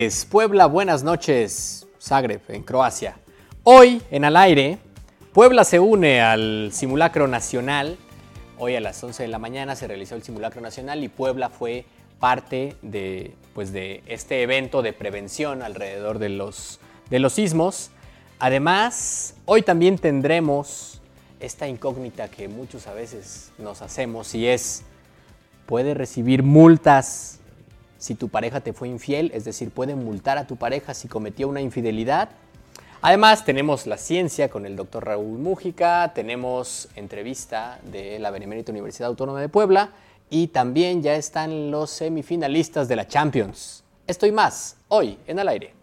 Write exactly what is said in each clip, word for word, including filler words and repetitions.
Puebla, buenas noches, Zagreb, en Croacia. Hoy, en Al Aire, Puebla se une al simulacro nacional. Hoy a las once de la mañana se realizó el simulacro nacional y Puebla fue parte de, pues de este evento de prevención alrededor de los, de los sismos. Además, hoy también tendremos esta incógnita que muchos a veces nos hacemos y es, ¿puede recibir multas si tu pareja te fue infiel? Es decir, ¿puede multar a tu pareja si cometió una infidelidad? Además, tenemos la ciencia con el doctor Raúl Mújica, tenemos entrevista de la Benemérita Universidad Autónoma de Puebla y también ya están los semifinalistas de la Champions. Esto y más, hoy en Al Aire.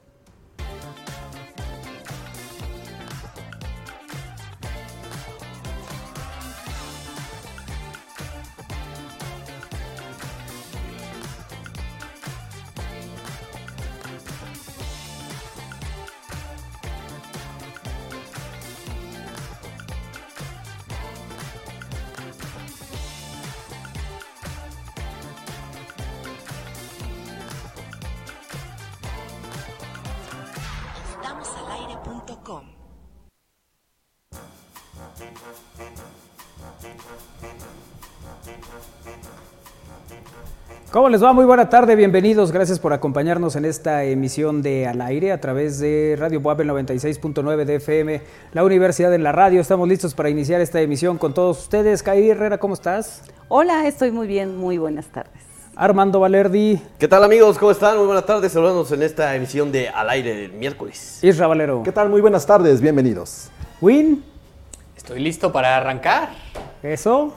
¿Cómo les va? Muy buena tarde, bienvenidos, gracias por acompañarnos en esta emisión de Al Aire a través de Radio Boab noventa y seis punto nueve de F M, la Universidad en la Radio. Estamos listos para iniciar esta emisión con todos ustedes. Kairi Herrera, ¿cómo estás? Hola, estoy muy bien, muy buenas tardes. Armando Valerdi. ¿Qué tal, amigos? ¿Cómo están? Muy buenas tardes, saludándonos en esta emisión de Al Aire del miércoles. Isra Valero. ¿Qué tal? Muy buenas tardes, bienvenidos. Win. Estoy listo para arrancar. Eso.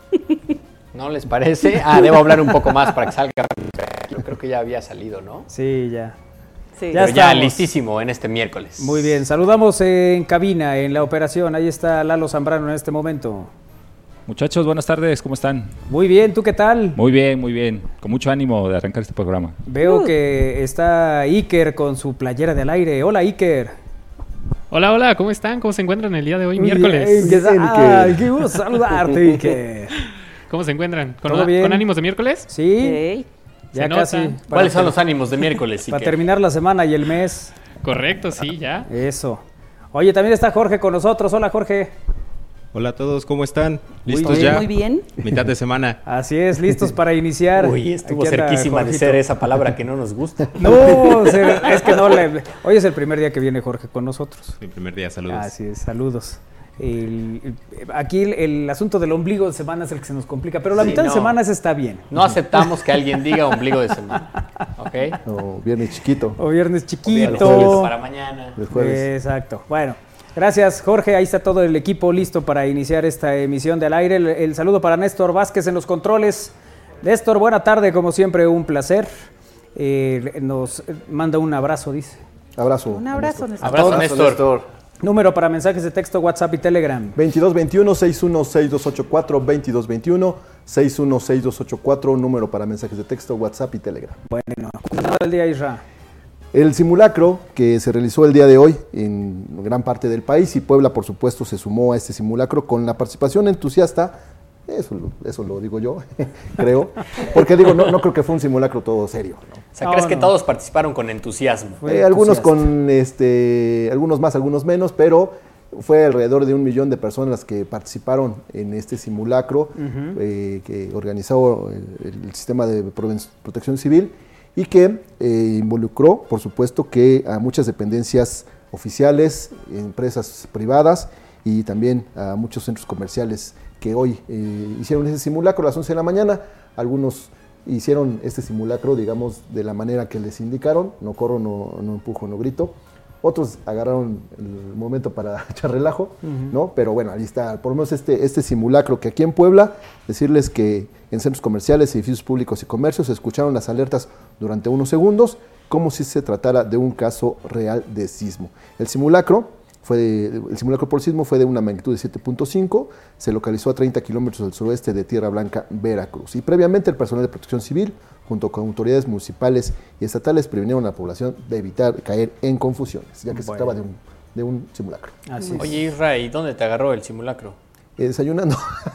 ¿No les parece? Ah, debo hablar un poco más para que salga. Yo creo que ya había salido, ¿no? Sí, ya. Sí. Ya, Pero ya listísimo en este miércoles. Muy bien, saludamos en cabina, en la operación. Ahí está Lalo Zambrano en este momento. Muchachos, buenas tardes, ¿cómo están? Muy bien, ¿tú qué tal? Muy bien, muy bien. Con mucho ánimo de arrancar este programa. Veo uh. que está Iker con su playera de Al Aire. Hola, Iker. Hola, hola, ¿cómo están? ¿Cómo se encuentran el día de hoy, Muy miércoles? Bien, Ay, qué gusto saludarte, Iker. ¿Cómo se encuentran? ¿Con, ¿Todo bien? ¿Con ánimos de miércoles? Sí, okay. Ya se casi. nota. ¿Cuáles son los ánimos de miércoles? Para terminar la semana y el mes. Correcto, sí, ya. Eso. Oye, también está Jorge con nosotros. Hola, Jorge. Hola a todos, ¿cómo están? Muy ¿Listos bien, ya? Muy bien. Mitad de semana. Así es, listos para iniciar. Uy, estuvo Aquí anda cerquísima Jorgito. de ser esa palabra que no nos gusta. No, es que no le... Hoy es el primer día que viene Jorge con nosotros. Mi primer día, saludos. Así es, saludos. El, el, aquí el, el asunto del ombligo de semana es el que se nos complica, pero la Sí, mitad no. de semana esa está bien. No aceptamos que alguien diga ombligo de semana, ¿ok? O viernes chiquito. O viernes chiquito. O viernes para mañana. El jueves. Exacto. Bueno, gracias Jorge, ahí está todo el equipo listo para iniciar esta emisión de Al Aire. El, el saludo para Néstor Vázquez en los controles. Néstor, buena tarde, como siempre, un placer. Eh, nos manda un abrazo, dice. Abrazo. Un abrazo, Néstor. Abrazo, Néstor. Néstor. Número para mensajes de texto, WhatsApp y Telegram. veintidós veintiuno, sesenta y uno, sesenta y dos ochenta y cuatro, veintidós veintiuno, sesenta y uno, sesenta y dos ochenta y cuatro, número para mensajes de texto, WhatsApp y Telegram. Bueno, nada del día, Isra. El simulacro que se realizó el día de hoy en gran parte del país y Puebla, por supuesto, se sumó a este simulacro con la participación entusiasta. Eso, eso lo digo yo, creo. Porque digo, no, no creo que fue un simulacro todo serio, ¿no? O sea, No, ¿crees no. que todos participaron con entusiasmo? Eh, algunos con este, algunos más, algunos menos, pero fue alrededor de un millón de personas las que participaron en este simulacro uh-huh. eh, que organizó el, el sistema de protección civil y que eh, involucró, por supuesto, que a muchas dependencias oficiales, empresas privadas y también a muchos centros comerciales que hoy eh, hicieron ese simulacro a las once de la mañana. Algunos hicieron este simulacro, digamos, de la manera que les indicaron, no corro, no, no empujo, no grito. Otros agarraron el momento para echar relajo, uh-huh. ¿no? Pero bueno, ahí está, por lo menos este, este simulacro que aquí en Puebla, decirles que en centros comerciales, edificios públicos y comercios se escucharon las alertas durante unos segundos, como si se tratara de un caso real de sismo. El simulacro Fue de, el simulacro por sismo fue de una magnitud de siete punto cinco, se localizó a treinta kilómetros del suroeste de Tierra Blanca, Veracruz. Y previamente el personal de protección civil, junto con autoridades municipales y estatales, previnieron a la población de evitar caer en confusiones, ya que bueno. se trataba de un, de un simulacro. Así es. Oye, Isra, ¿y dónde te agarró el simulacro? Eh, desayunando.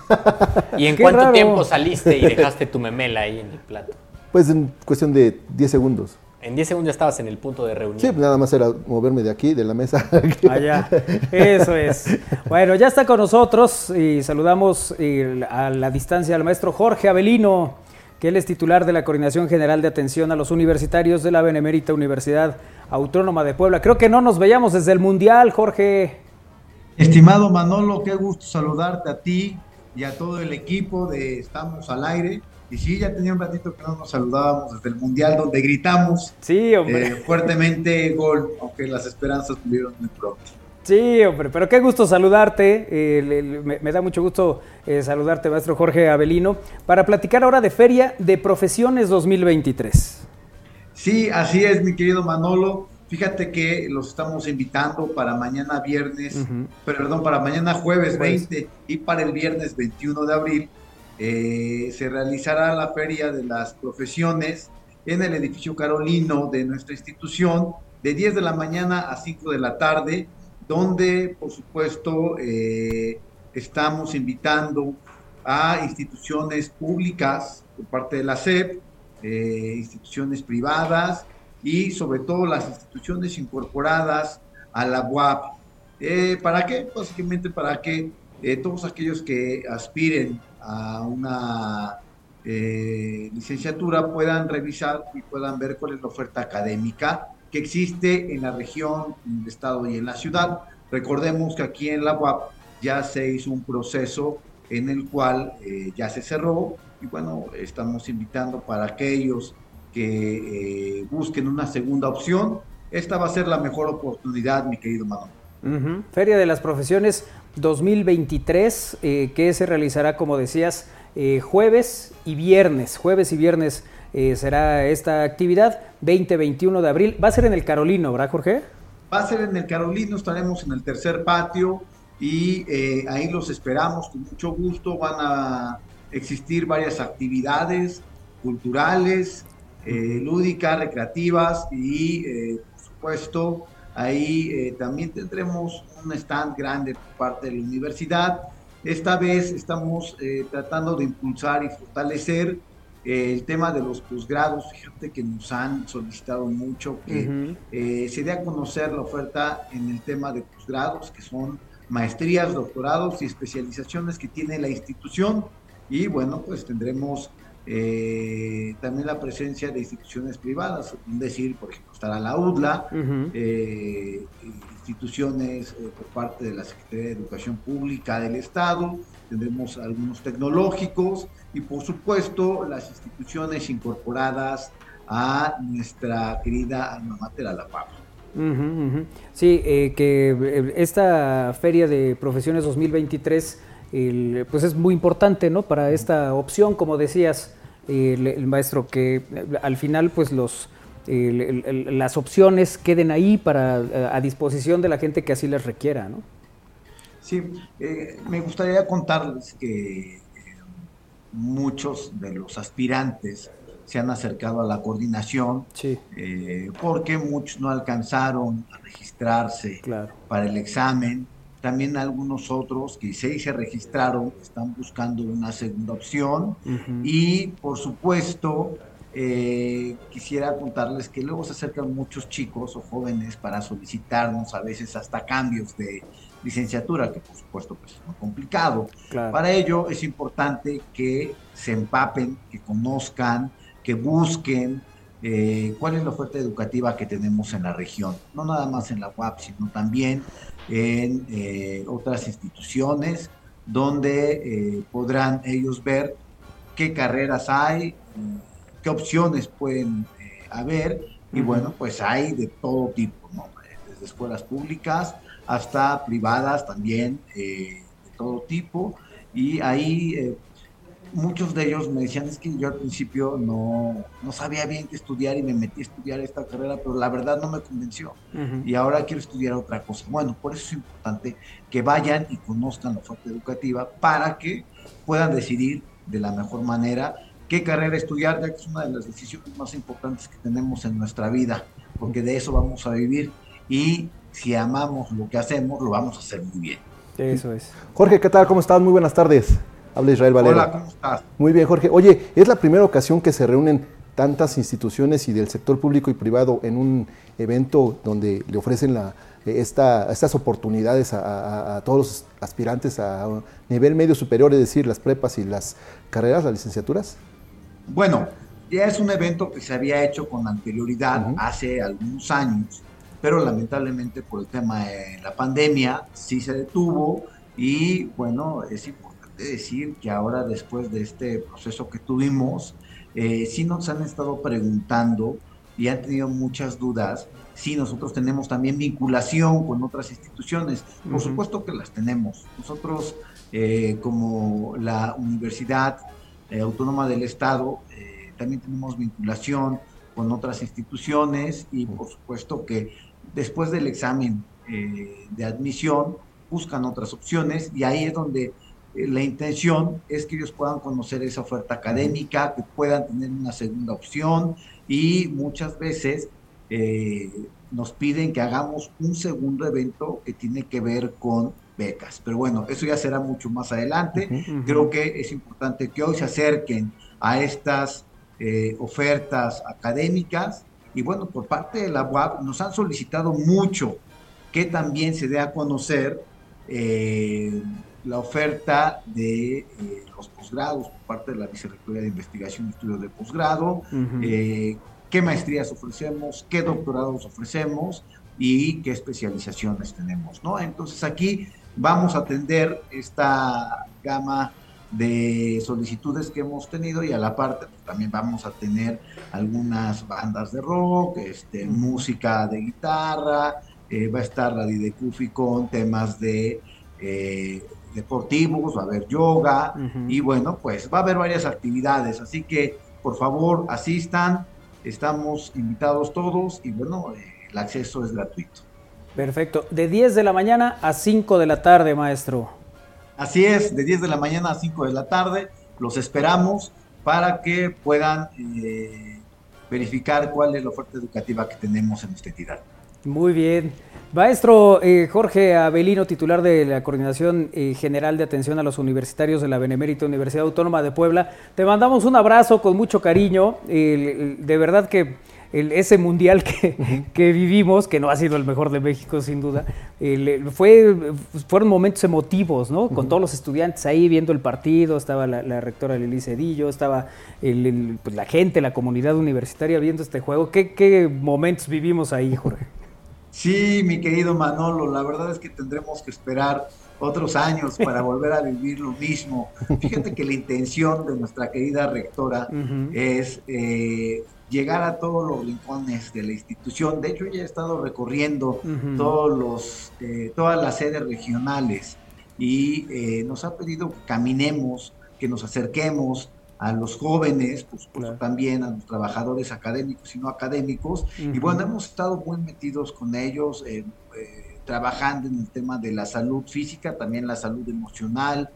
¿Y en Qué cuánto raro. tiempo saliste y dejaste tu memela ahí en el plato? Pues en cuestión de diez segundos. En diez segundos estabas en el punto de reunión. Sí, nada más era moverme de aquí, de la mesa. Allá, eso es. Bueno, ya está con nosotros y saludamos eh, a la distancia al maestro Jorge Avelino, que él es titular de la Coordinación General de Atención a los Universitarios de la Benemérita Universidad Autónoma de Puebla. Creo que no nos veíamos desde el Mundial, Jorge. Estimado Manolo, qué gusto saludarte a ti y a todo el equipo de Estamos al Aire. Y sí, ya tenía un ratito que no nos saludábamos desde el Mundial, donde gritamos sí, hombre. Eh, fuertemente gol, aunque las esperanzas tuvieron muy pronto. Sí, hombre, pero qué gusto saludarte. Eh, le, le, me, me da mucho gusto eh, saludarte, maestro Jorge Avelino, para platicar ahora de Feria de Profesiones dos mil veintitrés. Sí, así es, mi querido Manolo. Fíjate que los estamos invitando para mañana viernes, uh-huh. perdón, para mañana jueves veinte y para el viernes veintiuno de abril. Eh, se realizará la Feria de las Profesiones en el edificio Carolino de nuestra institución de diez de la mañana a cinco de la tarde, donde por supuesto eh, estamos invitando a instituciones públicas por parte de la S E P, eh, instituciones privadas y sobre todo las instituciones incorporadas a la U A P. Eh, ¿Para qué? Básicamente para que eh, todos aquellos que aspiren a una eh, licenciatura puedan revisar y puedan ver cuál es la oferta académica que existe en la región, en el estado y en la ciudad. Recordemos que aquí en la U A P ya se hizo un proceso en el cual eh, ya se cerró y bueno, estamos invitando para aquellos que eh, busquen una segunda opción. Esta va a ser la mejor oportunidad, mi querido Manuel. Uh-huh. Feria de las Profesiones dos mil veintitrés, eh, que se realizará, como decías, eh, jueves y viernes. Jueves y viernes eh, será esta actividad, veinte veintiuno de abril. Va a ser en el Carolino, ¿verdad, Jorge? Va a ser en el Carolino, estaremos en el tercer patio y eh, ahí los esperamos con mucho gusto. Van a existir varias actividades culturales, eh, lúdicas, recreativas y, eh, por supuesto, ahí eh, también tendremos un stand grande por parte de la universidad. Esta vez estamos eh, tratando de impulsar y fortalecer eh, el tema de los posgrados. Fíjate que nos han solicitado mucho que uh-huh. eh, se dé a conocer la oferta en el tema de posgrados, que son maestrías, doctorados y especializaciones que tiene la institución. Y bueno, pues tendremos Eh, también la presencia de instituciones privadas, es decir, por ejemplo, estará la U D L A, uh-huh. eh, instituciones eh, por parte de la Secretaría de Educación Pública del Estado, tendremos algunos tecnológicos y por supuesto las instituciones incorporadas a nuestra querida alma mater, a la P A P. Uh-huh, uh-huh. Sí, eh, que esta Feria de Profesiones dos mil veintitrés El, pues es muy importante, ¿no? Para esta opción, como decías, el, el maestro, que al final pues los el, el, el, las opciones queden ahí para a disposición de la gente que así les requiera, ¿no? Sí, eh, me gustaría contarles que eh, muchos de los aspirantes se han acercado a la coordinación, sí. eh, porque muchos no alcanzaron a registrarse claro. para el examen. También algunos otros que sí se registraron están buscando una segunda opción. Uh-huh. Y, por supuesto, eh, quisiera contarles que luego se acercan muchos chicos o jóvenes para solicitarnos a veces hasta cambios de licenciatura, que por supuesto pues, es muy complicado. Claro. Para ello es importante que se empapen, que conozcan, que busquen eh, cuál es la oferta educativa que tenemos en la región. No nada más en la U A P, sino también en eh, otras instituciones donde eh, podrán ellos ver qué carreras hay, qué opciones pueden eh, haber, y uh-huh. bueno, pues hay de todo tipo, ¿no? Desde escuelas públicas hasta privadas también, eh, de todo tipo, y ahí eh, muchos de ellos me decían, es que yo al principio no, no sabía bien qué estudiar y me metí a estudiar esta carrera, pero la verdad no me convenció, uh-huh. y ahora quiero estudiar otra cosa. Bueno, por eso es importante que vayan y conozcan la oferta educativa para que puedan decidir de la mejor manera qué carrera estudiar, ya que es una de las decisiones más importantes que tenemos en nuestra vida, porque de eso vamos a vivir, y si amamos lo que hacemos, lo vamos a hacer muy bien. Eso es. Jorge, ¿qué tal? ¿Cómo estás? Muy buenas tardes. Habla Israel Valero. Hola, ¿cómo estás? Muy bien, Jorge. Oye, es la primera ocasión que se reúnen tantas instituciones y del sector público y privado en un evento donde le ofrecen la, esta, estas oportunidades a, a, a todos los aspirantes a nivel medio superior, es decir, las prepas y las carreras, las licenciaturas? Bueno, ya es un evento que se había hecho con anterioridad, uh-huh. hace algunos años, pero lamentablemente por el tema de la pandemia sí se detuvo y bueno, es importante decir que ahora después de este proceso que tuvimos, eh, sí nos han estado preguntando y han tenido muchas dudas si nosotros tenemos también vinculación con otras instituciones. Por uh-huh. supuesto que las tenemos. Nosotros eh, como la Universidad eh, Autónoma del Estado eh, también tenemos vinculación con otras instituciones y por supuesto que después del examen eh, de admisión buscan otras opciones y ahí es donde eh, la intención es que ellos puedan conocer esa oferta académica, que puedan tener una segunda opción y muchas veces eh, nos piden que hagamos un segundo evento que tiene que ver con becas. Pero bueno, eso ya será mucho más adelante. Uh-huh, uh-huh. Creo que es importante que hoy se acerquen a estas eh, ofertas académicas y bueno, por parte de la U A P nos han solicitado mucho que también se dé a conocer eh, la oferta de eh, los posgrados por parte de la Vicerrectoría de Investigación y Estudios de Posgrado, uh-huh. eh, qué maestrías ofrecemos, qué doctorados ofrecemos y qué especializaciones tenemos, ¿no? Entonces aquí vamos a atender esta gama de solicitudes que hemos tenido y a la parte pues, también vamos a tener algunas bandas de rock, este, uh-huh. música de guitarra, eh, va a estar la Didecufi con temas de eh, deportivos, va a haber yoga uh-huh. y bueno, pues va a haber varias actividades, así que por favor asistan, estamos invitados todos y bueno, eh, el acceso es gratuito. Perfecto, de diez de la mañana a cinco de la tarde, maestro. Así es, de diez de la mañana a cinco de la tarde, los esperamos para que puedan eh, verificar cuál es la oferta educativa que tenemos en nuestra entidad. Muy bien. Maestro eh, Jorge Avelino, titular de la Coordinación eh, General de Atención a los Universitarios de la Benemérita Universidad Autónoma de Puebla, te mandamos un abrazo con mucho cariño, eh, de verdad que el, ese mundial que, uh-huh. que vivimos, que no ha sido el mejor de México sin duda, eh, fue, fueron momentos emotivos, ¿no? Con uh-huh. todos los estudiantes ahí viendo el partido, estaba la, la rectora Lili Cedillo, estaba el, el, pues, la gente, la comunidad universitaria viendo este juego. ¿Qué, qué momentos vivimos ahí, Jorge? Sí, mi querido Manolo, la verdad es que tendremos que esperar otros años para volver a vivir lo mismo. Fíjate que la intención de nuestra querida rectora uh-huh. es eh, llegar a todos los rincones de la institución. De hecho, ella ha estado recorriendo uh-huh. todos los, eh, todas las sedes regionales y eh, nos ha pedido que caminemos, que nos acerquemos a los jóvenes, pues, pues claro. también a los trabajadores académicos y no académicos, uh-huh. y bueno, hemos estado muy metidos con ellos, eh, eh, trabajando en el tema de la salud física, también la salud emocional,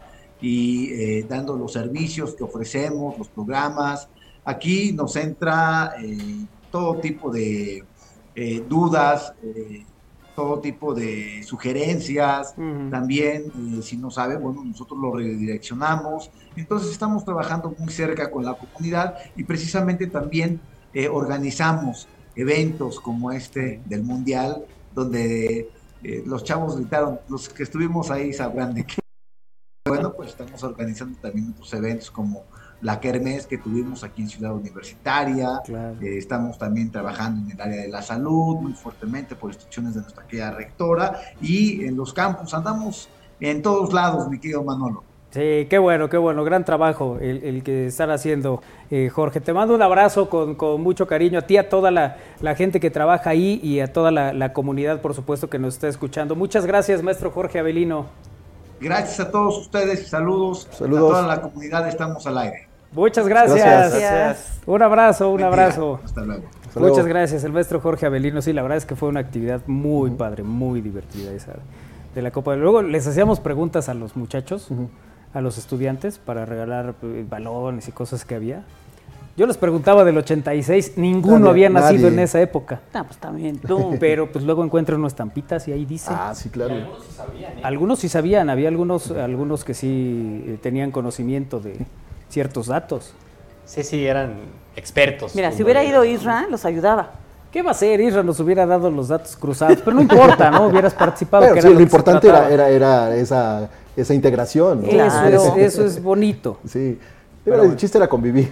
y eh, dando los servicios que ofrecemos, los programas. Aquí nos entra eh, todo tipo de eh, dudas, eh, todo tipo de sugerencias, uh-huh. también, eh, si no saben, bueno, nosotros lo redireccionamos, entonces estamos trabajando muy cerca con la comunidad y precisamente también eh, organizamos eventos como este del Mundial, donde eh, los chavos gritaron, los que estuvimos ahí sabrán de qué. Bueno, pues estamos organizando también otros eventos como la Kermés que tuvimos aquí en Ciudad Universitaria, claro. eh, estamos también trabajando en el área de la salud muy fuertemente por instrucciones de nuestra querida rectora y en los campus andamos en todos lados, mi querido Manolo. Sí, qué bueno, qué bueno, gran trabajo el, el que están haciendo, eh, Jorge. Te mando un abrazo con, con mucho cariño a ti, a toda la, la gente que trabaja ahí y a toda la, la comunidad, por supuesto, que nos está escuchando. Muchas gracias, maestro Jorge Avelino. Gracias a todos ustedes y saludos, saludos. a toda la comunidad, estamos al aire. Muchas gracias. Gracias. Un abrazo, un Buen abrazo. Día. Hasta luego. Hasta luego. Muchas gracias, el maestro Jorge Avelino. Sí, la verdad es que fue una actividad muy uh-huh. padre, muy divertida esa de la Copa. Luego les hacíamos preguntas a los muchachos, uh-huh. a los estudiantes, para regalar eh, balones y cosas que había. Yo les preguntaba del ochenta y seis, ninguno nadie, había nacido nadie. en esa época. Ah, pues también tú. Pero pues luego encuentro unas estampitas y ahí dice. Ah, sí, claro. Y algunos sí sabían, ¿eh? Algunos sí sabían, había algunos, algunos que sí tenían conocimiento de ciertos datos. Sí, sí, eran expertos. Mira, si hubiera ido Isra, los ayudaba. ¿Qué va a hacer? Isra nos hubiera dado los datos cruzados, pero no importa, ¿no? Hubieras participado. Pero que sí, era lo que importante se era, trataba. era, era esa, esa integración, ¿no? Eso, Claro. es, eso es bonito. Sí, pero el chiste era convivir.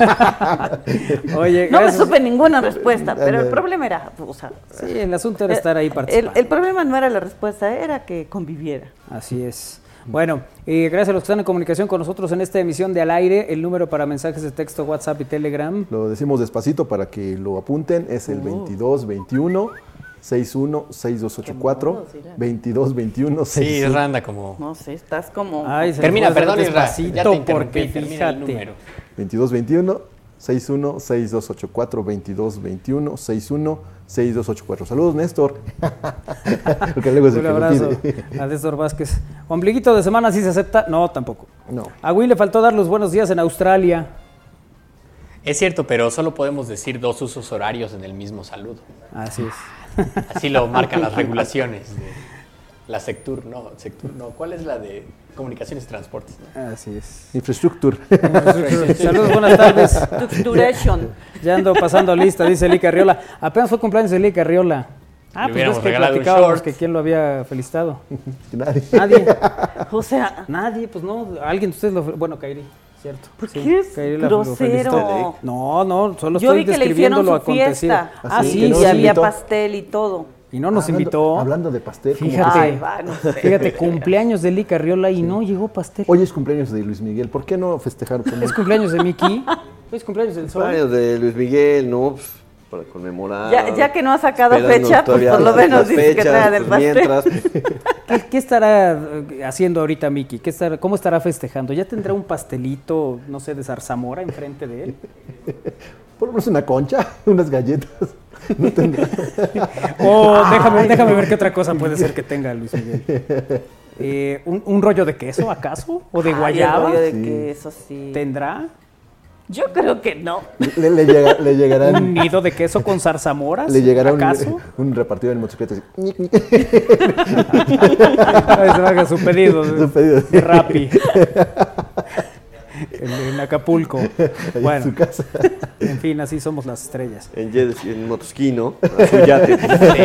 Oye, No me gracias. supe ninguna respuesta, pero el Ande. problema era, o sea, Sí, el asunto era estar ahí el, participando. el problema no era la respuesta, era que conviviera. Así es. Bueno, y gracias a los que están en comunicación con nosotros en esta emisión de Al Aire. El número para mensajes de texto, WhatsApp y Telegram. Lo decimos despacito para que lo apunten, es el veintidós veintiuno sesenta y uno sesenta y dos ochenta y cuatro, modos, Isra. veintidós veintiuno Sí, sesenta y uno. Isra anda como... No sé, estás como... Ay, se Termina, le puede perdón, hacer Isra. despacito Ya te interrumpí, porque termina el fíjate. número. veintidós veintiuno sesenta y uno sesenta y dos ochenta y cuatro, veintidós veintiuno sesenta y uno sesenta y dos ochenta y cuatro. Saludos, Néstor. Porque luego es el Un que lo abrazo pide. a Néstor Vázquez. ¿Ombliguito de semana sí se acepta? No, tampoco. No. A Will le faltó dar los buenos días en Australia. Es cierto, pero solo podemos decir dos usos horarios en el mismo saludo. Así es. Así lo marcan las regulaciones de la Sectur, no, Sectur, no. ¿Cuál es la de Comunicaciones y Transportes? ¿no? Así es. Infraestructura. Saludos, buenas tardes. Duration. Ya ando pasando lista, dice Lica Arriola. Apenas fue cumpleaños de Lica Arriola. Ah, Le pues ves hubiéramos que regalado un platicábamos short. que quién lo había felicitado. Nadie. Nadie. O sea, Nadie, pues no. Alguien de ustedes lo. Bueno, Kairi, cierto. ¿por Sí, qué eres Kairi la- lo felicitó. grosero? No, no, solo Yo estoy vi que le describiendo hicieron lo su acontecido. fiesta. Ah, Sí, sí, que no y nos había invitó. pastel y todo. Y no nos Hablando- invitó. Hablando de pastel. ¿cómo Fíjate, Ay, va, no sé. fíjate, cumpleaños de Lica Arriola y no llegó pastel. Hoy es cumpleaños de Luis Miguel. ¿Por qué no festejar con él? Es cumpleaños de Miki. Hoy es cumpleaños del Sol. Cumpleaños de Luis Miguel, ¿no? Pues, para conmemorar. Ya, ya que no ha sacado Esperando fecha, pues todavía por lo las- menos las dice que fechas, trae del pues, pastel. mientras, pues, ¿Qué, qué estará eh, haciendo ahorita Miki? ¿Qué estará, ¿Cómo estará festejando? ¿Ya tendrá un pastelito, no sé, de zarzamora enfrente de él? Por lo menos una concha, unas galletas. No tendrá. O déjame, déjame ver qué otra cosa puede ser que tenga Luis Miguel. Eh, ¿un, un rollo de queso, acaso? ¿O de Ay, el guayaba? rollo de Sí. queso, sí. ¿Tendrá? Yo creo que no. Le, le llega- le ¿Un llegarán, nido de queso con zarzamoras? le llegará un, ¿Acaso? un repartidor en motocicleta. así, ñic, ñic. Ay, se haga su pedido de, Su pedido. de Rappi. En, en Acapulco. Allá en Bueno, su casa. en fin, así somos las estrellas. en, jet- en motoski, ¿no? A su yate.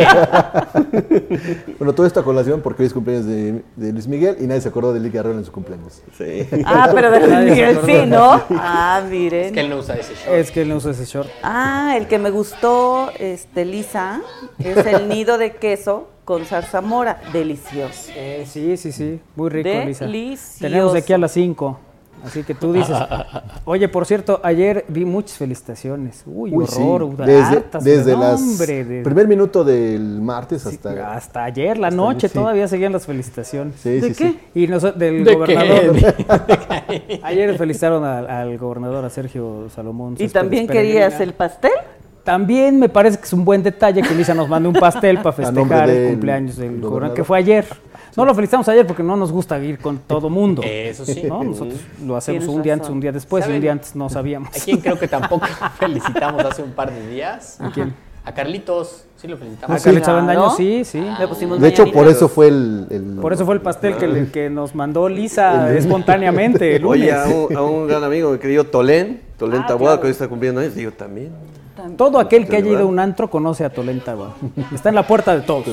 Bueno, todo esto a colación porque hoy es cumpleaños de, de Luis Miguel y nadie se acordó de Liga Arreola en su cumpleaños. Sí. Ah, pero de Luis Nadie se Miguel acordó. sí, ¿no? Ah, miren. Es que él no usa ese short. Es que él no usa ese short. Ah, el que me gustó, este, Lisa, es el nido de queso con zarzamora. Delicioso. Eh, sí, sí, sí. Muy rico, Lisa. Delicioso. Tenemos de aquí a las cinco. Así que tú dices. Oye, por cierto, ayer vi muchas felicitaciones. Uy, Uy, sí. horror. Desde, hartas, desde no, las hombre, de- primer minuto del martes sí, hasta... hasta ayer, la hasta noche, ayer, sí. todavía seguían las felicitaciones. Sí, ¿De sí, qué? sí. Y nos- del ¿De gobernador. qué? Ayer felicitaron al, al gobernador, a Sergio Salomón. ¿Y Céspedes también Peregrina. querías el pastel? También me parece que es un buen detalle que Lisa nos mande un pastel para A nombre festejar el del cumpleaños del gobernador. gobernador, que fue ayer. No lo felicitamos ayer porque no nos gusta ir con todo mundo. Eso sí. ¿no? Nosotros lo hacemos Tienes un día antes, razón. un día después, y un ¿Saben? día antes no sabíamos. ¿A quién creo que tampoco felicitamos hace un par de días? ¿A quién? A Carlitos. Sí lo felicitamos. A Carlitos Claro. Avendaño, sí, sí. Le pusimos De hecho, mañanitas. por eso fue el... el- Por eso fue el pastel que, le- que nos mandó Lisa espontáneamente el lunes. Oye, a un, a un gran amigo, mi querido Tolén, Tolén Ah, Taboada, claro. que hoy está cumpliendo años, digo también. Todo aquel que haya ¿verdad? ido a un antro conoce a Tolenta, güey. Está en la puerta de todos.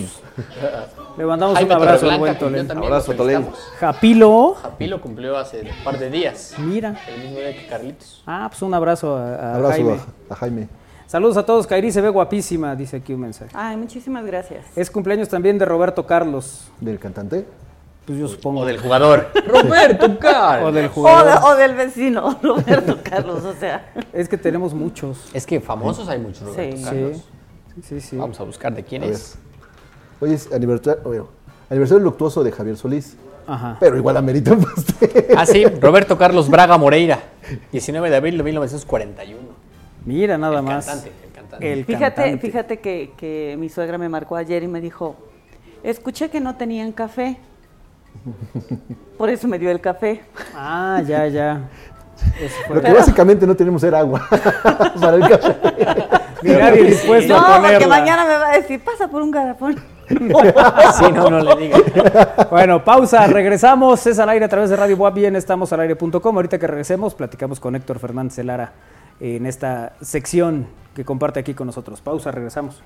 Le mandamos Jaime un abrazo al Torreblanca buen cumplió Tolenta. también, Abrazo, lo Tolén. felicitamos. Japilo, Japilo cumplió hace un par de días. mira. El mismo día que Carlitos. Ah, pues un abrazo a, a Abrazo Jaime. a, a Jaime. Saludos a todos. Kairi se ve guapísima, dice aquí un mensaje. Ay, muchísimas gracias. Es cumpleaños también de Roberto Carlos. Del cantante. Pues yo supongo. O del jugador. Roberto Carlos. O del O, jugador. de- o del vecino, Roberto Carlos, o sea. Es que tenemos muchos. Es que famosos hay muchos, Roberto Sí. Carlos. Sí, sí, sí. Vamos a buscar de quién A ver. es. Hoy es aniversario, oye, aniversario luctuoso de Javier Solís. Ajá. Pero igual amerita un pastel. Ah, sí, Roberto Carlos Braga Moreira. diecinueve de abril de mil novecientos cuarenta y uno. Mira nada El más. cantante, el cantante. El Fíjate, cantante. fíjate que, que mi suegra me marcó ayer y me dijo, escuché que no tenían café. Por eso me dio el café. Ah, ya, ya. Eso fue. Lo que básicamente no tenemos era agua para el café. Ni nadie dispuesto No, a ponerla. porque mañana me va a decir, pasa por un garrafón. Sí, no, no le digan. Bueno, pausa, regresamos. Es al aire a través de Radio Boa. Bien, estamos al aire punto com. Ahorita que regresemos, platicamos con Héctor Fernández de Lara en esta sección que comparte aquí con nosotros. Pausa, regresamos.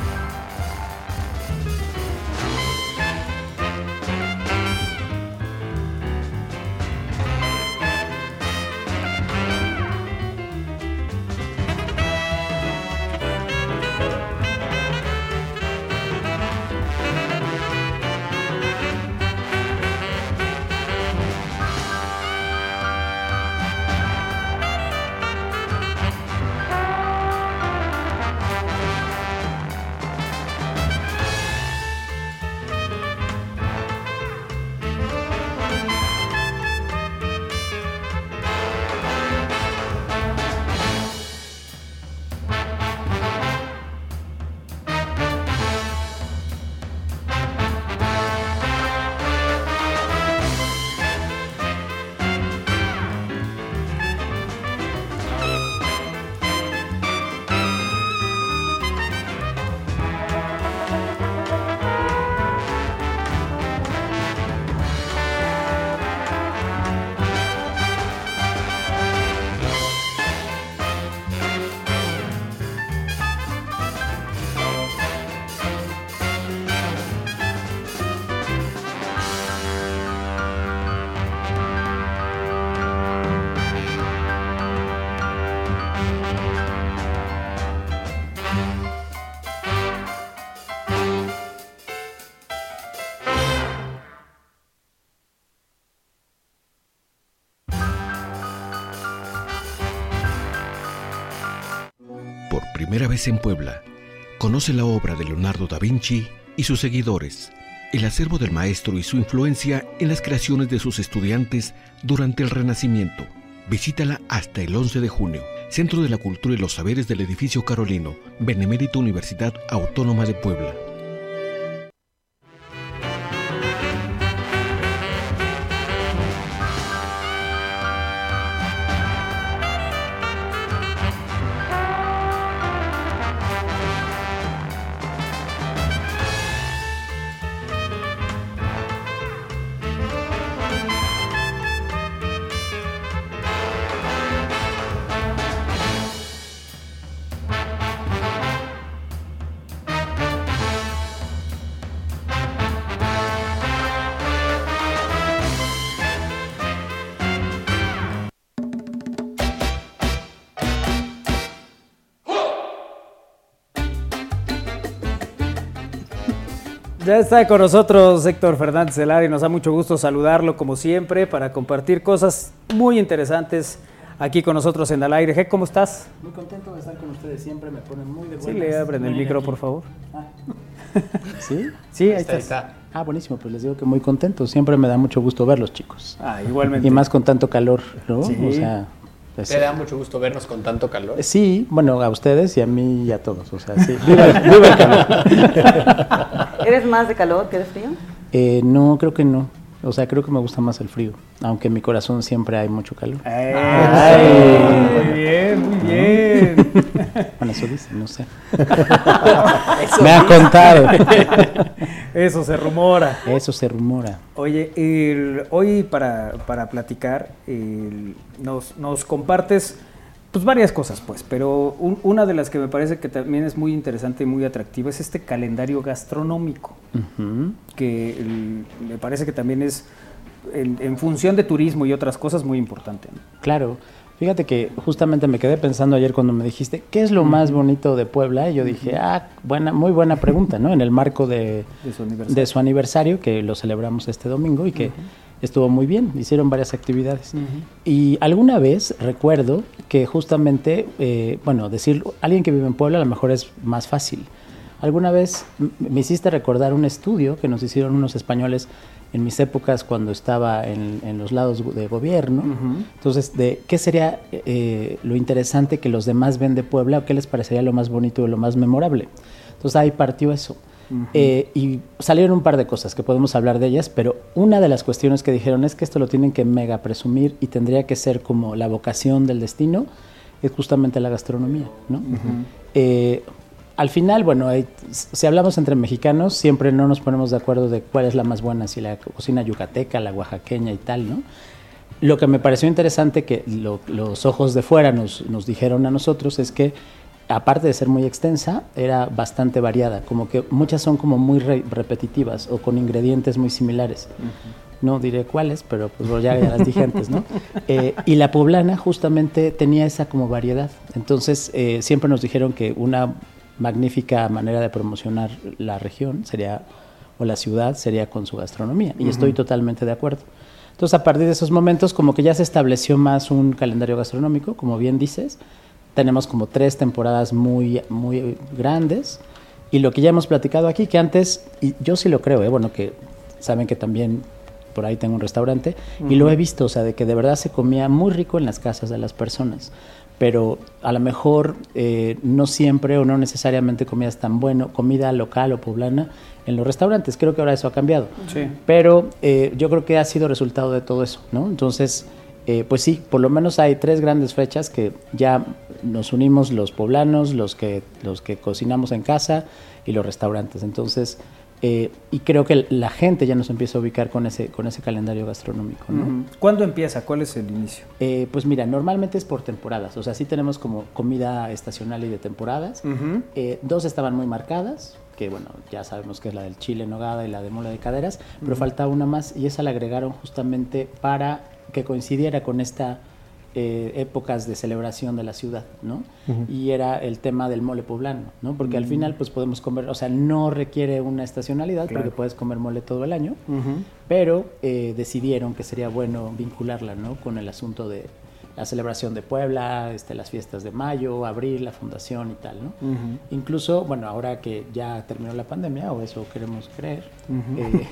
Primera vez en Puebla, conoce la obra de Leonardo da Vinci y sus seguidores, el acervo del maestro y su influencia en las creaciones de sus estudiantes durante el Renacimiento. Visítala hasta el once de junio, Centro de la Cultura y los Saberes del Edificio Carolino, Benemérita Universidad Autónoma de Puebla. Ya está con nosotros Héctor Fernández de Lara y nos da mucho gusto saludarlo como siempre para compartir cosas muy interesantes aquí con nosotros en Al Aire. Héctor, ¿cómo estás? Muy contento de estar con ustedes siempre, me ponen muy de buenas. Sí, le abren el micro, aquí, por favor. Ah. ¿Sí? Sí, ahí, ahí está, está. está. Ah, buenísimo, pues les digo que muy contento. Siempre me da mucho gusto verlos, chicos. Ah, igualmente. Y más con tanto calor, ¿no? Sí. O sea, pues, ¿te da mucho gusto vernos con tanto calor? Sí, bueno, a ustedes y a mí y a todos, o sea, sí. Viva, viva el calor. ¿Eres más de calor que de frío? Eh, no, creo que no. O sea, creo que me gusta más el frío, aunque en mi corazón siempre hay mucho calor. ¡Ay! Ay, muy bien, muy bien. Bueno, eso dicen, no sé. Me han contado. Eso se rumora. Eso se rumora. Oye, el, hoy para, para platicar, el, nos, nos compartes pues varias cosas, pues, pero un, una de las que me parece que también es muy interesante y muy atractiva es este calendario gastronómico, uh-huh. que el, me parece que también es, en, en función de turismo y otras cosas, muy importante, ¿no? Claro. Fíjate que justamente me quedé pensando ayer cuando me dijiste, ¿qué es lo más bonito de Puebla? Y yo dije, ah, buena, muy buena pregunta, ¿no? En el marco de, de, su, aniversario. de su aniversario, que lo celebramos este domingo y que uh-huh. estuvo muy bien, hicieron varias actividades. Uh-huh. Y alguna vez recuerdo que justamente, eh, bueno, decir, alguien que vive en Puebla a lo mejor es más fácil. Alguna vez me hiciste recordar un estudio que nos hicieron unos españoles en mis épocas cuando estaba en, en los lados de gobierno. Uh-huh. Entonces, de qué sería eh, lo interesante que los demás ven de Puebla o qué les parecería lo más bonito o lo más memorable. Entonces, ahí partió eso. Uh-huh. Eh, y salieron un par de cosas que podemos hablar de ellas, pero una de las cuestiones que dijeron es que esto lo tienen que mega presumir y tendría que ser como la vocación del destino, es justamente la gastronomía, ¿no? Uh-huh. Eh, al final, bueno, hay, si hablamos entre mexicanos, siempre no nos ponemos de acuerdo de cuál es la más buena, si la cocina yucateca, la oaxaqueña y tal, ¿no? Lo que me pareció interesante que lo, los ojos de fuera nos, nos dijeron a nosotros es que, aparte de ser muy extensa, era bastante variada, como que muchas son como muy re repetitivas o con ingredientes muy similares. Uh-huh. No diré cuáles, pero pues ya, ya las dije antes, ¿no? Eh, y la poblana justamente tenía esa como variedad. Entonces, eh, siempre nos dijeron que una magnífica manera de promocionar la región sería, o la ciudad, sería con su gastronomía. Y uh-huh. estoy totalmente de acuerdo. Entonces, a partir de esos momentos, como que ya se estableció más un calendario gastronómico, como bien dices. Tenemos como tres temporadas muy, muy grandes. Y lo que ya hemos platicado aquí, que antes, y yo sí lo creo, ¿eh? Bueno, que saben que también por ahí tengo un restaurante, uh-huh. y lo he visto, o sea, de que de verdad se comía muy rico en las casas de las personas. Pero a lo mejor eh, no siempre o no necesariamente comías tan bueno, comida local o poblana en los restaurantes. Creo que ahora eso ha cambiado. Sí. Pero eh, yo creo que ha sido resultado de todo eso, ¿no? Entonces, eh, pues sí, por lo menos hay tres grandes fechas que ya nos unimos los poblanos, los que, los que cocinamos en casa y los restaurantes. Entonces, eh, y creo que la gente ya nos empieza a ubicar con ese, con ese calendario gastronómico, ¿no? Uh-huh. ¿Cuándo empieza? ¿Cuál es el inicio? Eh, pues mira, normalmente es por temporadas. O sea, sí tenemos como comida estacional y de temporadas. Uh-huh. eh, dos estaban muy marcadas, que bueno, ya sabemos que es la del chile en nogada y la de mole de caderas, pero uh-huh. falta una más y esa la agregaron justamente para que coincidiera con esta eh, épocas de celebración de la ciudad, ¿no? Uh-huh. Y era el tema del mole poblano, ¿no? Porque uh-huh. al final pues podemos comer, o sea, no requiere una estacionalidad, claro. porque puedes comer mole todo el año, uh-huh. pero eh, decidieron que sería bueno vincularla, ¿no? Con el asunto de la celebración de Puebla, este, las fiestas de mayo, abril, la fundación y tal, ¿no? Uh-huh. Incluso, bueno, ahora que ya terminó la pandemia, o eso queremos creer, uh-huh. eh,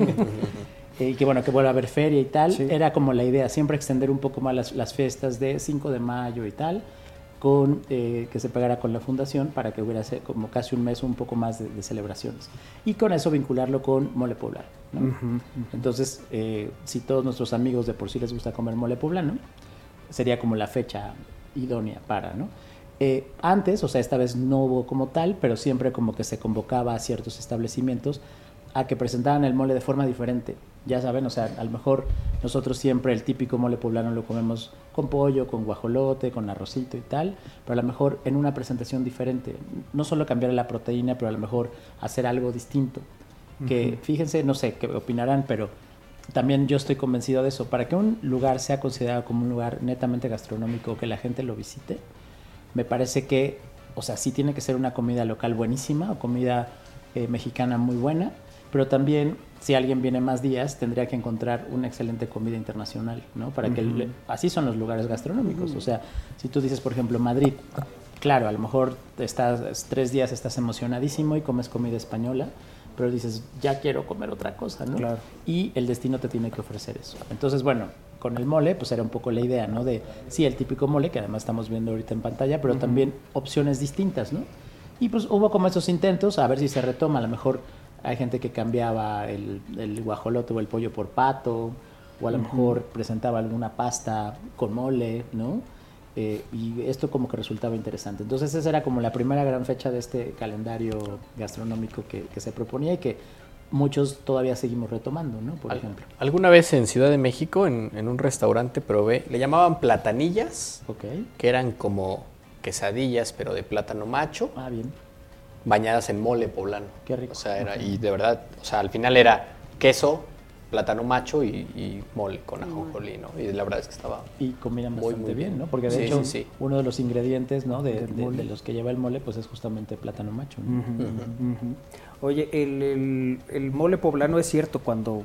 y que bueno, que vuelva a haber feria y tal, sí. era como la idea, siempre extender un poco más las, las fiestas de cinco de mayo y tal, con eh, que se pegara con la fundación para que hubiera como casi un mes un poco más de, de celebraciones. Y con eso vincularlo con mole poblano, ¿no? Uh-huh, uh-huh. Entonces, eh, si todos nuestros amigos de por sí les gusta comer mole poblano, sería como la fecha idónea para, ¿no? Eh, antes, o sea, esta vez no hubo como tal, pero siempre como que se convocaba a ciertos establecimientos a que presentaran el mole de forma diferente. Ya saben, o sea, a lo mejor nosotros siempre el típico mole poblano lo comemos con pollo, con guajolote, con arrocito y tal, pero a lo mejor en una presentación diferente. No solo cambiar la proteína, pero a lo mejor hacer algo distinto. Que uh-huh. fíjense, no sé qué opinarán, pero también yo estoy convencido de eso. Para que un lugar sea considerado como un lugar netamente gastronómico, que la gente lo visite, me parece que, o sea, sí tiene que ser una comida local buenísima o comida eh, mexicana muy buena, pero también si alguien viene más días tendría que encontrar una excelente comida internacional, ¿no? Para que uh-huh. el, así son los lugares gastronómicos. Uh-huh. O sea, si tú dices, por ejemplo, Madrid, claro, a lo mejor estás tres días, estás emocionadísimo y comes comida española, pero dices, ya quiero comer otra cosa, ¿no? Claro. Y el destino te tiene que ofrecer eso. Entonces, bueno, con el mole, pues era un poco la idea, ¿no? De, sí, el típico mole, que además estamos viendo ahorita en pantalla, pero uh-huh. también opciones distintas, ¿no? Y pues hubo como esos intentos, a ver si se retoma. A lo mejor hay gente que cambiaba el, el guajolote o el pollo por pato, o a lo uh-huh. mejor presentaba alguna pasta con mole, ¿no? Eh, y esto como que resultaba interesante. Entonces esa era como la primera gran fecha de este calendario gastronómico que, que se proponía y que muchos todavía seguimos retomando, ¿no? Por Al, ejemplo. Alguna vez en Ciudad de México, en, en un restaurante probé, le llamaban platanillas, okay. que eran como quesadillas, pero de plátano macho. Ah, bien. Bañadas en mole poblano. Qué rico. O sea, era, okay. y de verdad, o sea, al final era queso, plátano macho y, y mole con ajonjolí, ¿no? Y la verdad es que estaba y combinan bastante muy, muy bien, bien, ¿no? Porque de sí, hecho sí, sí. uno de los ingredientes, ¿no? De, de, de los que lleva el mole, pues es justamente plátano macho, ¿no? Uh-huh, uh-huh. Uh-huh. Oye, el, el, el mole poblano es cierto, cuando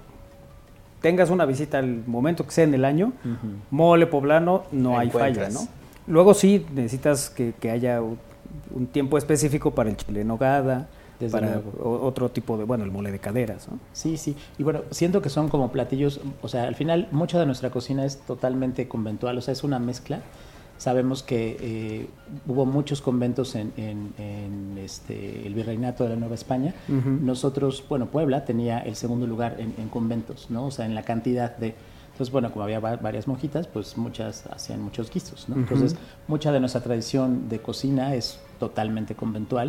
tengas una visita al momento que sea en el año, uh-huh. mole poblano no hay falla, ¿no? Luego sí necesitas que, que haya un, un tiempo específico para el chile en nogada, desde para luego. Otro tipo de, bueno, el mole de caderas, ¿no? Sí, sí, y bueno, siento que son como platillos, o sea, al final mucha de nuestra cocina es totalmente conventual, o sea, es una mezcla. Sabemos que eh, hubo muchos conventos en, en, en este, el Virreinato de la Nueva España. Uh-huh. Nosotros, bueno, Puebla tenía el segundo lugar en, en conventos, ¿no? O sea, en la cantidad de... Entonces, bueno, como había varias monjitas, pues muchas hacían muchos guisos, ¿no? Uh-huh. Entonces, mucha de nuestra tradición de cocina es totalmente conventual.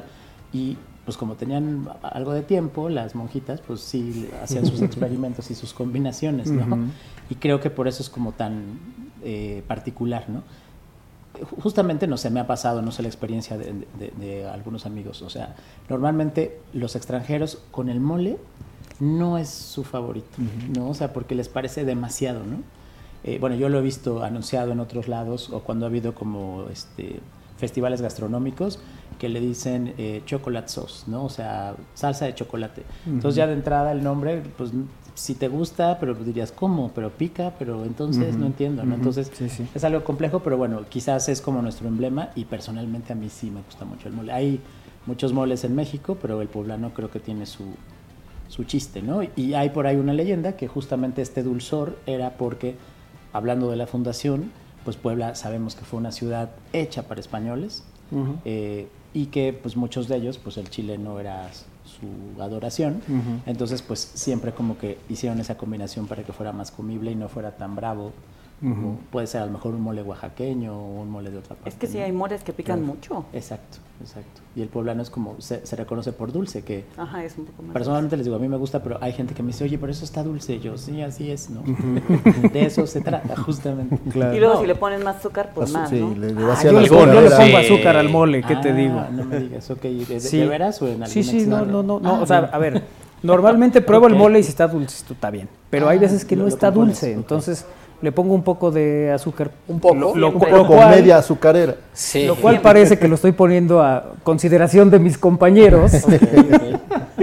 Y pues como tenían algo de tiempo, las monjitas, pues sí hacían sus experimentos y sus combinaciones, ¿no? Uh-huh. Y creo que por eso es como tan eh, particular, ¿no? Justamente, no sé, me ha pasado, no sé, la experiencia de, de, de algunos amigos. O sea, normalmente los extranjeros con el mole no es su favorito, uh-huh. ¿no? O sea, porque les parece demasiado, ¿no? Eh, bueno, yo lo he visto anunciado en otros lados o cuando ha habido como este festivales gastronómicos que le dicen eh, chocolate sauce, ¿no? O sea, salsa de chocolate. Uh-huh. Entonces ya de entrada el nombre, pues si te gusta, pero dirías, ¿cómo? Pero pica, pero entonces uh-huh. no entiendo, ¿no? Uh-huh. Entonces sí, sí. es algo complejo, pero bueno, quizás es como nuestro emblema y personalmente a mí sí me gusta mucho el mole. Hay muchos moles en México, pero el poblano creo que tiene su, su chiste, ¿no? Y hay por ahí una leyenda que justamente este dulzor era porque, hablando de la fundación, pues Puebla sabemos que fue una ciudad hecha para españoles, uh-huh. eh, y que pues muchos de ellos, pues el chile no era su adoración, uh-huh. entonces pues siempre como que hicieron esa combinación para que fuera más comible y no fuera tan bravo. Uh-huh. Puede ser a lo mejor un mole oaxaqueño o un mole de otra parte. Es que sí, ¿no? hay moles que pican Claro. mucho. Exacto, exacto. Y el poblano es como, se, se reconoce por dulce, que Ajá, es un poco más personalmente dulce. les digo, a mí me gusta, pero hay gente que me dice, oye, pero eso está dulce. Y yo, sí, así es, ¿no? De eso se trata, justamente. Claro. Y luego no. si le pones más azúcar, pues Azu- más, sí, ¿no? le, le Ah, yo le pongo, yo le pongo azúcar al mole, ¿qué ah, te digo? No me digas, ok. ¿De, sí. ¿de veras o en algún Sí, sí, no, no, no, no. Ah, o sea, a ver, normalmente pruebo okay. el mole y si está dulce, está bien. Pero ah, hay veces que no está compones, dulce, okay. entonces le pongo un poco de azúcar. Un poco. Lo, lo, un poco lo cual, media azucarera. Sí. Lo cual parece que lo estoy poniendo a consideración de mis compañeros. Okay, okay.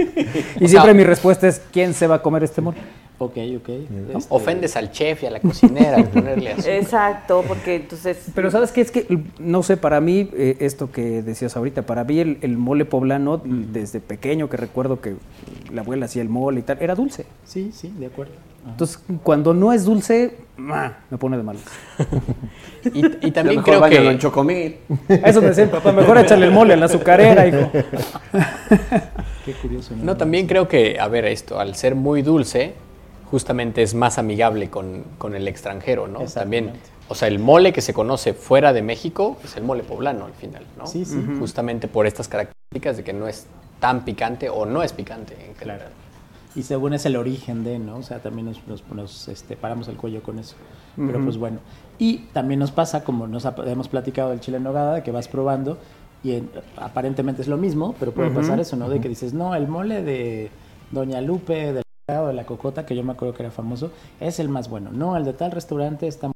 Y o siempre sea, mi respuesta es, ¿quién se va a comer este mole? Ok, ok. ¿No? Este... Ofendes al chef y a la cocinera al ponerle azúcar. Exacto, porque entonces... Pero ¿sabes qué? Es que, no sé, para mí, eh, esto que decías ahorita, para mí el, el mole poblano, desde pequeño, que recuerdo que la abuela hacía el mole y tal, era dulce. Sí, sí, de acuerdo. Ajá. Entonces, cuando no es dulce, me pone de malas. y, y también creo que... en chocomil. Eso me decía papá, mejor échale el mole a la azucarera, hijo. Qué curioso. No, no, también creo que, a ver, esto, al ser muy dulce, justamente es más amigable con, con el extranjero, ¿no? También, o sea, el mole que se conoce fuera de México es el mole poblano al final, ¿no? Sí, sí. Uh-huh. Justamente por estas características de que no es tan picante o no es picante en general. Claro. Y según es el origen de, ¿no? O sea, también nos, nos, nos este, paramos el cuello con eso. Uh-huh. Pero pues bueno. Y también nos pasa, como nos ha, hemos platicado del chile en nogada, que vas probando y en, aparentemente es lo mismo, pero puede uh-huh. pasar eso, ¿no? Uh-huh. De que dices, no, el mole de Doña Lupe, del de la Cocota, que yo me acuerdo que era famoso, es el más bueno. No, el de tal restaurante está...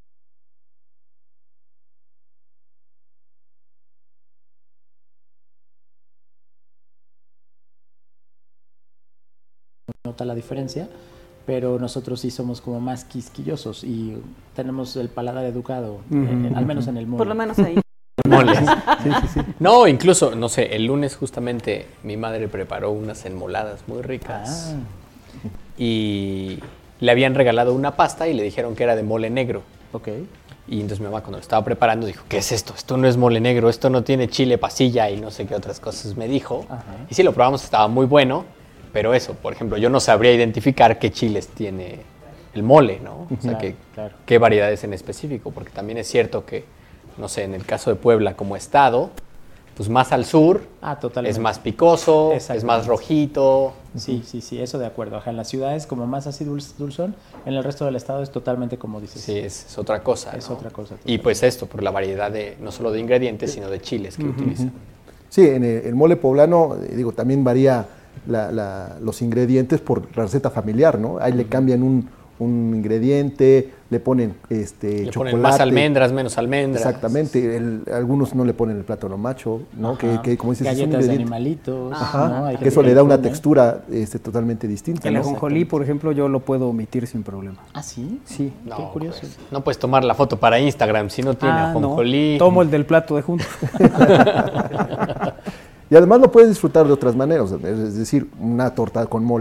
nota la diferencia, pero nosotros sí somos como más quisquillosos y tenemos el paladar educado, uh-huh. eh, al menos en el mole. Por lo menos ahí. Moles. Sí, sí, sí. No, incluso, no sé, el lunes justamente mi madre preparó unas enmoladas muy ricas. Ah. Y le habían regalado una pasta y le dijeron que era de mole negro. Ok. Y entonces mi mamá cuando lo estaba preparando dijo, ¿qué es esto? Esto no es mole negro, esto no tiene chile pasilla y no sé qué otras cosas me dijo. Ajá. Y sí, lo probamos, estaba muy bueno, pero eso, por ejemplo, yo no sabría identificar qué chiles tiene el mole, ¿no? O sea, claro, que, claro. qué variedades en específico, porque también es cierto que, no sé, en el caso de Puebla como estado, pues más al sur, ah, es más picoso, es más rojito. Sí, sí, sí, eso de acuerdo. Ajá, en las ciudades como más así dulz, dulzón, en el resto del estado es totalmente como dices. Sí, es, es otra cosa. Es ¿no? otra cosa. Y pues esto, por la variedad de, no solo de ingredientes, sino de chiles que uh-huh. utilizan. Sí, en el, el mole poblano, digo, también varía la, la, los ingredientes por receta familiar, ¿no? Ahí uh-huh. le cambian un, un ingrediente, le ponen este le chocolate. Ponen más almendras, menos almendras. Exactamente, el, algunos no le ponen el plátano macho, ¿no? Que, que como dices, galletas es un de animalitos. Ajá, ¿no? Hay que eso le da una textura este, totalmente distinta. El ¿no? ajonjolí, por ejemplo, yo lo puedo omitir sin problema. ¿Ah, sí? Sí. No, qué curioso. Pues, no puedes tomar la foto para Instagram si no tiene ah, ajonjolí. No. Tomo el del plato de junto. Y además lo puedes disfrutar de otras maneras, es decir, una torta con mole,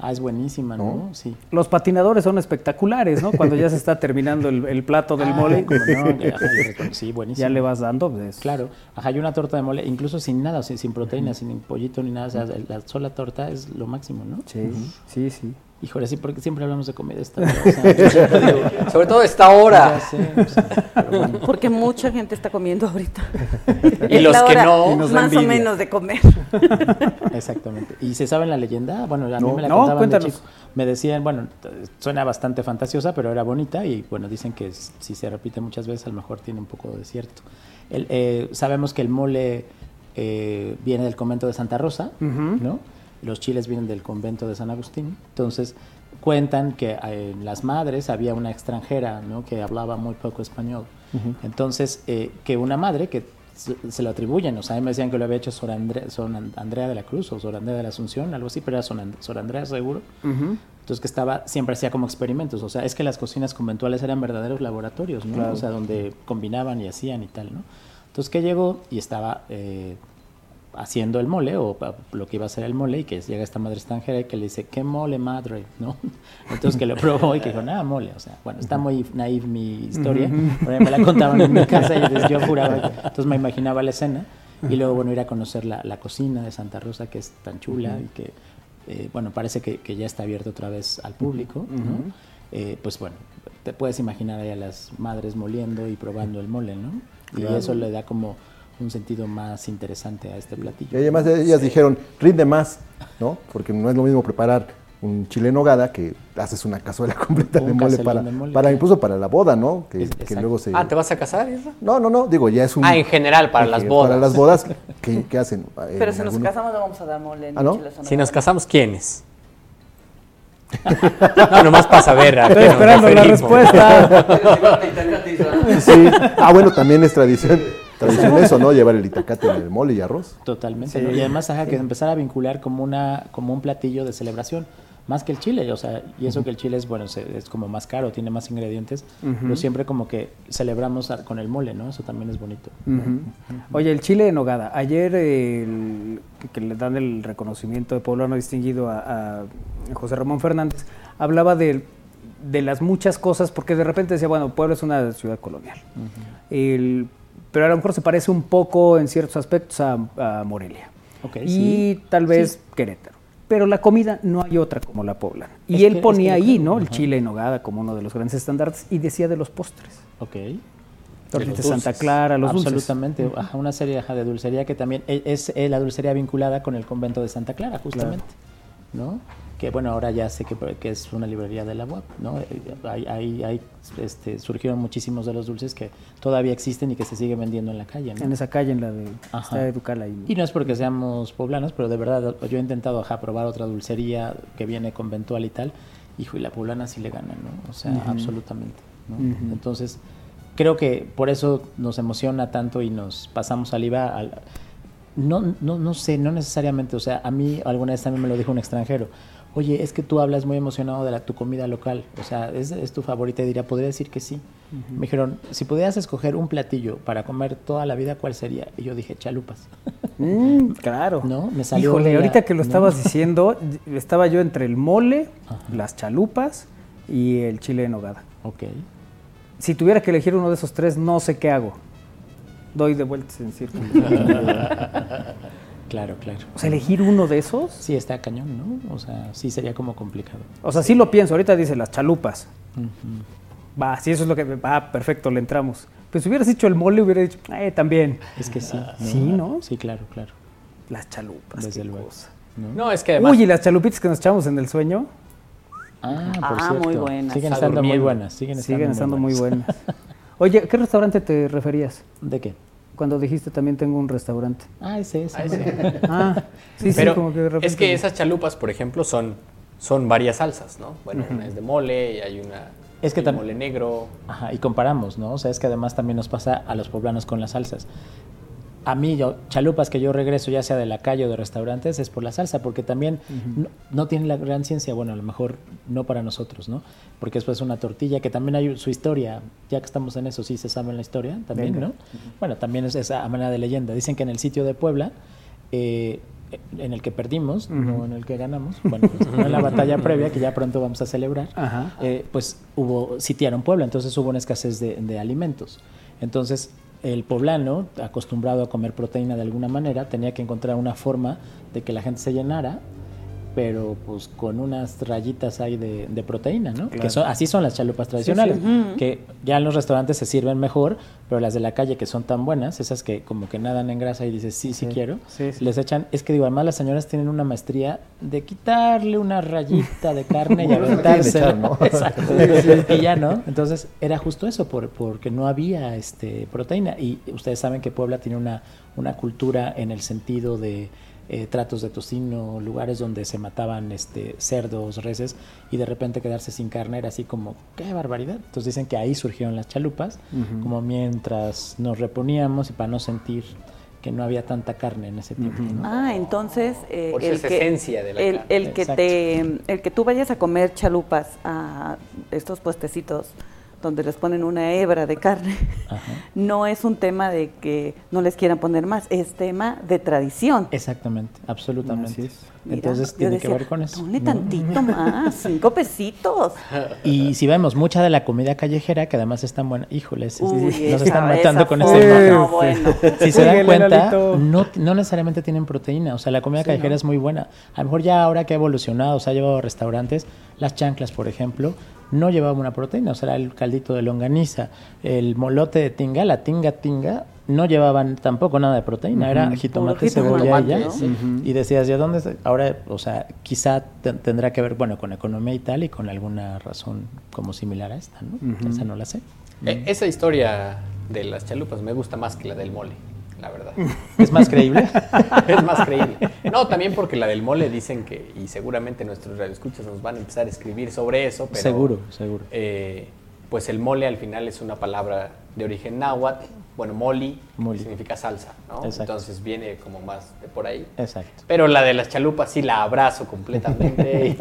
Ah, es buenísima, ¿no? ¿no? Sí. Los patinadores son espectaculares, ¿no? Cuando ya se está terminando el, el plato del ah, mole. Como no, ajá, sí, buenísimo. Ya le vas dando. Pues. Claro. Ajá, hay una torta de mole, incluso sin nada, sin, sin proteína, uh-huh. sin pollito ni nada. O sea, la sola torta es lo máximo, ¿no? Sí, uh-huh. sí, sí. Híjole, sí, porque siempre hablamos de comida esta hora. O sea, digo, sobre todo esta hora. Sé, sí, bueno. Porque mucha gente está comiendo ahorita. Y los que no. Más o menos de comer. Exactamente. ¿Y se sabe la leyenda? Bueno, a mí no, me la no, contaban cuéntanos. de chico. Me decían, bueno, suena bastante fantasiosa, pero era bonita y bueno, dicen que si se repite muchas veces a lo mejor tiene un poco de cierto. El, eh, sabemos que el mole eh, viene del convento de Santa Rosa, uh-huh. ¿no? Los chiles vienen del convento de San Agustín. Entonces, cuentan que en las madres había una extranjera, ¿no? Que hablaba muy poco español. Uh-huh. Entonces, eh, que una madre que se, se lo atribuyen, o sea, a mí me decían que lo había hecho Sor, Andre, Sor Andrea de la Cruz o Sor Andrea de la Asunción, algo así, pero era Sor, Sor Andrea seguro. Uh-huh. Entonces, que estaba, siempre hacía como experimentos. O sea, es que las cocinas conventuales eran verdaderos laboratorios, ¿no? Claro. O sea, donde combinaban y hacían y tal, ¿no? Entonces, que llegó y estaba... Eh, haciendo el mole o lo que iba a ser el mole y que llega esta madre extranjera y que le dice, ¿qué mole, madre? ¿No? Entonces que lo probó y que dijo, nada, mole. O sea, bueno, está muy naive mi historia, pero me la contaban en mi casa y entonces yo juraba, entonces me imaginaba la escena y luego, bueno, ir a conocer la, la cocina de Santa Rosa que es tan chula y que, eh, bueno, parece que, que ya está abierto otra vez al público, ¿no? Eh, pues bueno, te puedes imaginar ahí a las madres moliendo y probando el mole, ¿no? Y claro. Eso le da como un sentido más interesante a este platillo. Y además ellas dijeron, rinde más, ¿no? Porque no es lo mismo preparar un chile en nogada que haces una cazuela completa un de mole para, de mole, para claro. Incluso para la boda, ¿no? Que, que luego se... Ah, ¿te vas a casar, eso? No, no, no, digo, ya es un... Ah, en general, para en las bodas. Para las bodas, ¿qué, qué hacen? Pero si algunos... nos casamos no vamos a dar mole. ¿Ah, no? Si nos casamos, ¿quiénes? No, nomás para saber. Estoy esperando la respuesta. Sí. Ah, bueno, también es tradición. Tradición eso, ¿no? Llevar el itacate en el mole y arroz. Totalmente. Sí. ¿No? Y además, ajá, que empezar a vincular como una como un platillo de celebración, más que el chile, o sea, y eso uh-huh. que el chile es, bueno, se, es como más caro, tiene más ingredientes, uh-huh. pero siempre como que celebramos a, con el mole, ¿no? Eso también es bonito. Uh-huh. Uh-huh. Oye, el chile en nogada, ayer el, que le dan el reconocimiento de poblano distinguido a, a José Ramón Fernández, hablaba de, de las muchas cosas, porque de repente decía, bueno, Puebla es una ciudad colonial, uh-huh. el pero a lo mejor se parece un poco en ciertos aspectos a, a Morelia. Okay, y sí. tal vez sí. Querétaro. Pero la comida no hay otra como la poblana. Y es él que, ponía es que ahí, ¿no? El chile en nogada como uno de los grandes estandartes y decía de los postres. Ok. Tortas de Santa Clara, los Absolutamente. dulces. Absolutamente. Una serie ajá, de dulcería que también es, es la dulcería vinculada con el convento de Santa Clara, justamente. Claro. ¿No? Que bueno, ahora ya sé que, que es una librería de la U A P, ¿no? Hay, hay, hay, este, surgieron muchísimos de los dulces que todavía existen y que se siguen vendiendo en la calle, ¿no? En esa calle, en la de está Educal ahí, ¿no? Y no es porque seamos poblanos, pero de verdad yo he intentado ajá, probar otra dulcería que viene conventual y tal, hijo, y la poblana sí le gana, ¿no? O sea, uh-huh. absolutamente, ¿no? Uh-huh. Entonces, creo que por eso nos emociona tanto y nos pasamos saliva al... No, no, no sé, no necesariamente, o sea, a mí alguna vez también me lo dijo un extranjero, oye, es que tú hablas muy emocionado de la, tu comida local, o sea, ¿es, es tu favorita? Y diría, podría decir que sí. Uh-huh. Me dijeron, si pudieras escoger un platillo para comer toda la vida, ¿cuál sería? Y yo dije, chalupas. Mm, claro. ¿No? Me salió Híjole, la... ahorita que lo ¿no? estabas diciendo, estaba yo entre el mole, ajá. las chalupas y el chile en nogada. Ok. Si tuviera que elegir uno de esos tres, no sé qué hago. Doy de vueltas en círculo. Claro, claro. O sea, elegir uno de esos. Sí, está cañón, ¿no? O sea, sí sería como complicado. O sea, sí lo pienso. Ahorita dice las chalupas. Uh-huh. Va, si eso es lo que... Va, perfecto, le entramos. Pues si hubieras dicho el mole, hubiera dicho, eh, también. Es que sí. ¿No? Sí, ¿no? Sí, claro, claro. Las chalupas. Desde luego. ¿no? no, es que además... Uy, y las chalupitas que nos echamos en el sueño. Ah, por ah cierto. muy buenas. Siguen estando durmiendo. muy buenas. Siguen estando, siguen estando muy buenas. Muy buenas. Oye, ¿qué restaurante te referías? ¿De qué? Cuando dijiste también tengo un restaurante. Ah, ese, ese. Ah, ese. ah sí, Pero sí, como que de repente... es que esas chalupas, por ejemplo, son, son varias salsas, ¿no? Bueno, uh-huh. una es de mole y hay una es que de mole negro. Ajá, y comparamos, ¿no? O sea, es que además también nos pasa a los poblanos con las salsas. A mí, yo, chalupas que yo regreso, ya sea de la calle o de restaurantes, es por la salsa, porque también uh-huh. no, no tiene la gran ciencia, bueno, a lo mejor no para nosotros, ¿no? Porque después es una tortilla, que también hay su historia, ya que estamos en eso, sí se sabe la historia también, Venga. ¿no? Uh-huh. Bueno, también es esa manera de leyenda. Dicen que en el sitio de Puebla, eh, en el que perdimos, uh-huh. no en el que ganamos, bueno, pues, no en la batalla previa, que ya pronto vamos a celebrar, eh, pues hubo, sitiaron Puebla, entonces hubo una escasez de, de alimentos. Entonces, el poblano, acostumbrado a comer proteína de alguna manera, tenía que encontrar una forma de que la gente se llenara, pero pues con unas rayitas ahí de, de proteína, ¿no? Claro. Que son, así son las chalupas tradicionales, sí, sí. Uh-huh. Que ya en los restaurantes se sirven mejor, pero las de la calle que son tan buenas, esas que como que nadan en grasa y dices, sí, sí, sí quiero, sí, sí. les echan, es que digo, además las señoras tienen una maestría de quitarle una rayita de carne y aventársela, ¿no? Exacto, y ya, ¿no? Entonces era justo eso, por, porque no había este proteína, y ustedes saben que Puebla tiene una, una cultura en el sentido de Eh, tratos de tocino, lugares donde se mataban este, cerdos, reses, y de repente quedarse sin carne era así como, ¡qué barbaridad! Entonces dicen que ahí surgieron las chalupas, uh-huh. como mientras nos reponíamos y para no sentir que no había tanta carne en ese tiempo, uh-huh. ¿no? Ah, entonces eh, Por el, esa que, esencia de la el, carne. el, que te, el que tú vayas a comer chalupas a estos puestecitos donde les ponen una hebra de carne, ajá. no es un tema de que no les quieran poner más, es tema de tradición. Exactamente, absolutamente. Mira, Entonces tiene decía, que ver con eso. Ponle tantito más, cinco pesitos. Y si vemos mucha de la comida callejera, que además es tan buena, híjoles, Uy, nos esa, están matando con forma, este no, bueno. Si se dan cuenta, no, no necesariamente tienen proteína, o sea, la comida sí, callejera ¿no? es muy buena. A lo mejor ya ahora que ha evolucionado, o sea, ha llevado a restaurantes, las chanclas, por ejemplo, no llevaba una proteína, o sea, era el caldito de longaniza, el molote de tinga, la tinga tinga, no llevaban tampoco nada de proteína, uh-huh. era jitomate, cebolla y ya, ¿no? sí. uh-huh. y decías, ¿ya dónde está? Ahora, o sea, quizá te, tendrá que ver, bueno, con economía y tal, y con alguna razón como similar a esta, ¿no? Uh-huh. Esa no la sé. Eh, esa historia de las chalupas me gusta más que la del mole, la verdad. ¿Es más creíble? Es más creíble. No, también porque la del mole dicen que, y seguramente nuestros radioescuchas nos van a empezar a escribir sobre eso, pero... Seguro, seguro. Eh, pues el mole al final es una palabra de origen náhuatl, bueno, moli, moli. Que significa salsa, ¿no? Exacto. Entonces viene como más de por ahí. Exacto. Pero la de las chalupas sí la abrazo completamente.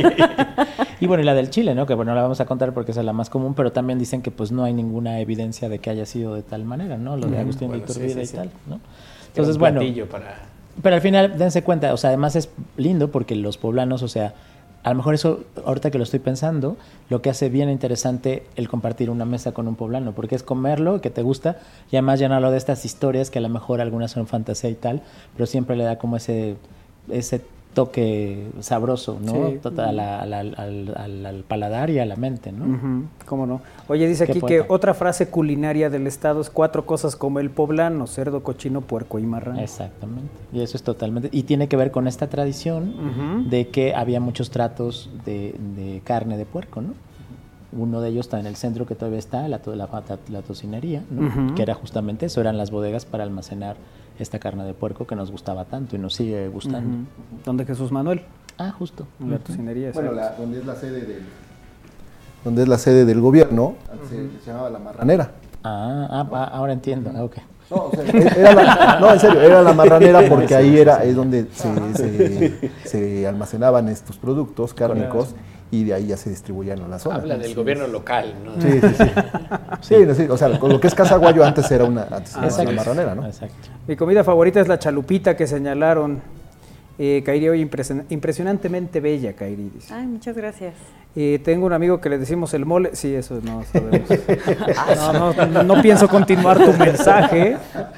Y bueno, y la del chile, ¿no? Que bueno, la vamos a contar porque esa es la más común, pero también dicen que pues no hay ninguna evidencia de que haya sido de tal manera, ¿no? Lo de Agustín bueno, de Iturbide sí, sí, y tal, ¿no? Entonces, bueno, para... pero al final dense cuenta, o sea, además es lindo porque los poblanos, o sea, a lo mejor eso, ahorita que lo estoy pensando, lo que hace bien interesante el compartir una mesa con un poblano, porque es comerlo, que te gusta, y además llenarlo de estas historias que a lo mejor algunas son fantasía y tal, pero siempre le da como ese ese toque sabroso, ¿no? Sí. Total, a la, a la, al, al, al paladar y a la mente, ¿no? Uh-huh. ¿Cómo no? Oye, dice aquí que otra frase culinaria del estado es cuatro cosas como el poblano, cerdo, cochino, puerco y marrano. Exactamente. Y eso es totalmente... Y tiene que ver con esta tradición uh-huh. de que había muchos tratos de, de carne de puerco, ¿no? Uno de ellos está en el centro que todavía está, la, la, la, la tocinería, ¿no? Uh-huh. Que era justamente eso, eran las bodegas para almacenar esta carne de puerco que nos gustaba tanto y nos sigue gustando. Uh-huh. ¿Dónde Jesús Manuel? Ah, justo. En la tocinería. Bueno, la, donde es la sede del, donde es la sede del gobierno, uh-huh. se, se llamaba La Marranera. Ah, ah, ah ahora entiendo. Ah, ok. No, o sea, era la, no, en serio, era la marranera porque ahí era es donde se, se, se almacenaban estos productos cárnicos y de ahí ya se distribuían a la zona. Habla del sí. gobierno local, ¿no? Sí, sí, sí. Sí, sí, sí, o sea, con lo que es Casaguayo antes era una, antes era una marranera, ¿no? Exacto. Mi comida favorita es la chalupita que señalaron. Eh, Kairi, hoy impresion, impresionantemente bella, Kairi. Dice. Ay, muchas gracias. Eh, tengo un amigo que le decimos el mole. Sí, eso no sabemos. no, no, no pienso continuar tu mensaje.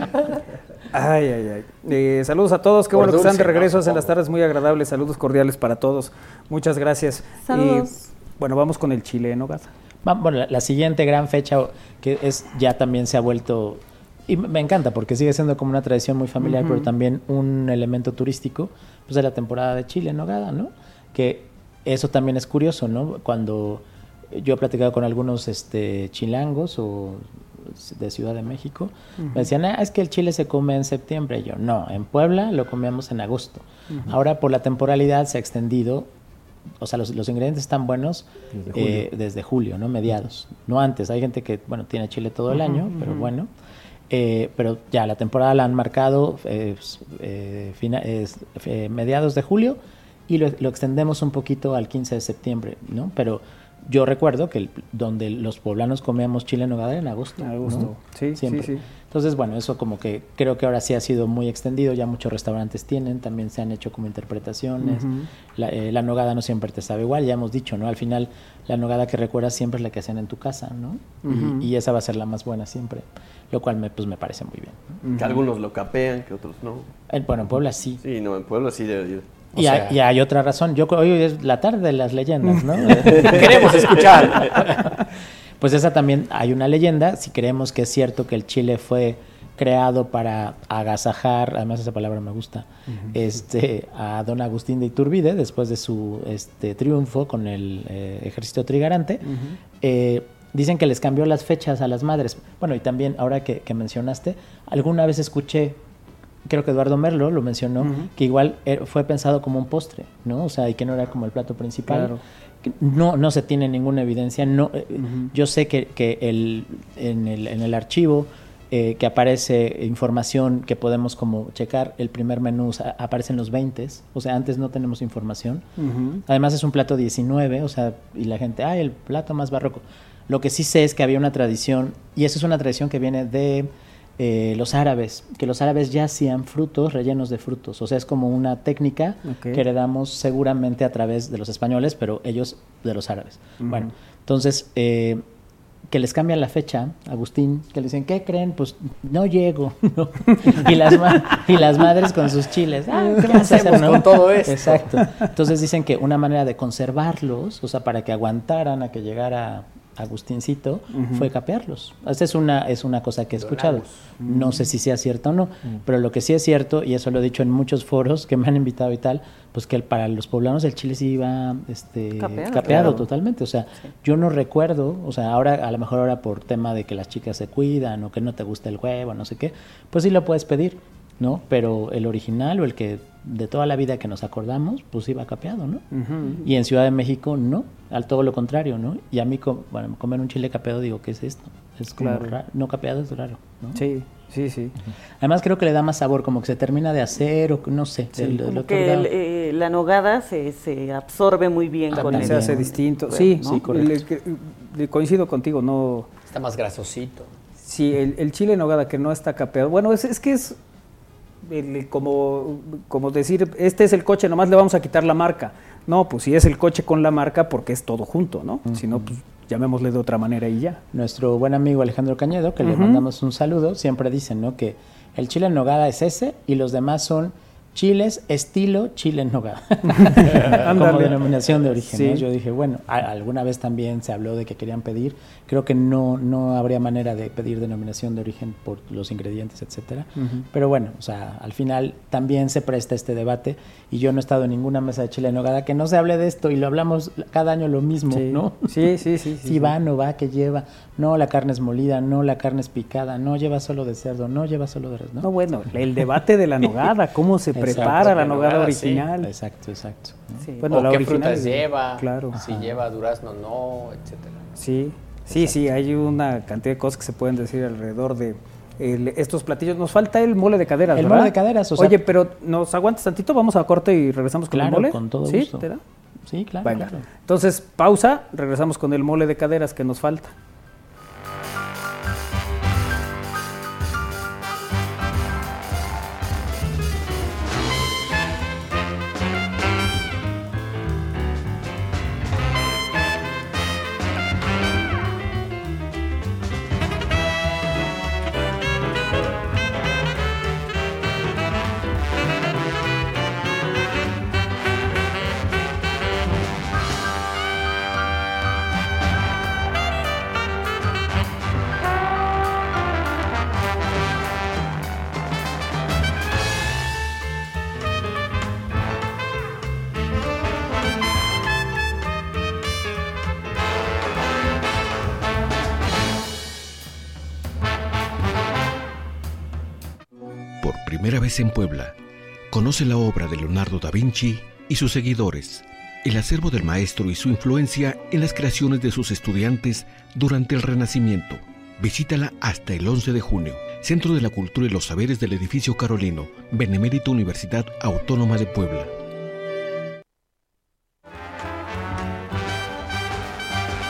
Ay, ay, ay. Eh, saludos a todos. Qué Por bueno dulce, que están de regreso. Hacen las tardes muy agradables. Saludos cordiales para todos. Muchas gracias. Saludos. Eh, bueno, vamos con el chile, ¿no, Gaza? Bueno, la, la siguiente gran fecha que es ya también se ha vuelto... Y me encanta porque sigue siendo como una tradición muy familiar, uh-huh. pero también un elemento turístico, pues de la temporada de chile en nogada, ¿no? Que eso también es curioso, ¿no? Cuando yo he platicado con algunos este, chilangos o de Ciudad de México, uh-huh. me decían, ah, es que el chile se come en septiembre. Y yo, no, en Puebla lo comíamos en agosto. Uh-huh. Ahora por la temporalidad se ha extendido, o sea, los, los ingredientes están buenos desde julio, eh, desde julio, ¿no? Mediados, no antes. Hay gente que, bueno, tiene chile todo el uh-huh, año, uh-huh. pero bueno... Eh, pero ya la temporada la han marcado eh, eh, fina, eh, eh, mediados de julio y lo, lo extendemos un poquito al quince de septiembre, ¿no? Pero yo recuerdo que el, donde los poblanos comíamos chile en nogada era en agosto. En agosto, ¿no? sí, Siempre. sí, sí. Entonces, bueno, eso como que creo que ahora sí ha sido muy extendido, ya muchos restaurantes tienen, también se han hecho como interpretaciones. Uh-huh. la, eh, la nogada no siempre te sabe igual, ya hemos dicho, ¿no? Al final, la nogada que recuerdas siempre es la que hacen en tu casa, ¿no? Uh-huh. y, y esa va a ser la más buena siempre, lo cual me, pues me parece muy bien, ¿no? Uh-huh. Que algunos lo capean, que otros no. En, bueno, en Puebla sí. Sí, no, en Puebla sí debe ir. Y, sea, hay, y hay otra razón, yo hoy es la tarde de las leyendas, ¿no? Queremos escuchar. Pues esa también hay una leyenda, si creemos que es cierto que el chile fue creado para agasajar, además esa palabra me gusta, uh-huh. este, a don Agustín de Iturbide después de su este, triunfo con el eh, ejército trigarante. Uh-huh. eh, dicen que les cambió las fechas a las madres. Bueno, y también ahora que, que mencionaste, alguna vez escuché, creo que Eduardo Merlo lo mencionó, uh-huh. que igual fue pensado como un postre, ¿no? O sea, y que no era como el plato principal. Claro. No, no se tiene ninguna evidencia. No, uh-huh. Yo sé que, que el, en, el, en el archivo eh, que aparece información que podemos como checar, el primer menú o sea, aparece en los veinte, o sea, antes no tenemos información. Uh-huh. Además es un plato diecinueve, o sea, y la gente, ah, el plato más barroco. Lo que sí sé es que había una tradición, y esa es una tradición que viene de eh, los árabes, que los árabes ya hacían frutos rellenos de frutos, o sea, es como una técnica okay. que heredamos seguramente a través de los españoles, pero ellos de los árabes. Uh-huh. Bueno, entonces, eh, que les cambian la fecha, Agustín, que le dicen, ¿qué creen? Pues no llego, ¿no? y, las ma- y las madres con sus chiles, ah, ¿qué vas a hacer, no? Con todo esto? Exacto. Entonces dicen que una manera de conservarlos, o sea, para que aguantaran a que llegara Agustincito, uh-huh. fue capearlos. Esta es una, es una cosa que he escuchado. Uh-huh. No sé si sea cierto o no, uh-huh. pero lo que sí es cierto, y eso lo he dicho en muchos foros que me han invitado y tal, pues que el, para los poblanos el chile sí iba este, capeado, capeado claro. totalmente. O sea, sí. yo no recuerdo, o sea, ahora a lo mejor ahora por tema de que las chicas se cuidan o que no te gusta el huevo, no sé qué, pues sí lo puedes pedir, ¿no? Pero el original o el que de toda la vida que nos acordamos, pues iba capeado, ¿no? Uh-huh. Y en Ciudad de México no, al todo lo contrario, ¿no? Y a mí, bueno, comer un chile capeado digo, ¿qué es esto? Es como claro. raro, no capeado es raro, ¿no? Sí, sí, sí. Uh-huh. Además creo que le da más sabor, como que se termina de hacer o no sé. Sí, el, como el que el, eh, la nogada se, se absorbe muy bien También con el... se hace distinto, sí, ¿no? Sí, correcto. Le, le coincido contigo, no... Está más grasosito. Sí, el, el chile en nogada que no está capeado, bueno, es, es que es... El, como, como decir, este es el coche, nomás le vamos a quitar la marca. No, pues si es el coche con la marca, porque es todo junto, ¿no? Uh-huh. Si no, pues llamémosle de otra manera y ya. Nuestro buen amigo Alejandro Cañedo, que uh-huh. le mandamos un saludo, siempre dice, ¿no? Que el chile en nogada es ese y los demás son chiles estilo chile en nogada. Como denominación de origen. Sí. ¿no? Yo dije, bueno, a, alguna vez también se habló de que querían pedir. Creo que no, no habría manera de pedir denominación de origen por los ingredientes, etcétera. Uh-huh. Pero bueno, o sea, al final también se presta este debate y yo no he estado en ninguna mesa de chile en nogada que no se hable de esto y lo hablamos cada año lo mismo, sí. ¿no? Sí, sí, sí. Si sí, va, sí. no va, ¿qué lleva? No, la carne es molida, no, la carne es picada, no, lleva solo de cerdo, no, lleva solo de res, ¿no? No, bueno, el debate de la nogada, cómo se prepara exacto, la nogada, nogada original. Sí. Exacto, exacto. Sí. Bueno, o la qué frutas lleva, claro. si Ajá. lleva durazno no, etcétera. Sí, sí, exacto. sí, hay una cantidad de cosas que se pueden decir alrededor de el, estos platillos. Nos falta el mole de caderas, El ¿verdad? mole de caderas, o sea, Oye, pero ¿nos aguantas tantito? Vamos a corte y regresamos con claro, el mole. con todo ¿Sí? gusto. ¿Te da? Sí, claro, Venga. claro. Entonces, pausa, regresamos con el mole de caderas que nos falta. Primera vez en Puebla, conoce la obra de Leonardo da Vinci y sus seguidores, el acervo del maestro y su influencia en las creaciones de sus estudiantes durante el Renacimiento. Visítala hasta el once de junio, Centro de la Cultura y los Saberes del Edificio Carolino, Benemérita Universidad Autónoma de Puebla.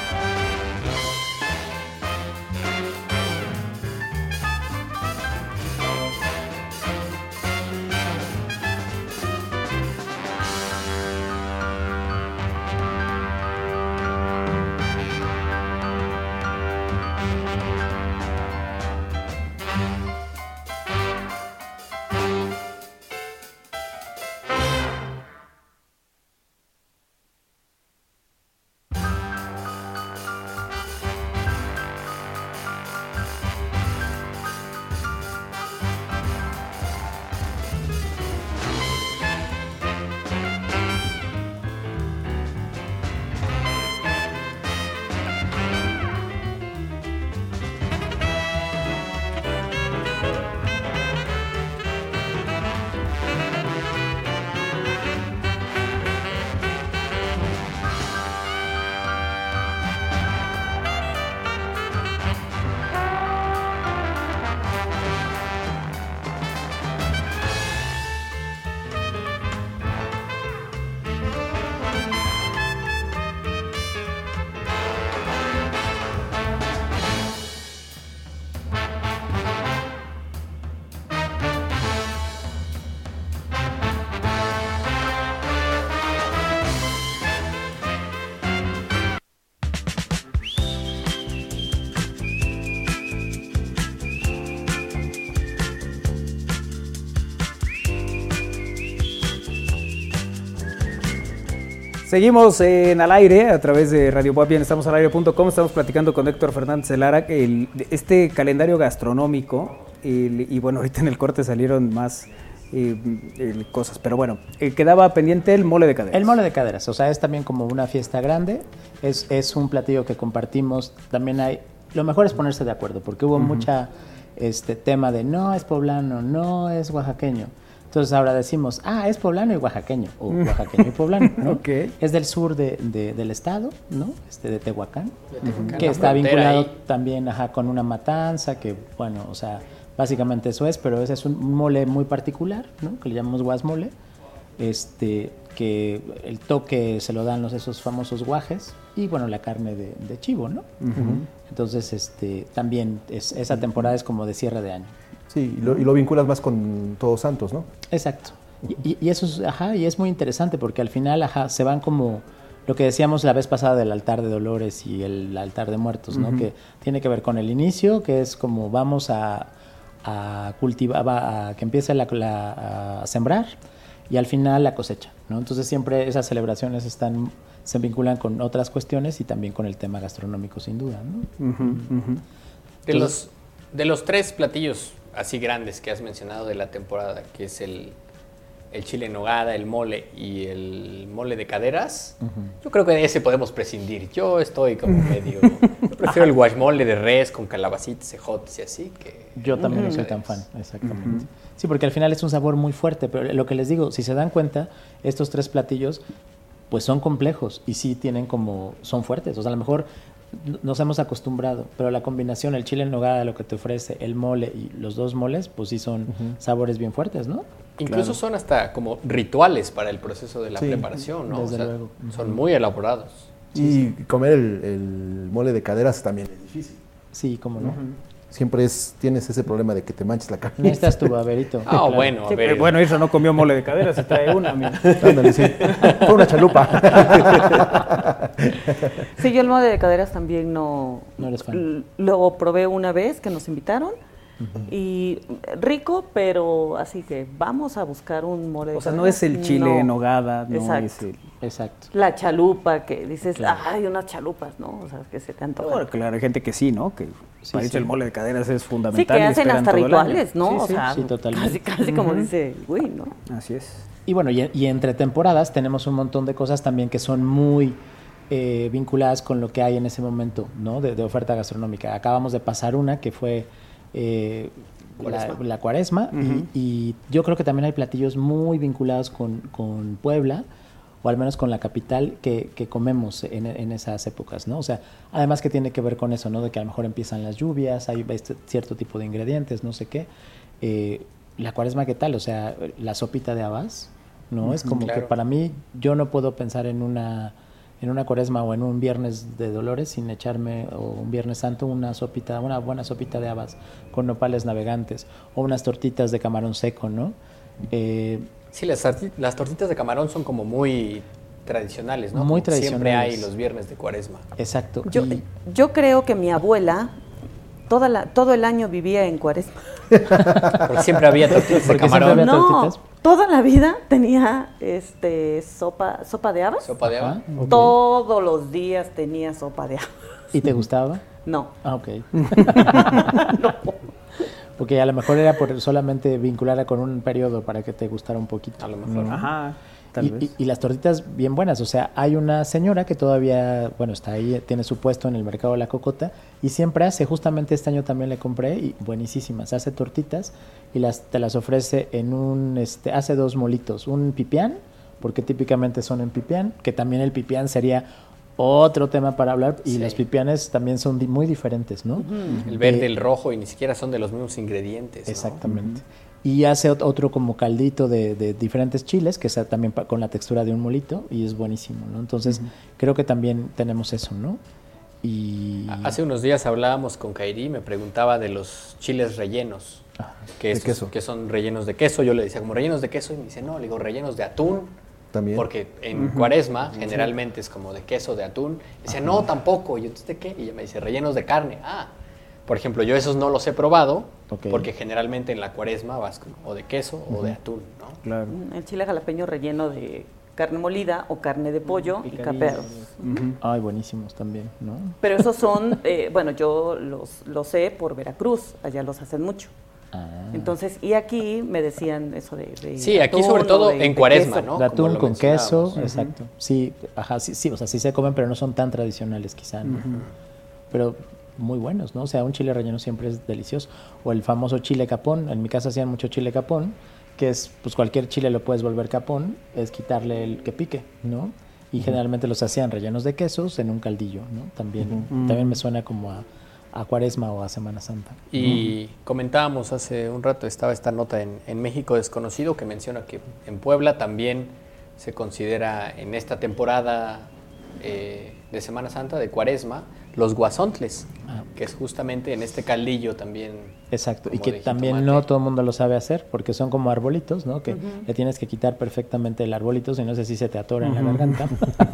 Seguimos en Al Aire a través de Radio Buap, bien, estamos al aire punto com, estamos platicando con Héctor Fernández de Lara, el, este calendario gastronómico, el, y bueno, ahorita en el corte salieron más eh, el, cosas, pero bueno, eh, quedaba pendiente el mole de caderas. El mole de caderas, o sea, es también como una fiesta grande, es, es un platillo que compartimos, también hay, lo mejor es ponerse de acuerdo, porque hubo uh-huh. mucha este tema de no es poblano, no es oaxaqueño. Entonces ahora decimos, ah, es poblano y oaxaqueño, o oaxaqueño y poblano, ¿no? Okay. Es del sur de, de, del estado, ¿no? Este, de Tehuacán, de Tehuacán que está vinculado ahí. también ajá, con una matanza, que bueno, o sea, básicamente eso es, pero ese es un mole muy particular, ¿no? Que le llamamos guasmole, este, que el toque se lo dan los esos famosos guajes y bueno, la carne de, de chivo, ¿no? Uh-huh. Entonces, este, también es, esa temporada es como de cierre de año. Sí, y lo, y lo vinculas más con Todos Santos, ¿no? Exacto. Y, y eso es, ajá, y es muy interesante porque al final, ajá, se van como lo que decíamos la vez pasada del altar de dolores y el altar de muertos, ¿no? Uh-huh. Que tiene que ver con el inicio, que es como vamos a, a cultivar, a, a que empiece la, la, a sembrar, y al final la cosecha, ¿no? Entonces siempre esas celebraciones están, se vinculan con otras cuestiones y también con el tema gastronómico, sin duda, ¿no? Uh-huh, uh-huh. De los, de los tres platillos así grandes que has mencionado de la temporada, que es el, el chile en nogada, el mole y el mole de caderas, uh-huh. yo creo que de ese podemos prescindir. Yo estoy como medio... Yo prefiero el guasmole de res con calabacitas, ejotes y así que... Yo también no soy tan fan, exactamente. Uh-huh. Sí, porque al final es un sabor muy fuerte, pero lo que les digo, si se dan cuenta, estos tres platillos pues son complejos y sí tienen como... son fuertes, o sea, a lo mejor... nos hemos acostumbrado, pero la combinación, el chile en nogada, lo que te ofrece, el mole y los dos moles, pues sí son uh-huh. sabores bien fuertes, ¿no? Incluso claro. son hasta como rituales para el proceso de la sí, preparación, ¿no? Desde o sea, luego. Son muy elaborados. Y sí, sí. comer el, el mole de caderas también es difícil. Sí, cómo no. Uh-huh. Siempre es, tienes ese problema de que te manches la carne. Necesitas tu baberito. Ah, claro. bueno, a ver. Sí, bueno, Isra no comió mole de caderas, se trae una. Ándale, sí. Fue una chalupa. Sí, yo el mole de caderas también no... No eres fan. Lo probé una vez que nos invitaron. Uh-huh. Y rico, pero así que vamos a buscar un mole de O sea, caderas. no es el chile no. en nogada, no Exacto. es el... Exacto. La chalupa, que dices, claro. ay, unas chalupas, ¿no? O sea, que se te antojan. Bueno, claro, hay gente que sí, ¿no? Que sí, para sí. el mole de caderas es Sí, fundamental. que hacen hasta rituales, ¿no? Sí, o sí, sea, sí, totalmente. casi, casi como uh-huh. dice, uy, ¿no? Así es. Y bueno, y, y entre temporadas tenemos un montón de cosas también que son muy eh, vinculadas con lo que hay en ese momento, ¿no? De, de oferta gastronómica. Acabamos de pasar una que fue... Eh, La, la cuaresma uh-huh. y, y yo creo que también hay platillos muy vinculados con, con Puebla o al menos con la capital que, que comemos en, en esas épocas, ¿no? O sea, además que tiene que ver con eso, ¿no? De que a lo mejor empiezan las lluvias, hay este cierto tipo de ingredientes, no sé qué. Eh, la cuaresma, ¿qué tal? O sea, la sopita de habas, ¿no? Uh-huh, es como claro. que para mí yo no puedo pensar en una... en una cuaresma o en un viernes de dolores sin echarme, o un viernes santo, una sopita, una buena sopita de habas con nopales navegantes o unas tortitas de camarón seco, ¿no? Eh, sí, las, las tortitas de camarón son como muy tradicionales, ¿no? Muy como tradicionales. Siempre hay los viernes de cuaresma. Exacto. Yo, y... yo creo que mi abuela toda la, todo el año vivía en cuaresma. Porque siempre había tortitas de camarón. No, tortitas? toda la vida tenía este sopa sopa de habas. Sopa de habas. Okay. Todos los días tenía sopa de habas. ¿Y te gustaba? No. Ah, ok. No. Porque a lo mejor era por solamente vincularla con un periodo para que te gustara un poquito. A lo mejor. ¿No? Ajá. Tal Y, vez. y, y las tortitas bien buenas, o sea, hay una señora que todavía, bueno, está ahí, tiene su puesto en el mercado de la Cocota y siempre hace, justamente este año también le compré y buenísimas, hace tortitas y las te las ofrece en un, este, hace dos molitos, un pipián, porque típicamente son en pipián, que también el pipián sería otro tema para hablar y sí. Los pipianes también son di- muy diferentes, ¿no? Uh-huh. El verde, eh, el rojo y ni siquiera son de los mismos ingredientes, ¿no? Exactamente. Uh-huh. Y hace otro como caldito de, de diferentes chiles, que es también pa- con la textura de un molito, y es buenísimo, ¿no? Entonces, uh-huh. creo que también tenemos eso, ¿no? Y... Hace unos días hablábamos con Kairi, me preguntaba de los chiles rellenos, Ajá. que, estos, de queso. que son rellenos de queso. Yo le decía, como rellenos de queso, y me dice, no, le digo, rellenos de atún. También. Porque en uh-huh. cuaresma generalmente es como de queso, de atún. Decía, uh-huh. no, tampoco. Y yo, ¿entonces de qué? Y ella me dice, rellenos de carne. Ah, por ejemplo, yo esos no los he probado, okay. porque generalmente en la cuaresma vas como o de queso uh-huh. o de atún, ¿no? Claro. El chile jalapeño relleno de carne molida o carne de pollo y capeados. Uh-huh. Ay, buenísimos también, ¿no? Pero esos son, eh, bueno, yo los, los sé por Veracruz, allá los hacen mucho. Ah. Entonces, y aquí me decían eso de... de sí, aquí sobre todo de, en Cuaresma, ¿no? De atún con queso, uh-huh. exacto. Sí, ajá, sí, sí, o sea, sí se comen, pero no son tan tradicionales quizá, ¿no? Uh-huh. Pero muy buenos, ¿no? O sea, un chile relleno siempre es delicioso. O el famoso chile capón, en mi casa hacían mucho chile capón, que es, pues cualquier chile lo puedes volver capón, es quitarle el que pique, ¿no? Y uh-huh. generalmente los hacían rellenos de quesos en un caldillo, ¿no? También, uh-huh. también me suena como a, a Cuaresma o a Semana Santa. Y uh-huh. comentábamos hace un rato, estaba esta nota en, en México Desconocido que menciona que en Puebla también se considera en esta temporada eh, de Semana Santa, de Cuaresma, los guasontles, ah. que es justamente en este caldillo también. Exacto, y que también no todo el mundo lo sabe hacer, porque son como arbolitos, ¿no? Que uh-huh. le tienes que quitar perfectamente el arbolito, si no sé si se te atora uh-huh. en la garganta.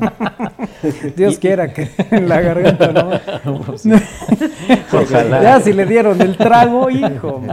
Dios y, quiera que en la garganta, ¿no? Pues, sí. Ojalá. Ya si le dieron el trago, hijo.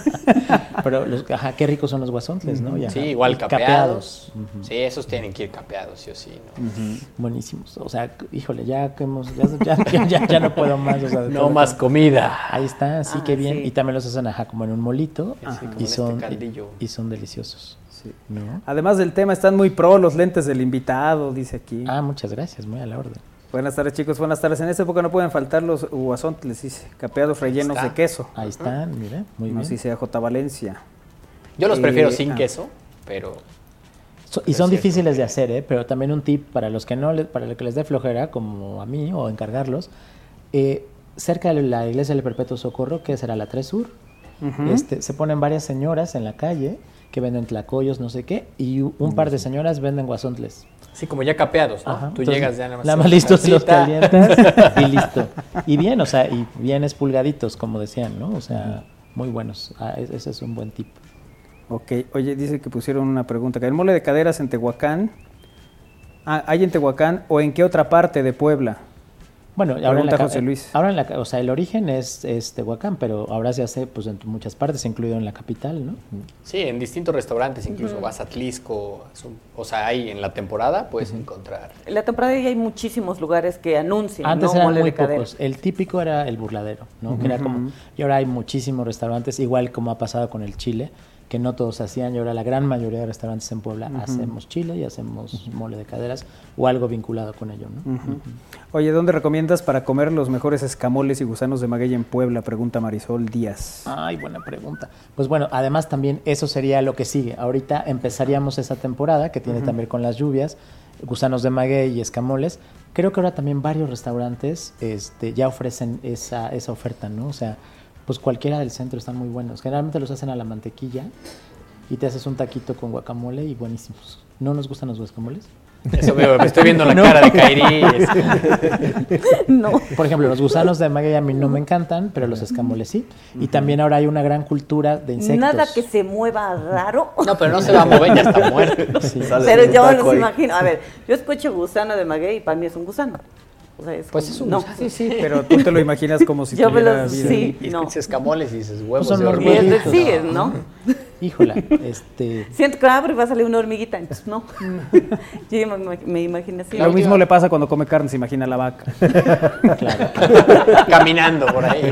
Pero, los, ajá, qué ricos son los guasontles, ¿no? Ya, sí, igual capeados. capeados. Uh-huh. Sí, esos tienen que ir capeados, sí o sí, ¿no? Uh-huh. Buenísimos. O sea, híjole, ya que hemos, ya, ya, ya, ya no puedo más. O sea, no más todo. Comida. Ahí está, sí, ah, qué bien. Sí. Y también los hacen ajá, como en un molito sí, y, son, este y, y son deliciosos. Sí. ¿No? Además del tema, están muy pro los lentes del invitado, dice aquí. Ah, muchas gracias, muy a la orden. Buenas tardes, chicos, buenas tardes. En esta época no pueden faltar los guasontles, dice, capeados rellenos de queso. Ahí están, mire, muy Nos bien. dice A J Valencia. Yo los eh, prefiero sin ah. queso, pero... So, y son difíciles de hacer, ¿eh? Pero también un tip para los que no, les, para los que les dé flojera, como a mí, o encargarlos, eh, cerca de la iglesia del Perpetuo Socorro, que será la tres Sur, uh-huh. este, se ponen varias señoras en la calle que venden tlacoyos, no sé qué, y un uh-huh. par de señoras venden guasontles. Sí, como ya capeados, ¿no? Ajá, Tú entonces, llegas ya nada más. Nada más listos los calientas y listo. Y bien, o sea, y bien espulgaditos, como decían, ¿no? O sea, uh-huh. muy buenos. Ah, ese es un buen tip. Ok, oye, dice que pusieron una pregunta. ¿El mole de caderas en Tehuacán? Ah, ¿hay en Tehuacán o en qué otra parte de Puebla? Bueno, ahora en, la, José Luis. ahora en la, o sea, el origen es, es Tehuacán, pero ahora se hace pues en muchas partes, incluido en la capital, ¿no? Sí, en distintos restaurantes, incluso uh-huh. vas a Tlisco, o sea, ahí en la temporada puedes uh-huh. encontrar. En la temporada hay muchísimos lugares que anuncian, Antes ¿no? eran mole muy de cadera. pocos. El típico era el burladero, ¿no? Uh-huh. Que era como, y ahora hay muchísimos restaurantes, igual como ha pasado con el chile, que no todos hacían, y ahora la gran mayoría de restaurantes en Puebla uh-huh. hacemos chile y hacemos uh-huh. mole de caderas o algo vinculado con ello, ¿no? Uh-huh. Uh-huh. Oye, ¿dónde recomiendas para comer los mejores escamoles y gusanos de maguey en Puebla? Pregunta Marisol Díaz. Ay, buena pregunta. Pues bueno, además también eso sería lo que sigue. Ahorita empezaríamos esa temporada que tiene uh-huh. también con las lluvias, gusanos de maguey y escamoles. Creo que ahora también varios restaurantes este, ya ofrecen esa, esa oferta, ¿no? O sea, pues cualquiera del centro están muy buenos. Generalmente los hacen a la mantequilla y te haces un taquito con guacamole y buenísimos. ¿No nos gustan los guacamoles? Eso veo, me estoy viendo la no. cara de Kairi. No. Por ejemplo, los gusanos de maguey a mí no me encantan, pero los escamoles sí. Uh-huh. Y también ahora hay una gran cultura de insectos. Nada que se mueva raro. No, pero no se va a mover, ya está muerto. Sí. Pero yo los ahí. imagino. A ver, yo escucho gusano de maguey y para mí es un gusano. O sea, es pues es un no. gusano. Sí, sí, pero tú te lo imaginas como si yo tuviera los, vida. Sí, y no. escuchas escamoles y dices huevos pues de hormiga. Y es decir, ¿no? Híjola, este... Siento que abro y va a salir una hormiguita, entonces no. Yo me, me imagino así. Lo mismo le pasa cuando come carne, se imagina la vaca. Claro. Caminando por ahí.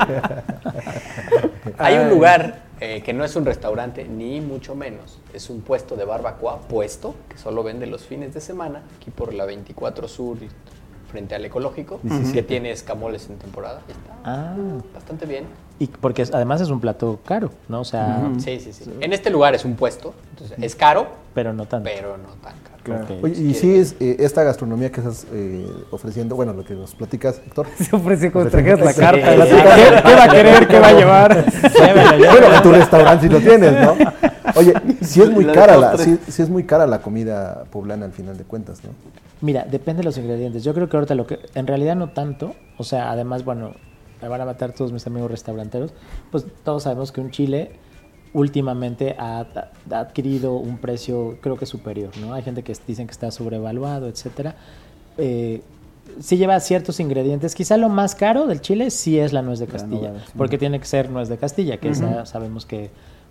Hay un lugar eh, que no es un restaurante, ni mucho menos. Es un puesto de barbacoa, puesto, que solo vende los fines de semana, aquí por la veinticuatro Sur, frente al Ecológico, uh-huh. que tiene escamoles en temporada. Está ah. bastante bien. Y porque además es un plato caro, ¿no? O sea... Uh-huh. Sí, sí, sí. En este lugar es un puesto, entonces es caro. Pero no tanto. Pero no tan caro. Claro. Okay. Oye, y sí es eh, esta gastronomía que estás eh, ofreciendo, bueno, lo que nos platicas, Héctor. Se ofrece como trajeras la sí, carta. Sí, la sí, ¿Qué, ¿Qué va a querer? ¿Qué va a llevar? Bueno, en tu restaurante sí lo tienes, ¿no? Oye, sí es muy cara la, sí, sí es muy cara la comida poblana al final de cuentas, ¿no? Mira, depende de los ingredientes. Yo creo que ahorita lo que... En realidad no tanto. O sea, además, bueno, me van a matar todos mis amigos restauranteros. Pues todos sabemos que un chile últimamente ha, ha adquirido un precio, creo que superior, ¿no? Hay gente que dicen que está sobrevaluado, etcétera. Eh, sí lleva ciertos ingredientes. Quizá lo más caro del chile sí es la nuez de Castilla. No, porque tiene que ser nuez de Castilla, que uh-huh. esa sabemos que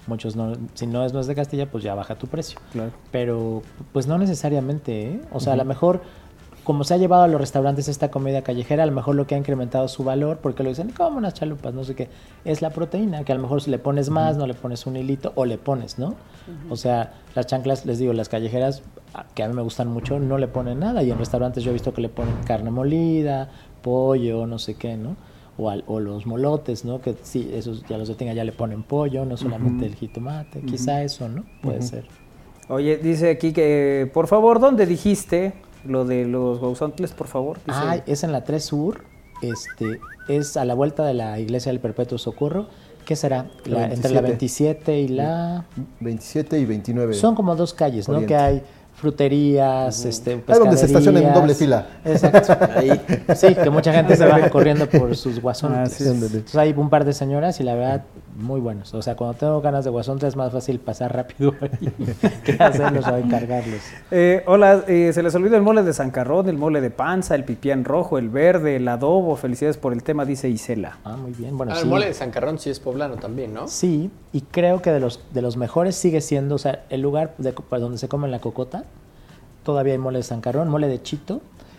Muchos no, si no es nuez de Castilla, pues ya baja tu precio. Claro. Pero pues no necesariamente, ¿eh? O sea, Uh-huh. a lo mejor, como se ha llevado a los restaurantes esta comida callejera, a lo mejor lo que ha incrementado su valor, porque lo dicen, como unas chalupas, no sé qué, es la proteína, que a lo mejor si le pones más, uh-huh. no le pones un hilito, o le pones, ¿no? Uh-huh. O sea, las chanclas, les digo, las callejeras, que a mí me gustan mucho, no le ponen nada, y en restaurantes yo he visto que le ponen carne molida, pollo, no sé qué, ¿no? O, al, o los molotes, ¿no? Que sí, esos ya los de Tinga ya le ponen pollo, no solamente uh-huh. el jitomate. Uh-huh. Quizá eso, ¿no? Puede uh-huh. ser. Oye, dice aquí que, por favor, ¿dónde dijiste lo de los guauzontles, por favor? Dice. Ah, es en la tres Sur, este, es a la vuelta de la Iglesia del Perpetuo Socorro. ¿Qué será? La, entre la veintisiete y la... veintisiete y veintinueve. Son como dos calles, ¿no? Oriente. Que hay fruterías, uh-huh. este, pescaderías. Ahí donde se estacionan en doble fila. Exacto. Ahí. Sí, que mucha gente se baja corriendo por sus guasontles. Ah, sí, Entonces hay un par de señoras y la verdad, muy buenos. O sea, cuando tengo ganas de guasontles es más fácil pasar rápido ahí que hacerlos o encargarlos. Eh, hola, eh, se les olvidó el mole de San Carrón, el mole de panza, el pipián rojo, el verde, el adobo. Felicidades por el tema, dice Isela. Ah, muy bien. Bueno, ah, sí. El mole de San Carrón sí es poblano también, ¿no? Sí, y creo que de los, de los mejores sigue siendo, o sea, el lugar de, donde se come la cocota. Todavía hay mole de San Carrón, mole de Chito,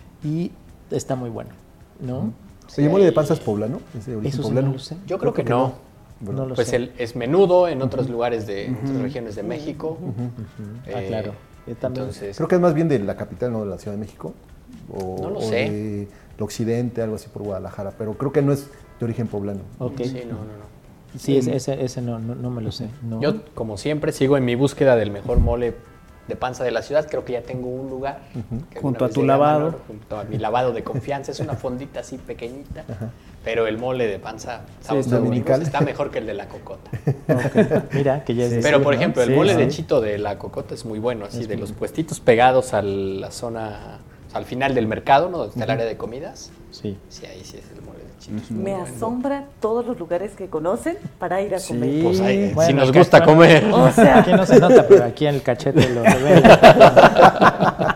y está muy bueno, ¿no? Uh-huh. Sí, ¿el mole de panza es poblano? ¿Es de origen Eso poblano? Sí no lo sé. Yo creo, creo que, que no. no. Bueno, no lo pues sé. El, es menudo en otros uh-huh. lugares de uh-huh. otras regiones de México. Uh-huh. Uh-huh. Eh, ah, claro. Yo también. Entonces, creo que es más bien de la capital, ¿no? De la Ciudad de México. O, no lo o sé. de el occidente, algo así por Guadalajara. Pero creo que no es de origen poblano. Okay. Sí, no, no, no. Sí, ese, ese, ese no, no, no me lo sé. No. Yo, como siempre, sigo en mi búsqueda del mejor mole de panza de la ciudad. Creo que ya tengo un lugar. Uh-huh. Junto a tu lavado. Mano, junto a mi lavado de confianza. Es una fondita así pequeñita. Uh-huh. Pero el mole de panza sí, está, está mejor que el de la cocota. Okay. Mira, que ya es sí, decir, Pero, por ejemplo, ¿no? el mole sí, de sí. Chito de la cocota es muy bueno. Así, es de muy los bueno. puestitos pegados a la zona, o sea, al final del mercado, ¿no? Donde está uh-huh. el área de comidas. Sí. Sí, ahí sí es el mole de Chito. Uh-huh. Me bueno. asombra todos los lugares que conocen para ir a sí. comer. Pues ahí, bueno, si nos gusta bueno, comer. O sea, aquí no se nota, pero aquí en el cachete lo revela.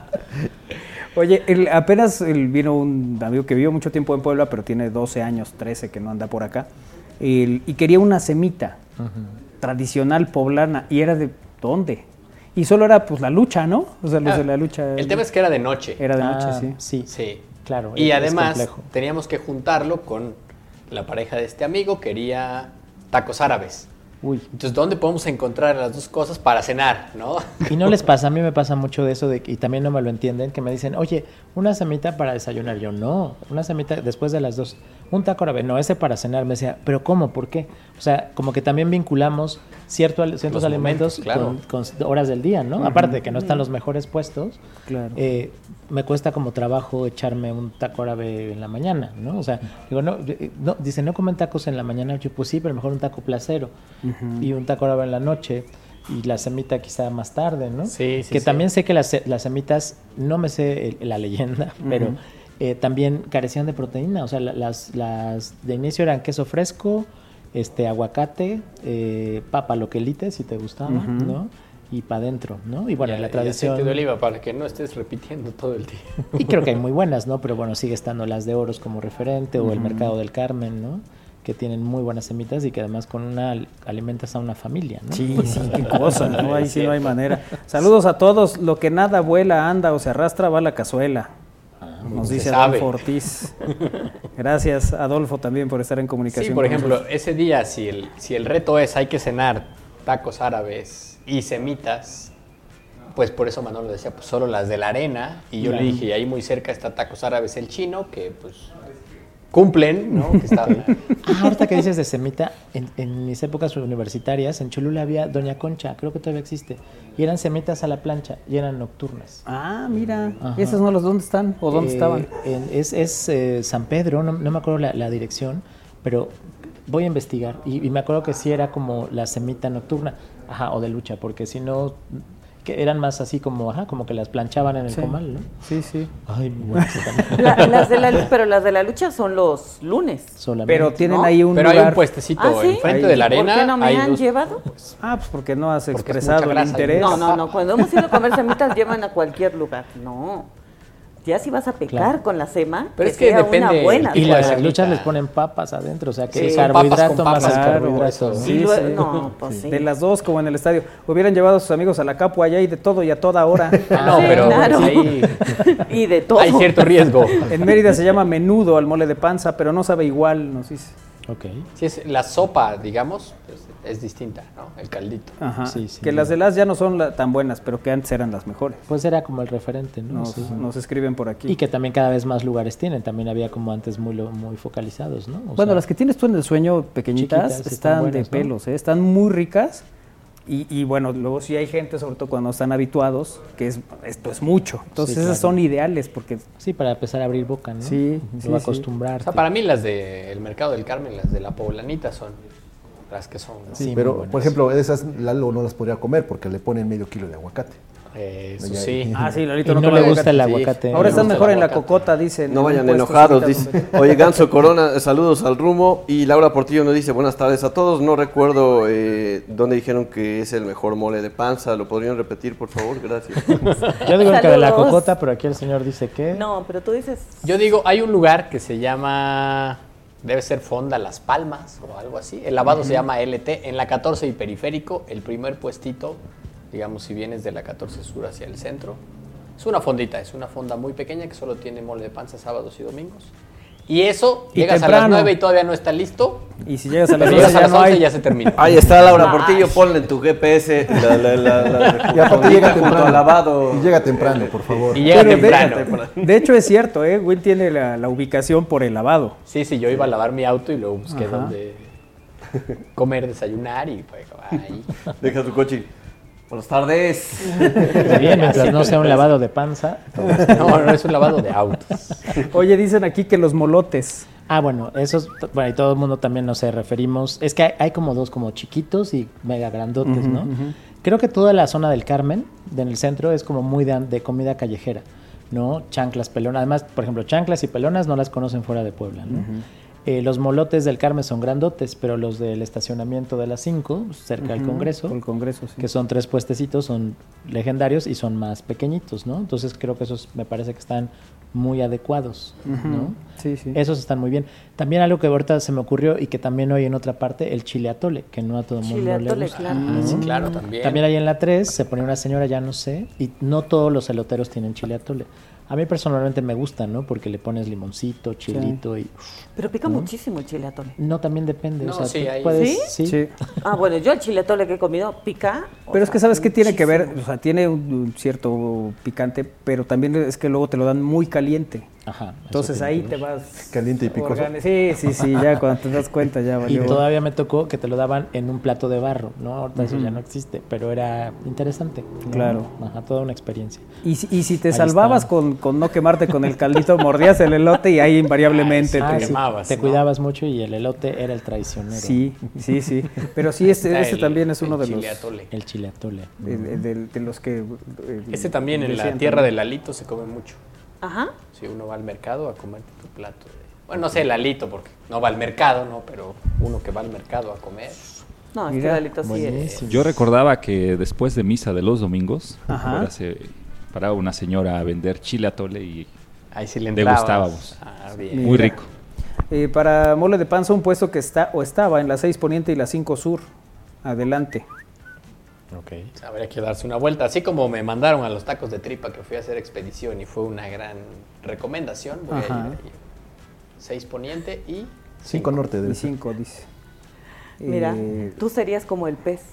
Oye, el, apenas el, vino un amigo que vivió mucho tiempo en Puebla, pero tiene doce años, trece, que no anda por acá, el, y quería una semita uh-huh. tradicional poblana, y era de, ¿dónde? Y solo era, pues, la lucha, ¿no? O sea, los ah, de la lucha. El tema es que era de noche. Era de ah, noche, sí. Sí, sí. Claro. Y además, teníamos que juntarlo con la pareja de este amigo, quería tacos árabes. Uy. Entonces, ¿dónde podemos encontrar las dos cosas para cenar, no? Y no les pasa, a mí me pasa mucho de eso, de, y también no me lo entienden, que me dicen, oye, una semita para desayunar. Yo, no, una semita después de las dos. Un taco árabe, no, ese para cenar. Me decía, ¿pero cómo? ¿Por qué? O sea, como que también vinculamos cierto, ciertos los alimentos momentos, claro. con, con horas del día, ¿no? Uh-huh. Aparte de que no están los mejores puestos, claro. eh, me cuesta como trabajo echarme un taco árabe en la mañana, ¿no? O sea, digo, no, no dice, ¿no comen tacos en la mañana? Yo, pues sí, pero mejor un taco placero. Uh-huh. Y un taco árabe en la noche. Y la semita quizá más tarde, ¿no? Sí, sí, que sí. también sé que las, las semitas, no me sé el, la leyenda, uh-huh. pero eh, también carecían de proteína. O sea, la, las, las de inicio eran queso fresco, este aguacate, eh, papa loquelite, si te gustaba, uh-huh. ¿no? Y para adentro, ¿no? Y bueno, y, la tradición... Y aceite de oliva, para que no estés repitiendo todo el día. Y creo que hay muy buenas, ¿no? Pero bueno, sigue estando las de Oros como referente, uh-huh. o el Mercado del Carmen, ¿no? Que tienen muy buenas semitas y que además con una alimentas a una familia, ¿no? Sí, sí, qué cosa, ¿no? Ahí sí no hay manera. Saludos a todos. Lo que nada vuela, anda o se arrastra, va a la cazuela. Ah, nos dice Adolfo Ortiz. Gracias, Adolfo, también por estar en comunicación. Sí, por ejemplo, nosotros. Ese día, si el, si el reto es hay que cenar tacos árabes y semitas, pues por eso Manolo decía, pues solo las de la arena. Y yo claro. le dije, y ahí muy cerca está Tacos Árabes El Chino, que pues... cumplen, ¿no? Que está... ah, ahorita que dices de semita, en, en mis épocas universitarias, en Cholula había Doña Concha, creo que todavía existe, y eran semitas a la plancha, y eran nocturnas. Ah, mira, Ajá. ¿Y esas no los dónde están? ¿O dónde eh, estaban? En, es es eh, San Pedro, no, no me acuerdo la, la dirección, pero voy a investigar, y, y me acuerdo que sí era como la semita nocturna, ajá, o de lucha, porque si no... que eran más así como, ajá, como que las planchaban en el sí. comal, ¿no? Sí, sí. Ay, bueno, la, las de la, pero las de la lucha son los lunes. Solamente. Pero tienen ¿no? ahí un Pero lugar. hay un puestecito ¿Ah, sí? enfrente de la arena. ¿Por qué no me hay han dos... llevado? Pues, ah, pues porque no has porque expresado el interés. No, no, no. Cuando hemos ido a comer semitas llevan a cualquier lugar. No. Ya si vas a pecar Claro. con la sema, Pero que es que sea depende una buena. Y tipo de las semita. luchas les ponen papas adentro, o sea que Sí, es son papas carbohidrato con más papas, el claro, carbohidrato. eso. Y Sí, luego- sí. no, pues sí. De las dos, como en el estadio. Hubieran llevado a sus amigos a la Capua, allá hay de todo y a toda hora. Ah, no, Sí, pero claro. pues, ahí Y de todo. hay cierto riesgo. En Mérida se llama menudo al mole de panza, pero no sabe igual, nos dice. Ok. Si es la sopa, digamos, pues, es distinta, ¿no? El caldito. Ajá. Sí, sí, que sí. las de las ya no son la- tan buenas, pero que antes eran las mejores. Pues era como el referente, ¿no? Nos, Sí. nos escriben por aquí. Y que también cada vez más lugares tienen, también había como antes muy lo- muy focalizados, ¿no? O Bueno, sea, las que tienes tú en el sueño pequeñitas chiquitas, sí están están de buenas, ¿no? pelos, ¿eh? Están muy ricas. Y, y bueno, luego sí hay gente, sobre todo cuando están habituados, que es esto es mucho. Entonces Sí, esas claro. son ideales porque sí, para empezar a abrir boca, ¿no? Sí, Luego sí, sí. acostumbrarte. O sea, para mí las del Mercado del Carmen, las de la Poblanita son las que son. ¿no? Sí, muy Pero, buenas. por ejemplo, esas Lalo no las podría comer porque le ponen medio kilo de aguacate. Eso Ya- sí. Ah, sí, Lolito Y no come le gusta aguacate. el Sí. aguacate. Ahora Me están gusta mejor el en la aguacate. cocota, dicen. No en un vayan puesto enojados, cerquita dice. donde- Oye, Ganso Corona, saludos al Rumo. Y Laura Portillo nos dice, buenas tardes a todos. No recuerdo eh, dónde dijeron que es el mejor mole de panza. ¿Lo podrían repetir, por favor? Gracias. Yo digo que de la Saludos. cocota, pero aquí el señor dice que... No, pero tú dices... Yo digo, hay un lugar que se llama, debe ser Fonda Las Palmas o algo así. El lavado se llama L T. En la catorce y Periférico, el primer puestito, digamos, si vienes de la catorce Sur hacia el centro. Es una fondita, es una fonda muy pequeña que solo tiene mole de panza sábados y domingos. Y eso, Y llegas a temprano. las nueve y todavía no está listo. Y si llegas a las Pero once llegas a ya las no once hay. y ya se termina. Ahí está Laura Ay. Portillo, ponle en tu G P S la, la, la, la, Y aparte llega junto temprano. al lavado. Y llega temprano, por favor. Y llega Pero de- temprano. De, hecho es cierto, ¿eh? Will tiene la, la ubicación por el lavado. Sí, sí, yo iba a lavar mi auto y luego busqué Ajá. dónde comer, desayunar y pues ahí. Deja tu coche. Buenas tardes. Bien, mientras no sea un lavado de panza. No, no es un lavado de autos. Oye, dicen aquí que los molotes. Ah, bueno, esos, bueno, y todo el mundo también nos referimos. Es que hay, hay como dos, como chiquitos y mega grandotes, ¿no? Creo que toda la zona del Carmen, de en el centro, es como muy de, de comida callejera, ¿no? Chanclas, pelonas. Además, por ejemplo, chanclas y pelonas no las conocen fuera de Puebla, ¿no? Eh, los molotes del Carmen son grandotes, pero los del estacionamiento de las cinco, cerca del Ujú, Congreso, por el Congreso, sí. que son tres puestecitos, son legendarios y son más pequeñitos, ¿no? Entonces creo que esos me parece que están muy adecuados, Ujú, ¿no? sí, sí. Esos están muy bien. También algo que ahorita se me ocurrió y que también hoy en otra parte, el chile atole, que no a todo el mundo Chile le atole, gusta. claro. ¿no? Ah, sí, claro, también. También ahí en la tres se ponía una señora, ya no sé, y no todos los eloteros tienen chile atole. A mí personalmente me gusta, ¿no? Porque le pones limoncito, chilito y... Pero pica ¿no? muchísimo el chile atole. No, también depende. No, o sea, sí, tú hay- puedes... ¿Sí? Sí. Ah, bueno, yo el chile atole que he comido pica. o Pero es sea, que sabes qué tiene que ver, muchísimo. o sea, tiene un, un cierto picante, pero también es que luego te lo dan muy caliente. Ajá. eso Entonces tiene ahí que te ver. vas... Caliente y picoso. organi- Sí, sí, sí, ya cuando te das cuenta ya Y valió. todavía me tocó que te lo daban en un plato de barro, ¿no? Ahorita eso Ujú. ya no existe, pero era interesante. ¿no? Claro. Ajá, toda una experiencia. Y, si- y si te Ahí salvabas está. con, con no quemarte con el caldito, mordías el elote y ahí invariablemente Ah, te... sí, quemabas, te ¿no? cuidabas mucho y el elote era el traicionero. Sí, sí, sí. Pero sí, este, Está este el- también es uno el de los... chile atole. El chile atole. de, de- de- de los que... eh, Este también en la decían tierra también. del alito se come mucho. Ajá. Si uno va al mercado a comerte tu plato. de- Bueno, no sé el alito porque no va al mercado, ¿no? Pero uno que va al mercado a comer. No, es que Mira, Lalito sí es. buenísimo. Yo recordaba que después de misa de los domingos, Ajá. ahora se paraba una señora a vender chile atole y Ahí sí le Degustábamos. entrabas. Ah, bien. muy rico. Eh, para mole de panza, un puesto que está o estaba en la seis Poniente y la cinco Sur. Adelante. Ok. Habría que darse una vuelta. Así como me mandaron a los tacos de tripa que fui a hacer expedición y fue una gran recomendación. Voy Ajá. a ir ahí. seis Poniente y Cinco norte Y debe ser. cinco, dice. Mira, Eh, tú serías como el pez.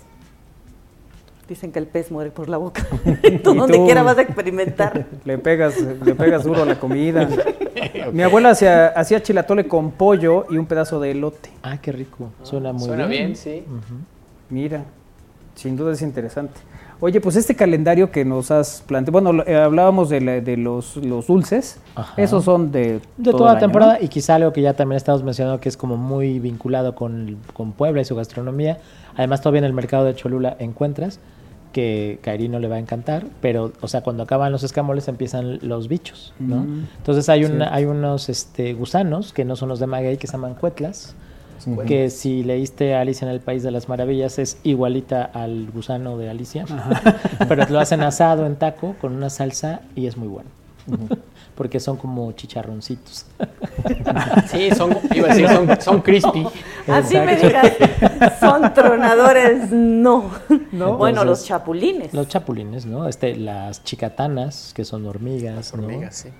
Dicen que el pez muere por la boca. Y tú donde tú- quiera vas a experimentar. Le pegas, le pegas duro a la comida. Mi abuela hacía, hacía chilatole con pollo y un pedazo de elote. Ah, qué rico. Suena muy Suena bien. bien, sí. Ujú. Mira, sin duda es interesante. Oye, pues este calendario que nos has planteado, bueno, lo- eh, hablábamos de, la- de los, los dulces, Ajá. esos son de, De todo toda el la año, temporada ¿no? y quizá algo que ya también estamos mencionando que es como muy vinculado con, con Puebla y su gastronomía. Además todavía en el mercado de Cholula encuentras que a Kairi no le va a encantar, pero o sea, cuando acaban los escamoles empiezan los bichos, ¿no? Mm, Entonces hay, una, cierto. hay unos este, gusanos que no son los de maguey que se llaman cuetlas, que si leíste Alicia en el País de las Maravillas es igualita al gusano de Alicia, pero lo hacen asado en taco con una salsa y es muy bueno. uh-huh. Porque son como chicharroncitos. Sí, son, iba a decir, son, son crispy. No, así me digas, son tronadores, no. ¿No? Bueno, entonces, los chapulines. Los chapulines, ¿no? Este, las chicatanas, que son hormigas, ¿no? Hormigas, sí.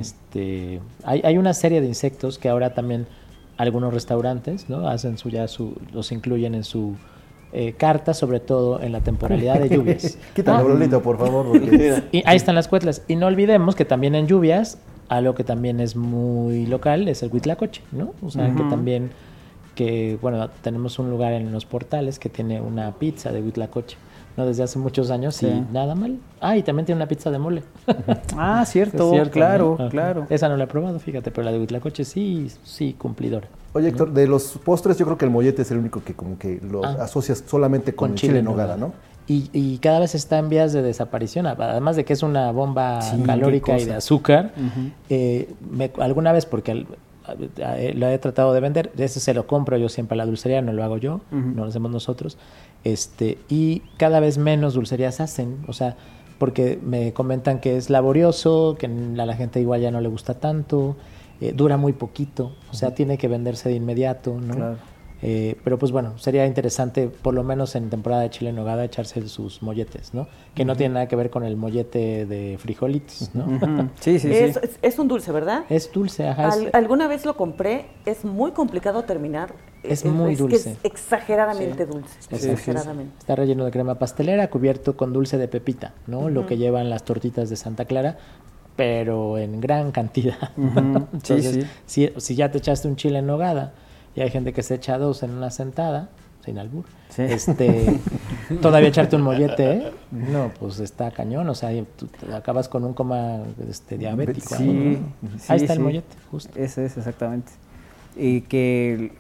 Este, hay, hay una serie de insectos que ahora también algunos restaurantes, ¿no? Hacen su, ya su, los incluyen en su eh, carta, sobre todo en la temporalidad de lluvias. Quítame, Lolito, por favor. Porque... Y ahí están las cuetlas. Y no olvidemos que también en lluvias, algo que también es muy local es el huitlacoche, ¿no? O sea, uh-huh. que también, que bueno, tenemos un lugar en Los Portales que tiene una pizza de huitlacoche, ¿no? Desde hace muchos años sí. y nada mal. Ah, y también tiene una pizza de mole. Ah, cierto, es cierto, claro, ¿no? Claro. Esa no la he probado, fíjate, pero la de huitlacoche sí, sí, cumplidora. Oye, Héctor, ¿no? De los postres yo creo que el mollete es el único que como que lo ah, asocias solamente con, con el chile en nogada, ¿no? Y, y cada vez está en vías de desaparición, además de que es una bomba sí, calórica y de azúcar. Uh-huh. eh, me, alguna vez, porque al, a, a, lo he tratado de vender, ese se lo compro yo siempre a la dulcería, no lo hago yo, uh-huh. no lo hacemos nosotros. Este, y cada vez menos dulcerías hacen, o sea, porque me comentan que es laborioso, que a la gente igual ya no le gusta tanto, eh, dura muy poquito, o sea, uh-huh. tiene que venderse de inmediato, ¿no? Claro. Eh, pero pues bueno, sería interesante por lo menos en temporada de chile en nogada echarse sus molletes, ¿no? Que uh-huh. no tiene nada que ver con el mollete de frijolitos, ¿no? Uh-huh. Sí, sí, es, sí. Es, es un dulce, ¿verdad? Es dulce, ajá. Al, es, alguna vez lo compré, es muy complicado terminar. Es, es muy es dulce. Que es exageradamente sí. dulce. Sí, exageradamente. Sí, sí. Está relleno de crema pastelera, cubierto con dulce de pepita, ¿no? Uh-huh. Lo que llevan las tortitas de Santa Clara, pero en gran cantidad. Uh-huh. Entonces, sí, sí. Si, si ya te echaste un chile en nogada, y hay gente que se echa dos en una sentada, sin albur, sí. este, todavía echarte un mollete, ¿eh? No, pues está cañón, o sea, tú acabas con un coma este, diabético. Sí, ahí, ¿no? sí, ahí está sí. el mollete, justo. Ese es, exactamente. Y que,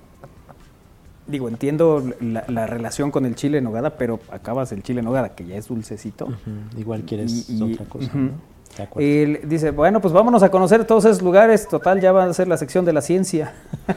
digo, entiendo la, la relación con el chile en nogada, pero acabas el chile en nogada, que ya es dulcecito. Uh-huh. Igual quieres y, y, otra cosa, uh-huh. ¿no? Y dice, bueno, pues vámonos a conocer todos esos lugares. Total, ya va a ser la sección de la ciencia.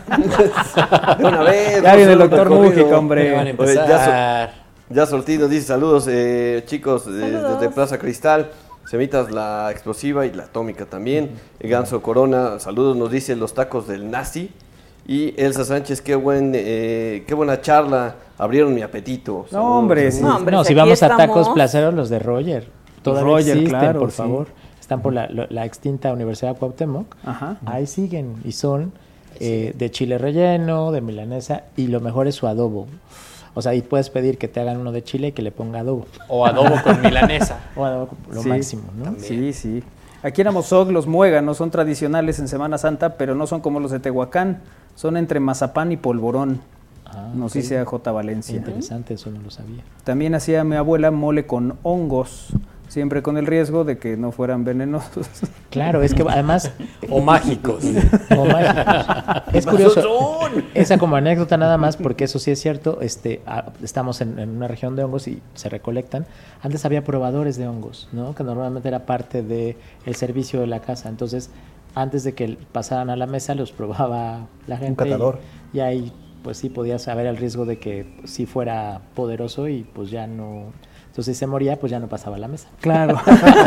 De una vez. Ya viene el doctor Mújica, hombre. Van a empezar. Oye, ya, so, ya Sortino dice saludos, eh, chicos, saludos. Desde Plaza Cristal. Semitas, la explosiva y la atómica también. Uh-huh. Ganso Corona, saludos, nos dice los tacos del nazi. Y Elsa Sánchez, qué buen, eh, qué buena charla. Abrieron mi apetito. Saludos. No, hombre, sí. no, hombre, no, si vamos estamos... a tacos placeros, los de Roger. Todavía Roger, existen, claro, por sí. favor. Están por la, la extinta Universidad Cuauhtémoc. Ajá. Ahí siguen y son eh, de chile relleno, de milanesa y lo mejor es su adobo. O sea, ahí puedes pedir que te hagan uno de chile y que le ponga adobo. O adobo con milanesa. O adobo lo sí, máximo, ¿no? También. Sí, sí. Aquí en Amozoc los muéganos son tradicionales en Semana Santa, pero no son como los de Tehuacán. Son entre mazapán y polvorón. Ah, Nos okay. dice a J. Valencia. Interesante, eso no lo sabía. También hacía mi abuela mole con hongos. Siempre con el riesgo de que no fueran venenosos. Claro, es que además... o mágicos. O mágicos. Es curioso, esa como anécdota nada más, porque eso sí es cierto, este, estamos en, en una región de hongos y se recolectan. Antes había probadores de hongos, ¿no? Que normalmente era parte del servicio de la casa. Entonces, antes de que pasaran a la mesa, los probaba la gente. Un catador. Y, y ahí, pues sí, podías saber el riesgo de que pues, sí fuera poderoso y pues ya no... Entonces, si se moría, pues ya no pasaba a la mesa. Claro.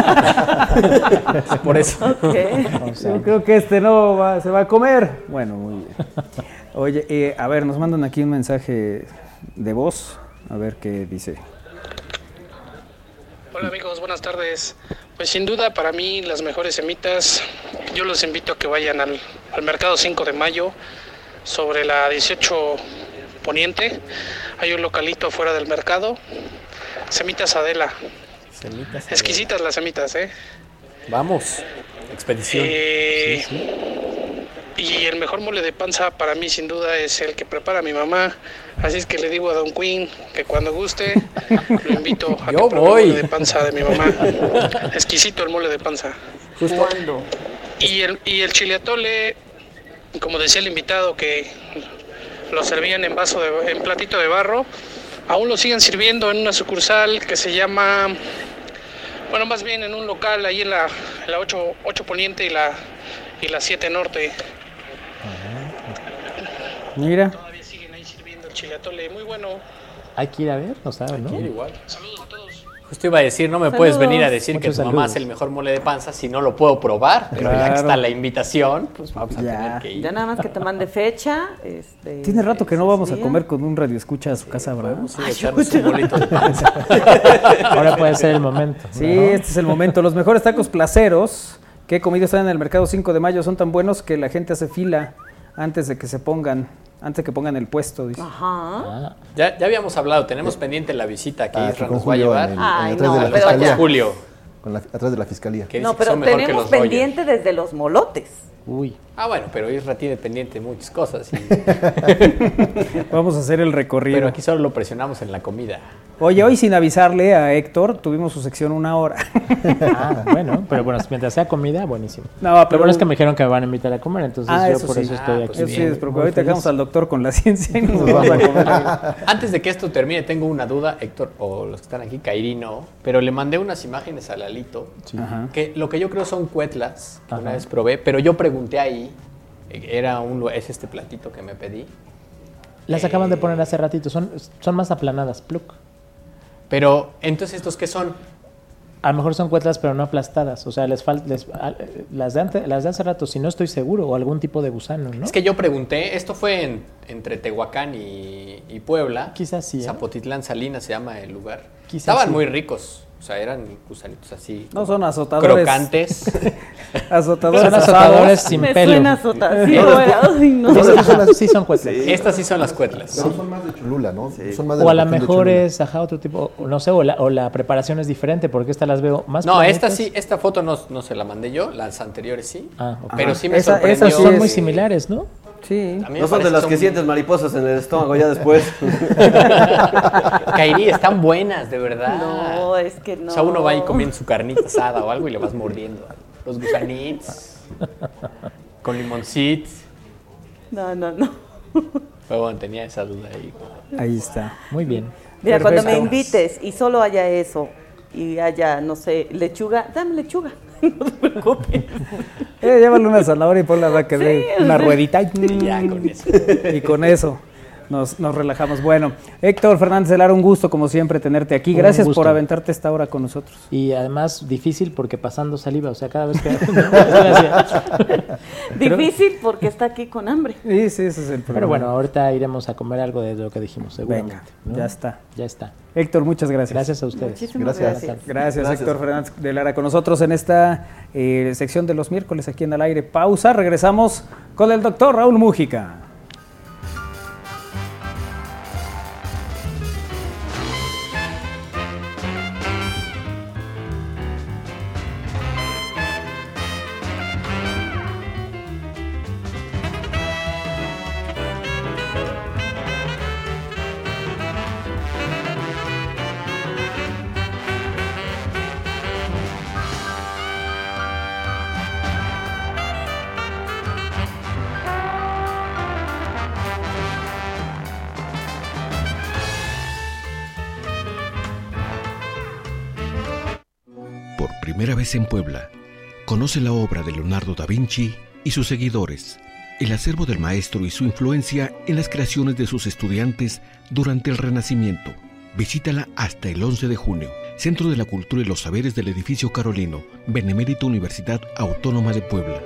Por eso. Okay. O sea, yo creo que este no va, se va a comer. Bueno, muy bien. Oye, eh, a ver, nos mandan aquí un mensaje de voz. A ver qué dice. Hola amigos, buenas tardes. Pues sin duda para mí las mejores semitas, yo los invito a que vayan al, al mercado cinco de mayo sobre la dieciocho Poniente. Hay un localito fuera del mercado. Semitas Adela. Semitas Adela. Exquisitas las semitas, ¿eh? Vamos, expedición. Eh, sí, sí. Y el mejor mole de panza para mí sin duda es el que prepara mi mamá. Así es que le digo a Don Queen que cuando guste lo invito a Yo que pruebe voy. el mole de panza de mi mamá. Exquisito el mole de panza. ¿Cuándo? Y el, y el chile atole, como decía el invitado que lo servían en vaso de, en platito de barro. Aún lo siguen sirviendo en una sucursal que se llama, bueno, más bien en un local ahí en la, en la ocho, ocho Poniente y la, y la siete Norte. Mira. Todavía siguen ahí sirviendo el chile atole, muy bueno. Hay que ir a ver, no sabes, ¿no? Igual. Saludos a todos. Justo iba a decir, no me Saludos. puedes venir a decir Muchos que tu mamá saludos. hace el mejor mole de panza si no lo puedo probar, pero ya Claro. que está la invitación, pues vamos a Ya. tener que ir. Ya nada más que te mande fecha. Este, Tiene rato que no esos vamos a días. comer con un radioescucha a su casa, ¿verdad? Podemos ir a echarnos un bolito de panza. Ahora puede ser el momento. Sí, ¿no? este es el momento. Los mejores tacos placeros que he comido están en el mercado cinco de mayo. Son tan buenos que la gente hace fila antes de que se pongan, antes de que pongan el puesto, dice. Ajá. Ah, Ya, ya habíamos hablado, tenemos pendiente la visita que Ah, Isra con nos va a Julio llevar. en el- Ay, atrás no, de la pero fiscalía. ya. Julio, Con la- atrás de la fiscalía. que dice No, que pero son mejor que tenemos los Roger. pendiente desde los molotes. uy. Ah, bueno, pero Isra tiene pendiente muchas cosas. y- Vamos a hacer el recorrido. pero aquí solo lo presionamos en la comida. Oye, hoy sin avisarle a Héctor, tuvimos su sección una hora. Ah, bueno, pero bueno, mientras sea comida, buenísimo. No, Lo pero bueno es que me dijeron que me van a invitar a comer, entonces Ah, yo eso por sí. eso estoy Ah, aquí. pues Eso sí, bien, es porque muy ahorita feliz. dejamos al doctor con la ciencia y nos vamos a comer. Antes de que esto termine, tengo una duda, Héctor, o los que están aquí, Kairi no, pero le mandé unas imágenes a Lalito, Ajá. que lo que yo creo son cuetlas, que Ajá. una vez probé, pero yo pregunté ahí, eh, era un, es este platito que me pedí, Las acaban de poner hace ratito, son, son más aplanadas, pluk. pero entonces estos qué son. A lo mejor son cuetlas, pero no aplastadas. O sea, les falta las, de ante- las de hace rato, si no estoy seguro, o algún tipo de gusano, ¿no? Es que yo pregunté, esto fue en- entre Tehuacán y, y Puebla. Quizás sí, ¿eh? Zapotitlán Salinas se llama el lugar. Quizás Estaban sí. muy ricos, o sea, eran gusanitos así. No son azotadores. Crocantes. Azotadores Son asados. azotadores sin Me pelo. suena azota. Sí, güey, ay, no. Sí, sí, son, sí son cuetlas. Estas sí son las cuetlas. Pero son más de Cholula, ¿no? Son más de O a la lo región de mejor Cholula. es, ajá, otro tipo, o no sé, o la, o la preparación es diferente, porque esta las veo más No, planitas. esta sí, esta foto no, no se la mandé yo, las anteriores sí. Ah, ok. Pero sí me Esa- sorprendió. esas sí Son es- muy similares, ¿no? Sí. A mí me No son de parece las que sientes mariposas en el estómago ya después. Kairi, están buenas, de verdad. No, es que no. O sea, uno va ahí comiendo su carnita asada o algo y le vas mordiendo. Los gusanitos. Con limoncito. No, no, no. Pero bueno, tenía esa duda ahí. Ahí está. Muy bien. Mira, cuando me Perfecto. invites y solo haya eso y haya, no sé, lechuga, dame lechuga. No te preocupes. Eh, llévale una zanahoria y ponla va que dé Sí, una sí. ruedita. Y, Ya, con eso. y con eso nos, nos relajamos. Bueno, Héctor Fernández de Lara, un gusto como siempre tenerte aquí. Un Gracias gusto. por aventarte esta hora con nosotros. Y además difícil porque pasando saliva, o sea, cada vez que... Difícil porque está aquí con hambre. Sí, sí, ese es el problema. Pero bueno, ahorita iremos a comer algo de lo que dijimos, seguramente. Venga, ¿no? ya está. Ya está. Héctor, muchas gracias. Gracias a ustedes. Muchísimas Gracias. gracias. Gracias, Gracias. Héctor Fernández de Lara, con nosotros en esta eh, sección de los miércoles aquí en Al Aire. Pausa, regresamos con el doctor Raúl Mújica. Por primera vez en Puebla, conoce la obra de Leonardo da Vinci y sus seguidores, el acervo del maestro y su influencia en las creaciones de sus estudiantes durante el Renacimiento. Visítala hasta el once de junio. Centro de la Cultura y los Saberes del Edificio Carolino, Benemérita Universidad Autónoma de Puebla.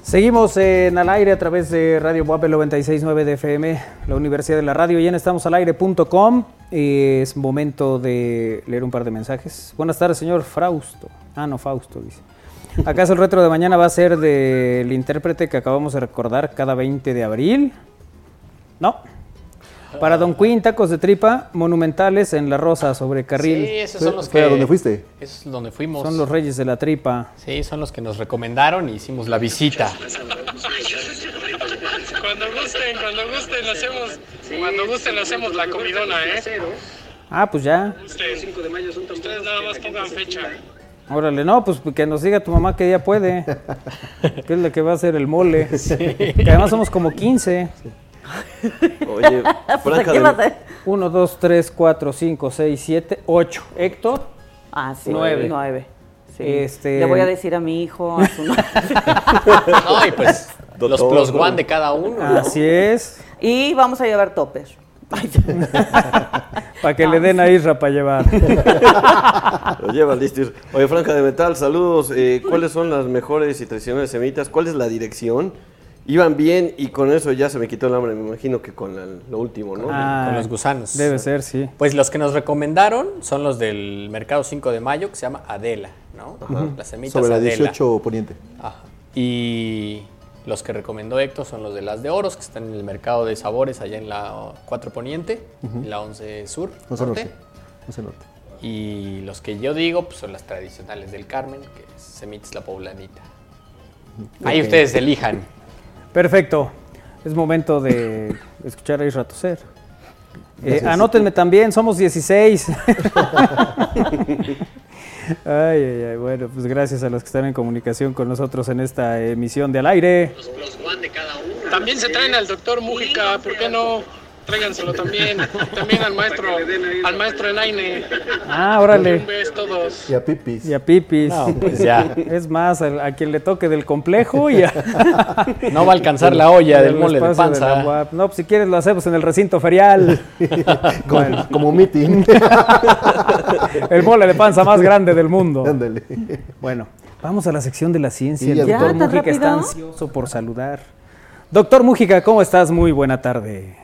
Seguimos en Al Aire a través de Radio Buapel noventa y seis punto nueve de F M, la Universidad de la Radio, y en estamosalaire punto com. Es momento de leer un par de mensajes. Buenas tardes, señor Frausto. Ah, no, Fausto, dice. ¿Acaso el retro de mañana va a ser del intérprete que acabamos de recordar cada veinte de abril? No. Para Don Quinn, tacos de tripa monumentales en La Rosa, sobre carril. Sí, esos son los que... ¿Fue a donde fuiste? Esos es donde fuimos. Son los reyes de la tripa. Sí, son los que nos recomendaron y hicimos la visita. Cuando gusten, cuando gusten, lo hacemos, cuando gusten, lo hacemos la comidona, ¿eh? Ah, pues ya. Ustedes, ustedes nada más pongan fecha. Órale, no, pues que nos diga tu mamá que día puede. Que es la que va a hacer el mole. Sí. Que además somos como quince. Oye, Franca de... uno, dos, tres, cuatro, cinco, seis, siete, ocho. Héctor. Ah, sí. Nueve. Nueve. Sí. Este... Le voy a decir a mi hijo, a su No, y pues los plus one de cada uno. ¿No? Así es. Y vamos a llevar topper. Para que le den a Isra para llevar. Lo llevan listos. Oye, Franca de Metal, saludos. Eh, ¿Cuáles son las mejores y tradicionales semitas? ¿Cuál es la dirección? Iban bien y con eso ya se me quitó el hambre, me imagino que con la, lo último, ¿no? Ah, con los gusanos. Debe ser, sí. Pues los que nos recomendaron son los del Mercado cinco de mayo, que se llama Adela, ¿no? Ajá. Las semitas Sobre la Adela. dieciocho Poniente. Ajá. Y los que recomendó Héctor son los de las de Oros, que están en el Mercado de Sabores, allá en la cuatro Poniente, uh-huh. en la once Sur, once norte. norte. once norte. Y los que yo digo pues, son las tradicionales del Carmen, que es Semitas La Poblanita. Okay. Ahí ustedes elijan. Perfecto. Es momento de escuchar a Isra toser. Eh, anótenme también, somos dieciséis. Ay, ay, ay. Bueno, pues gracias a los que están en comunicación con nosotros en esta emisión de Al Aire. También se traen al doctor Mújica, ¿por qué no? Tráiganselo también, también al maestro, al maestro Enaine. Ah, órale. Un beso todos. Y a Pipis. Y a Pipis. No, pues ya. Es más, a, a quien le toque del complejo y a... No va a alcanzar la olla del mole de panza. De no, pues si quieres lo hacemos en el recinto ferial. como, bueno. como meeting. El mole de panza más grande del mundo. Ándale. Bueno, vamos a la sección de la ciencia. Sí, el doctor Mújica está ansioso por saludar. Doctor Mújica, ¿cómo estás? Muy buena tarde.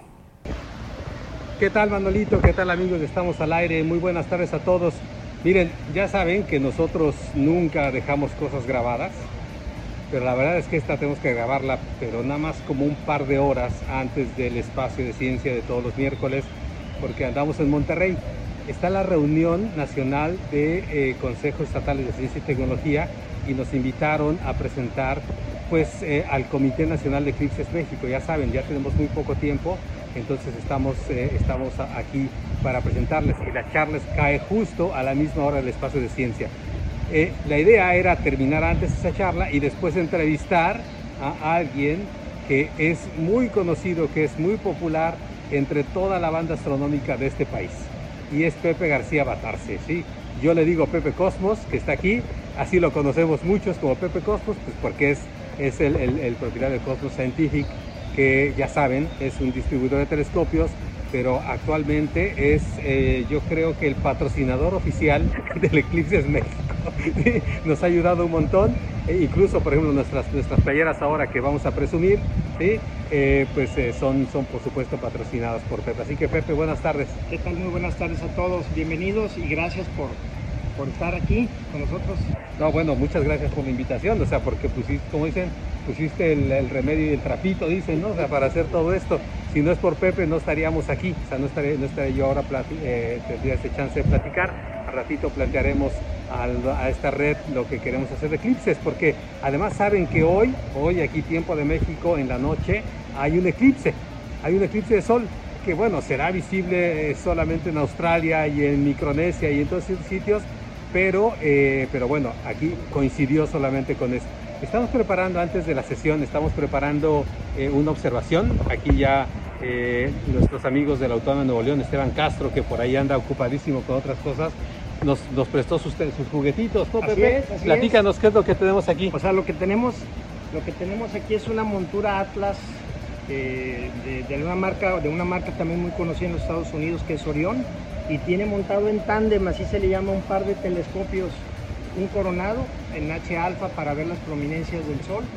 ¿Qué tal, Manolito? ¿Qué tal, amigos? Estamos al aire. Muy buenas tardes a todos. Miren, ya saben que nosotros nunca dejamos cosas grabadas, pero la verdad es que esta tenemos que grabarla, pero nada más como un par de horas antes del espacio de ciencia de todos los miércoles, porque andamos en Monterrey. Está la reunión nacional de eh, Consejos Estatales de Ciencia y Tecnología y nos invitaron a presentar pues eh, al Comité Nacional de Eclipses México. Ya saben, ya tenemos muy poco tiempo, entonces estamos, eh, estamos aquí para presentarles y la charla cae justo a la misma hora del espacio de ciencia. Eh, la idea era terminar antes esa charla y después entrevistar a alguien que es muy conocido, que es muy popular entre toda la banda astronómica de este país, y es Pepe García Batarse, ¿sí? Yo le digo Pepe Cosmos, que está aquí, así lo conocemos muchos como Pepe Cosmos, pues porque es, es el, el, el propietario de Cosmos Scientific, que ya saben, es un distribuidor de telescopios, pero actualmente es, eh, yo creo que el patrocinador oficial del Eclipses México. ¿Sí? Nos ha ayudado un montón, e incluso, por ejemplo, nuestras, nuestras playeras ahora que vamos a presumir, ¿sí? eh, pues eh, son, son, por supuesto, patrocinadas por Pepe. Así que, Pepe, buenas tardes. ¿Qué tal? Muy buenas tardes a todos. Bienvenidos y gracias por, por estar aquí con nosotros. No, bueno, muchas gracias por la invitación, o sea, porque pusiste, como dicen, pusiste el, el remedio y el trapito, dicen, ¿no? O sea, para hacer todo esto. Si no es por Pepe, no estaríamos aquí, o sea, no estaría, no estaría yo ahora, eh, tendría ese chance de platicar. Al ratito plantearemos al, a esta red lo que queremos hacer de eclipses, porque además saben que hoy, hoy aquí tiempo de México, en la noche, hay un eclipse, hay un eclipse de sol, que bueno, será visible solamente en Australia y en Micronesia y en todos esos sitios, pero, eh, pero bueno, aquí coincidió solamente con esto. Estamos preparando, antes de la sesión, estamos preparando eh, una observación. Aquí ya eh, nuestros amigos de la Autónoma de Nuevo León, Esteban Castro, que por ahí anda ocupadísimo con otras cosas, nos, nos prestó sus, sus juguetitos, ¿no, Pepe? Así es, así Platícanos es. qué es lo que tenemos aquí. O sea, lo que tenemos, lo que tenemos aquí es una montura Atlas eh, de, de, una marca, de una marca también muy conocida en los Estados Unidos, que es Orión, y tiene montado en tándem, así se le llama, un par de telescopios, un coronado en H alfa para ver las prominencias del Sol,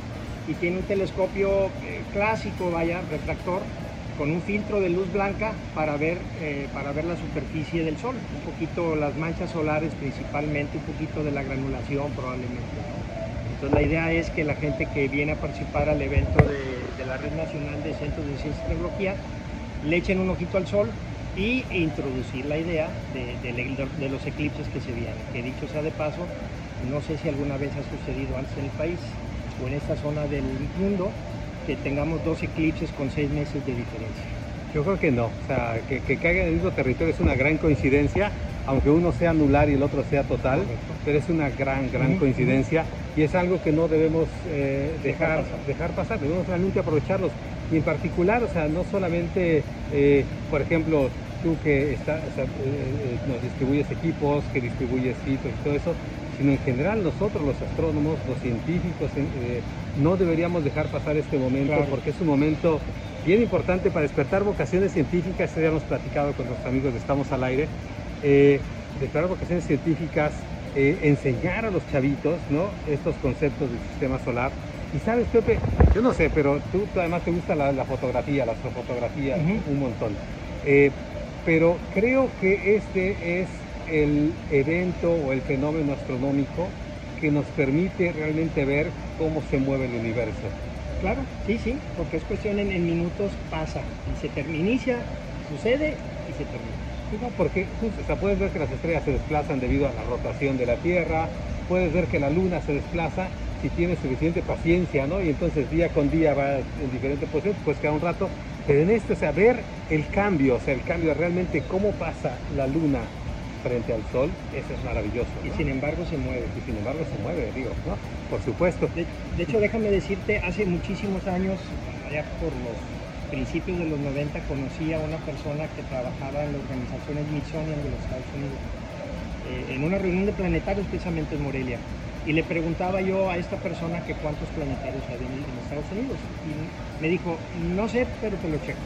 y tiene un telescopio eh, clásico, vaya, refractor, con un filtro de luz blanca para ver, eh, para ver la superficie del Sol, un poquito las manchas solares principalmente, un poquito de la granulación probablemente. Entonces la idea es que la gente que viene a participar al evento de, de la Red Nacional de Centros de Ciencia y Tecnología le echen un ojito al Sol y introducir la idea de, de, de los eclipses que se vienen, que dicho sea de paso, no sé si alguna vez ha sucedido antes en el país o en esta zona del mundo que tengamos dos eclipses con seis meses de diferencia. Yo creo que no, o sea, que, que caiga en el mismo territorio es una gran coincidencia, aunque uno sea anular y el otro sea total, correcto, pero es una gran, gran uh-huh, coincidencia uh-huh, y es algo que no debemos eh, dejar, dejar pasar, debemos realmente aprovecharlos. Y en particular, o sea, no solamente, eh, por ejemplo, tú que está, o sea, eh, eh, nos distribuyes equipos, que distribuyes filtros y todo eso, sino en general nosotros, los astrónomos, los científicos, eh, no deberíamos dejar pasar este momento, claro, porque es un momento bien importante para despertar vocaciones científicas. Esto ya hemos platicado con nuestros amigos de Estamos al Aire, eh, despertar vocaciones científicas, eh, enseñar a los chavitos, ¿no?, estos conceptos del sistema solar. Y sabes, Pepe, yo no sé, pero tú, tú además te gusta la, la fotografía, la astrofotografía, uh-huh, un montón. Eh, pero creo que este es el evento o el fenómeno astronómico que nos permite realmente ver cómo se mueve el universo. Claro, sí, sí, porque es cuestión en, en minutos pasa, y se termina, inicia, sucede y se termina. Sí, no, porque justo, o sea, puedes ver que las estrellas se desplazan debido a la rotación de la Tierra, puedes ver que la Luna se desplaza si tienes suficiente paciencia, ¿no? Y entonces día con día va en diferentes posiciones, pues queda un rato, pero en esto, o sea, ver el cambio, o sea, el cambio realmente cómo pasa la Luna frente al Sol, eso es maravilloso, ¿no? Y sin embargo se mueve. Y sin embargo se mueve, digo, ¿no? Por supuesto. De, de hecho, déjame decirte, hace muchísimos años, allá por los principios de los noventa, conocí a una persona que trabajaba en la organización Smithsonian de los Estados Unidos, eh, en una reunión de planetarios precisamente en Morelia. Y le preguntaba yo a esta persona que cuántos planetarios hay en, en Estados Unidos. Y me dijo, no sé, pero te lo checo.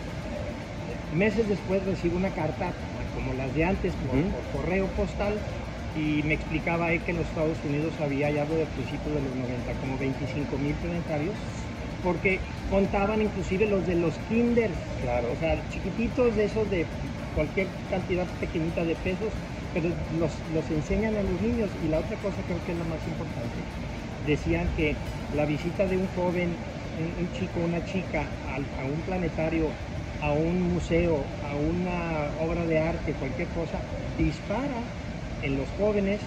Meses después recibo una carta, como las de antes, por, uh-huh, por correo postal, y me explicaba él que en los Estados Unidos había ya de principios de los noventa como veinticinco mil planetarios, porque contaban inclusive los de los kinders, claro, o sea, chiquititos de esos de cualquier cantidad pequeñita de pesos, pero los, los enseñan a los niños. Y la otra cosa creo que es la más importante, decían que la visita de un joven, un, un chico, una chica a, a un planetario, a un museo, a una obra de arte, cualquier cosa, dispara en los jóvenes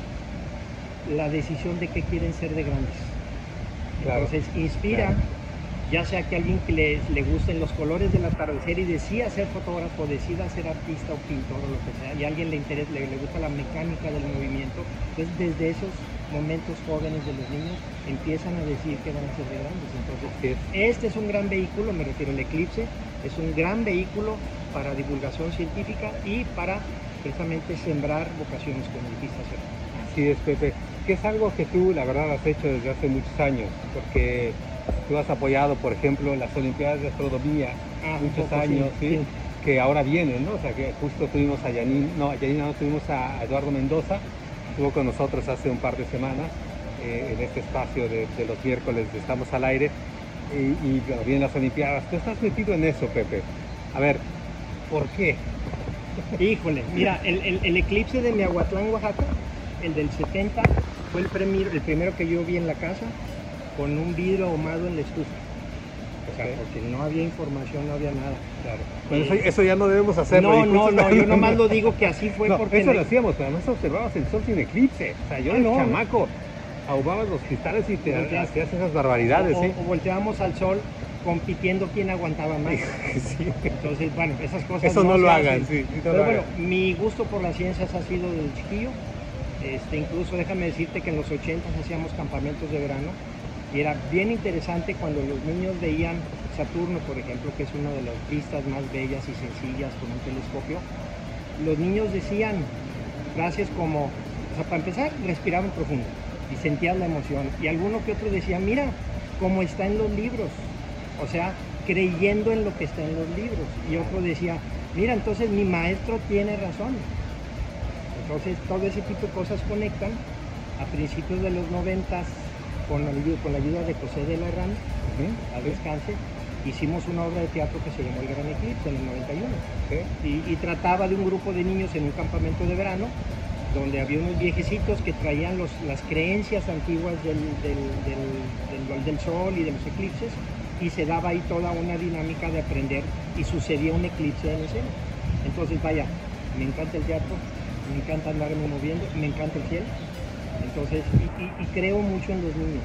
la decisión de qué quieren ser de grandes. Claro. Entonces inspira, claro, ya sea que alguien que le, le gusten los colores del atardecer y decida ser fotógrafo, decida ser artista o pintor o lo que sea, y a alguien le interesa, le, le gusta la mecánica del movimiento, entonces desde esos momentos jóvenes de los niños empiezan a decir que van a ser de grandes. Entonces este es un gran vehículo, me refiero al eclipse, es un gran vehículo para divulgación científica y para precisamente sembrar vocaciones, como dijiste hacer. Así es, Pepe, que es algo que tú la verdad has hecho desde hace muchos años, porque tú has apoyado, por ejemplo, las Olimpiadas de Astronomía, ah, muchos poco, años, sí, ¿sí? Sí, que ahora vienen, ¿no? O sea, que justo tuvimos a Yanina, no, a Yanina no, tuvimos a Eduardo Mendoza, estuvo con nosotros hace un par de semanas eh, en este espacio de, de los miércoles de Estamos al Aire, y, y bueno, vienen las Olimpiadas. Tú estás metido en eso, Pepe. A ver, ¿por qué? Híjole, mira, el, el, el eclipse de Miahuatlán, Oaxaca, el del setenta, fue el, premier, el primero que yo vi en la casa, con un vidrio ahumado en la estufa. O sea, porque no había información, no había nada. Claro. Bueno, eso, eso ya no debemos hacerlo. No, no, no, yo nomás lo digo que así fue, no, porque... Eso lo hacíamos, pero además observabas el sol sin eclipse. O sea, yo, ah, el no, chamaco, ahumabas los cristales y te hacías esas barbaridades, o, ¿sí? O volteábamos al sol compitiendo quién aguantaba más. Sí. Entonces, bueno, esas cosas Eso no, no lo hagan, sí. No pero lo bueno, hagan. Mi gusto por las ciencias ha sido desde chiquillo. Este, incluso déjame decirte que en los ochentas hacíamos campamentos de verano y era bien interesante cuando los niños veían Saturno, por ejemplo, que es una de las vistas más bellas y sencillas con un telescopio. Los niños decían frases como, o sea, para empezar, respiraban profundo y sentían la emoción. Y alguno que otro decía, mira, cómo está en los libros. O sea, creyendo en lo que está en los libros. Y otro decía, mira, entonces mi maestro tiene razón. Entonces todo ese tipo de cosas conectan. A principios de los noventas, con la, con la ayuda de José de la Herrán, uh-huh. al descanse, hicimos una obra de teatro que se llamó El Gran Eclipse en el noventa y uno. ¿Sí? Y, y trataba de un grupo de niños en un campamento de verano, donde había unos viejecitos que traían los, las creencias antiguas del, del, del, del, del sol y de los eclipses, y se daba ahí toda una dinámica de aprender, y sucedía un eclipse en escena. Entonces, vaya, me encanta el teatro, me encanta andarme moviendo, me encanta el cielo. Entonces, y, y, y creo mucho en los niños.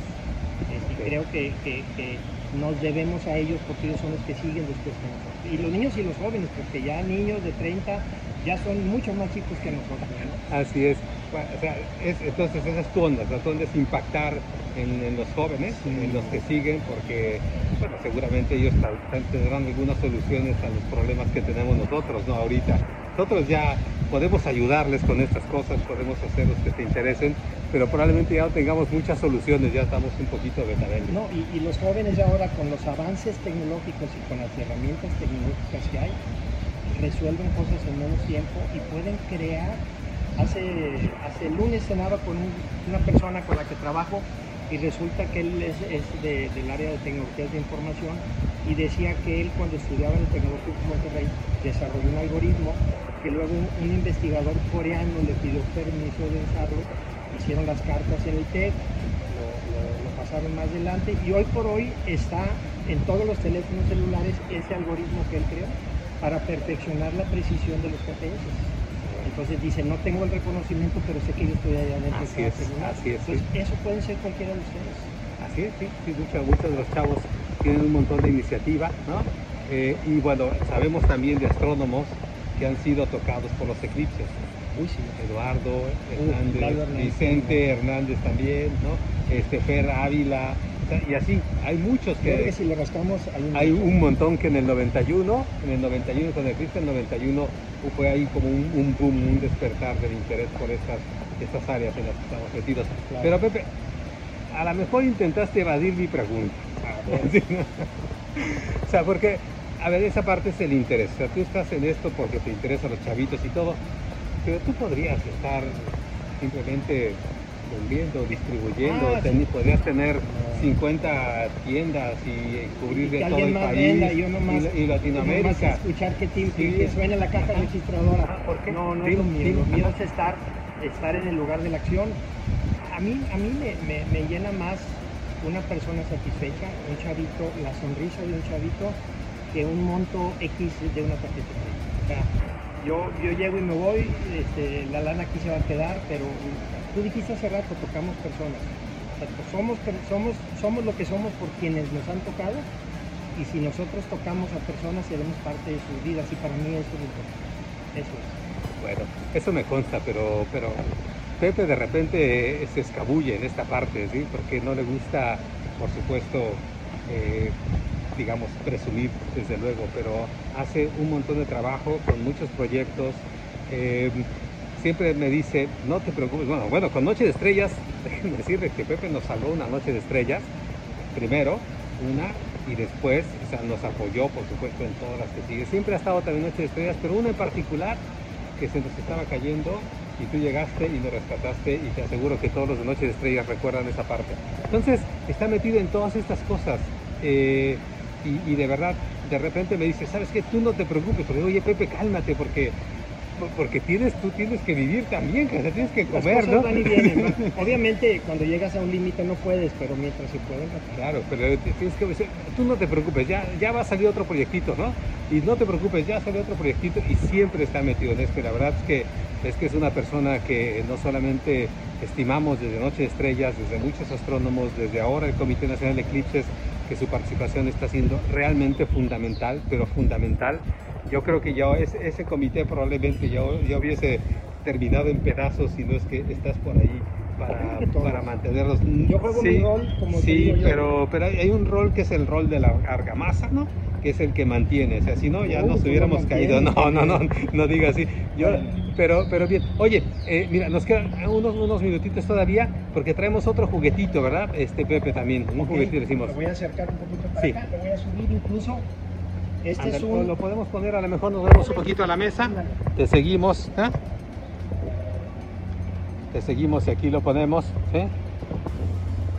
Y creo que, que, que nos debemos a ellos porque ellos son los que siguen después de nosotros. Y los niños y los jóvenes, porque ya niños de treinta ya son mucho más chicos que nosotros, ¿no? Así es. O sea, es, entonces esa es tu onda, la onda es impactar en, en los jóvenes, sí. en los que siguen, porque bueno, seguramente ellos tendrán algunas soluciones a los problemas que tenemos nosotros, ¿no? Ahorita. Nosotros ya podemos ayudarles con estas cosas, podemos hacer los que te interesen, pero probablemente ya no tengamos muchas soluciones, ya estamos un poquito vetaneros. No, y, y los jóvenes ahora con los avances tecnológicos y con las herramientas tecnológicas que hay, resuelven cosas en menos tiempo y pueden crear. Hace, hace el lunes cenaba con un, una persona con la que trabajo y resulta que él es, es de, del área de tecnologías de información y decía que él cuando estudiaba en el Tecnológico de Monterrey desarrolló un algoritmo que luego un, un investigador coreano le pidió permiso de usarlo, hicieron las cartas en el T E C, lo, lo, lo pasaron más adelante y hoy por hoy está en todos los teléfonos celulares ese algoritmo que él creó para perfeccionar la precisión de los G P S. Entonces dice, no tengo el reconocimiento, pero sé que yo estoy allá adentro. Así es, así es. Entonces, sí. Eso pueden ser cualquiera de ustedes. Así es, sí, sí muchos, muchos de los chavos tienen un montón de iniciativa, ¿no? Eh, y bueno, sabemos también de astrónomos que han sido tocados por los eclipses. Uy, sí. Eduardo Hernández, uh, Hernández Vicente Hernández también, ¿no? Este, Fer Ávila, y así, hay muchos que... Creo que si le rascamos... Hay un, hay un montón que en el noventa y uno, en el noventa y uno, con el eclipse, en el noventa y uno fue ahí como un, un boom, un despertar del interés por estas, estas áreas en las que estamos metidos. Claro. Pero Pepe, a lo mejor intentaste evadir mi pregunta. ¿Sí? O sea, porque, a ver, esa parte es el interés. O sea, tú estás en esto porque te interesan los chavitos y todo, pero tú podrías estar simplemente vendiendo, distribuyendo, ah, ten, sí. podrías tener cincuenta tiendas y cubrir de todo el país venda, yo nomás, y, y Latinoamérica. Yo nomás escuchar que, te, sí. que suena la caja registradora. ¿Por qué? No, no es lo mío. Lo mío es estar, estar en el lugar de la acción. A mí, a mí me, me, me llena más una persona satisfecha, un chavito, la sonrisa de un chavito, que un monto X de una tarjeta. O sea, yo, yo llego y me voy, este, la lana aquí se va a quedar, pero tú dijiste hace rato, tocamos personas. O sea, pues somos, somos, somos lo que somos por quienes nos han tocado, y si nosotros tocamos a personas, seremos parte de sus vidas, y para mí eso es importante. Eso es. Bueno, eso me consta, pero, pero Pepe de repente se escabulle en esta parte, ¿sí? Porque no le gusta, por supuesto, eh, digamos, presumir, desde luego, pero hace un montón de trabajo con muchos proyectos. Eh, siempre me dice, no te preocupes, bueno, bueno, con Noche de Estrellas, déjenme decirles que Pepe nos salvó una Noche de Estrellas, primero, una, y después, o sea, nos apoyó, por supuesto, en todas las que sigue. Siempre ha estado también Noche de Estrellas, pero una en particular que se nos estaba cayendo, y tú llegaste y nos rescataste, y te aseguro que todos los de Noche de Estrellas recuerdan esa parte. Entonces, está metido en todas estas cosas, eh, y, y de verdad, de repente me dice, ¿sabes qué? Tú no te preocupes, porque oye, Pepe, cálmate, porque... porque tienes, tú tienes que vivir también, que tienes que comer, ¿no? Van y vienen, ¿no? Obviamente, cuando llegas a un límite no puedes, pero mientras se pueden. Claro, pero tienes que decir, tú no te preocupes, ya, ya va a salir otro proyectito, ¿no? Y no te preocupes, ya salió otro proyectito, y siempre está metido en esto. Y la verdad es que, es que es una persona que no solamente estimamos desde Noche de Estrellas, desde muchos astrónomos, desde ahora el Comité Nacional de Eclipses, que su participación está siendo realmente fundamental, pero fundamental. Yo creo que ya ese, ese comité probablemente ya, ya hubiese terminado en pedazos si no es que estás por ahí para, para mantenerlos. Yo juego sí, mi rol como Sí, digo yo. pero, pero hay un rol que es el rol de la argamasa, ¿no? Que es el que mantiene, o sea, si no ya no, nos hubiéramos caído. No, no, no, no diga así. Yo, bueno. pero, pero bien. Oye, eh, mira, nos quedan unos, unos minutitos todavía porque traemos otro juguetito, ¿verdad? Este Pepe también, un okay. juguetito decimos. Me voy a acercar un poquito para sí. acá, lo voy a subir incluso. Este Andale, es un... Lo podemos poner, a lo mejor nos vemos un poquito a la mesa. Te seguimos, ¿eh? Te seguimos y aquí lo ponemos, ¿sí?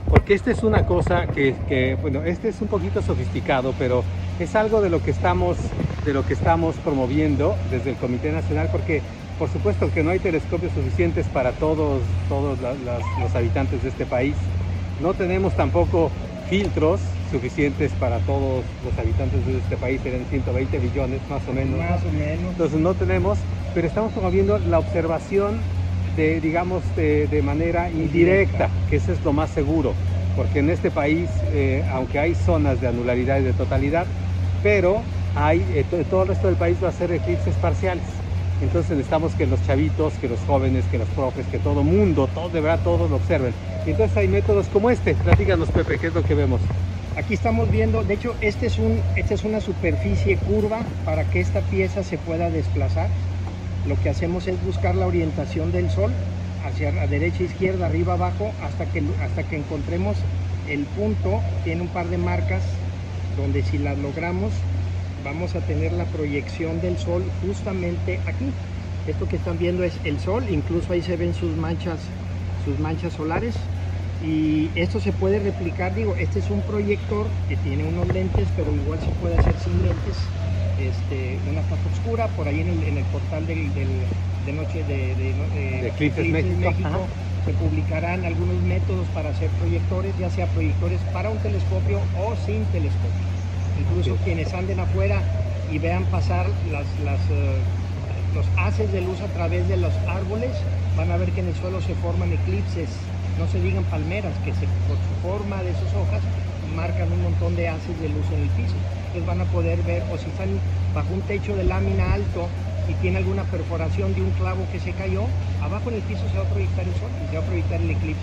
porque esta es una cosa que, que, bueno, este es un poquito sofisticado, pero es algo de lo que estamos, de lo que estamos promoviendo desde el Comité Nacional, porque por supuesto que no hay telescopios suficientes para todos, todos la, las, los habitantes de este país. No tenemos tampoco filtros suficientes para todos los habitantes de este país, eran ciento veinte billones más o menos. Más o menos. Entonces no tenemos, pero estamos promoviendo la observación de, digamos, de, de manera indirecta, que eso es lo más seguro, porque en este país, eh, aunque hay zonas de anularidad y de totalidad, pero hay, eh, todo el resto del país va a ser eclipses parciales. Entonces necesitamos que los chavitos, que los jóvenes, que los profes, que todo mundo, todo, de verdad todos lo observen. Y entonces hay métodos como este. Platícanos, Pepe, ¿qué es lo que vemos? Aquí estamos viendo, de hecho, este es un, esta es una superficie curva para que esta pieza se pueda desplazar. Lo que hacemos es buscar la orientación del Sol hacia la derecha, izquierda, arriba, abajo, hasta que, hasta que encontremos el punto. Tiene un par de marcas donde si las logramos vamos a tener la proyección del Sol justamente aquí. Esto que están viendo es el Sol, incluso ahí se ven sus manchas, sus manchas solares. Y esto se puede replicar, digo, este es un proyector que tiene unos lentes, pero igual se puede hacer sin lentes. Este, una caja oscura, por ahí en el, en el portal del, del, de noche de, de, de, de Eclipses México, México se publicarán algunos métodos para hacer proyectores, ya sea proyectores para un telescopio o sin telescopio. Incluso sí. Quienes anden afuera y vean pasar las, las, uh, los haces de luz a través de los árboles, van a ver que en el suelo se forman eclipses, no se digan palmeras, que se, por su forma de sus hojas marcan un montón de haces de luz en el piso. Entonces van a poder ver, o si están bajo un techo de lámina alto y tiene alguna perforación de un clavo que se cayó, abajo en el piso se va a proyectar el sol y se va a proyectar el eclipse.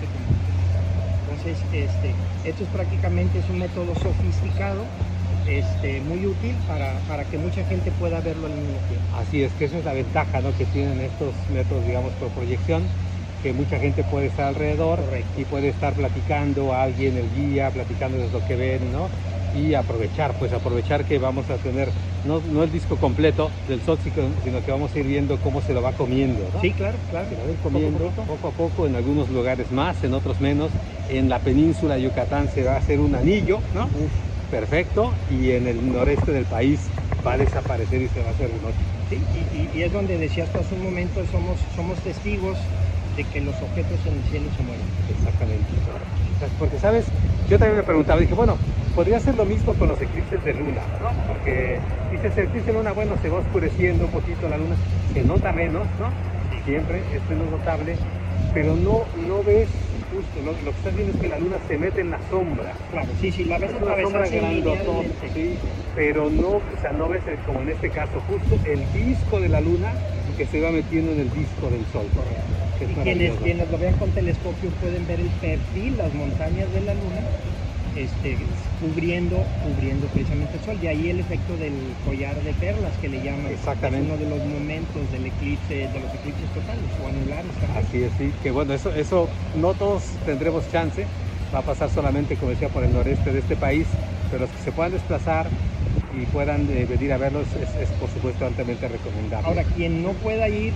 Entonces, este, esto es prácticamente es un método sofisticado, este, muy útil para, para que mucha gente pueda verlo al mismo tiempo. Así es, que esa es la ventaja, ¿no?, que tienen estos métodos, digamos, por proyección, que mucha gente puede estar alrededor. Correcto. Y puede estar platicando a alguien, el guía, platicando de lo que ven, ¿no? Y aprovechar, pues aprovechar que vamos a tener, no, no el disco completo del sol, sino que vamos a ir viendo cómo se lo va comiendo, ¿no? Sí, claro, claro. Se lo va a ir comiendo poco, poco. poco a poco, en algunos lugares más, en otros menos. En la península de Yucatán se va a hacer un anillo, ¿no? Uf. Perfecto, y en el noreste del país va a desaparecer y se va a hacer de noche. Sí, y, y, y es donde decías tú hace un momento, somos, somos testigos de que los objetos en el cielo se mueven. Exactamente. Porque, ¿sabes? Yo también me preguntaba, dije, bueno, podría ser lo mismo con los eclipses de luna, ¿no? Porque dices, el eclipse de luna, bueno, se va oscureciendo un poquito la luna, se nota menos, ¿no? Siempre, esto es lo notable, pero no, no ves justo, ¿no? Lo que estás viendo es que la luna se mete en la sombra. Claro, sí, sí, la ves es una sombra grandotota, sí, pero no, o sea, no ves, el, como en este caso, justo el disco de la luna que se va metiendo en el disco del sol. Correcto. Y quienes, quienes lo vean con telescopio pueden ver el perfil, las montañas de la luna, este, cubriendo, cubriendo precisamente el sol. De ahí el efecto del collar de perlas que le llaman. Exactamente. Es uno de los momentos del eclipse, de los eclipses totales o anulares también. Así es, sí, que bueno, eso, eso no todos tendremos chance, va a pasar solamente, como decía, por el noreste de este país, pero los que se puedan desplazar y puedan eh, venir a verlos es, es por supuesto altamente recomendable. Ahora, quien no pueda ir,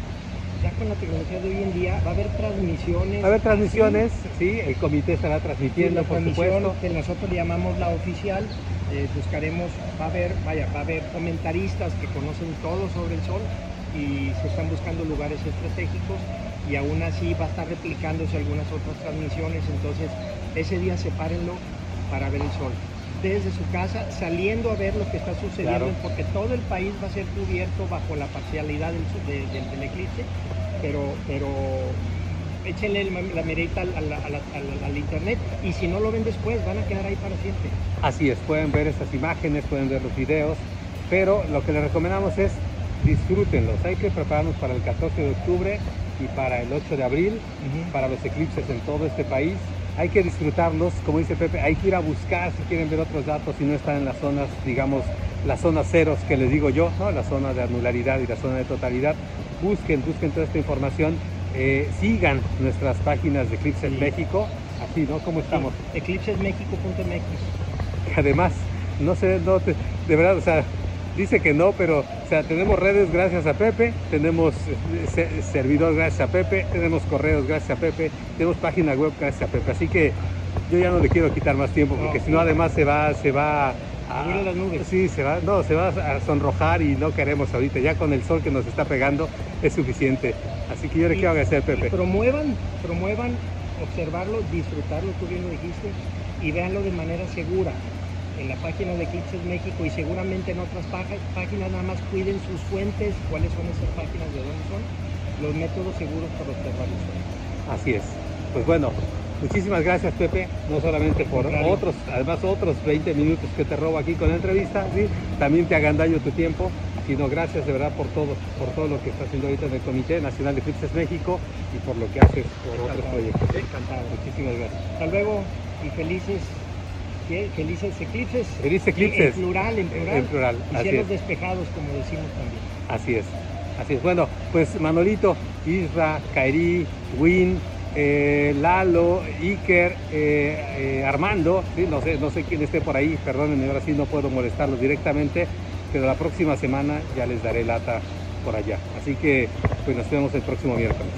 ya con la tecnología de hoy en día, va a haber transmisiones. Va a haber transmisiones, sí, sí, el comité estará transmitiendo, sí, por supuesto. Que nosotros le llamamos la oficial, eh, buscaremos, va a haber, vaya, va a haber comentaristas que conocen todo sobre el sol y se están buscando lugares estratégicos y aún así va a estar replicándose algunas otras transmisiones, entonces ese día sepárenlo para ver el sol. Desde su casa, saliendo a ver lo que está sucediendo, claro. Porque todo el país va a ser cubierto bajo la parcialidad del, de, del, del eclipse, pero, pero échenle el, la mirita al, al, al, al, al internet y si no lo ven después van a quedar ahí para siempre. Así es, pueden ver estas imágenes, pueden ver los videos, pero lo que les recomendamos es disfrútenlos. Hay que prepararnos para el catorce de octubre y para el ocho de abril, uh-huh. Para los eclipses en todo este país. Hay que disfrutarlos, como dice Pepe, hay que ir a buscar si quieren ver otros datos, si no están en las zonas, digamos, las zonas ceros que les digo yo, ¿no? La zona de anularidad y la zona de totalidad. Busquen, busquen toda esta información, eh, sigan nuestras páginas de Eclipses sí. México, así, ¿no? ¿Cómo estamos? Sí. eclipses méxico punto m x. Además, no sé, no te, de verdad, o sea, dice que no, pero, o sea, tenemos redes gracias a Pepe, tenemos eh, servidor gracias a Pepe, tenemos correos gracias a Pepe, tenemos página web gracias a Pepe, así que yo ya no le quiero quitar más tiempo, porque No. si no además se va, se va a, Subir a las nubes. Sí, se va, no, se va a sonrojar y no queremos ahorita. Ya con el sol que nos está pegando es suficiente. Así que yo le Y- quiero agradecer, Pepe. Promuevan, promuevan observarlo, disfrutarlo, tú bien lo dijiste, y véanlo de manera segura. En la página de Eclipses México y seguramente en otras pág- páginas, nada más cuiden sus fuentes, cuáles son esas páginas, de dónde son, los métodos seguros para observarlos. Así es. Pues bueno, muchísimas gracias, Pepe, no solamente por Contrario. otros, además otros veinte minutos que te robo aquí con la entrevista, ¿sí? También te agandallo tu tiempo, sino gracias de verdad por todo, por todo lo que estás haciendo ahorita en el Comité Nacional de Eclipses México y por lo que haces por otros Encantado. proyectos. Encantado. Muchísimas gracias. Hasta luego y felices, ¿qué? Felices eclipses. Felices eclipses. En plural, en plural. En plural, Y así cielos es. despejados, como decimos también. Así es, así es. Bueno, pues Manolito, Isra, Kairi, Win, eh, Lalo, Iker, eh, eh, Armando, ¿sí? no sé, no sé quién esté por ahí, perdónenme, ahora sí no puedo molestarlos directamente, pero la próxima semana ya les daré lata por allá. Así que pues nos vemos el próximo miércoles.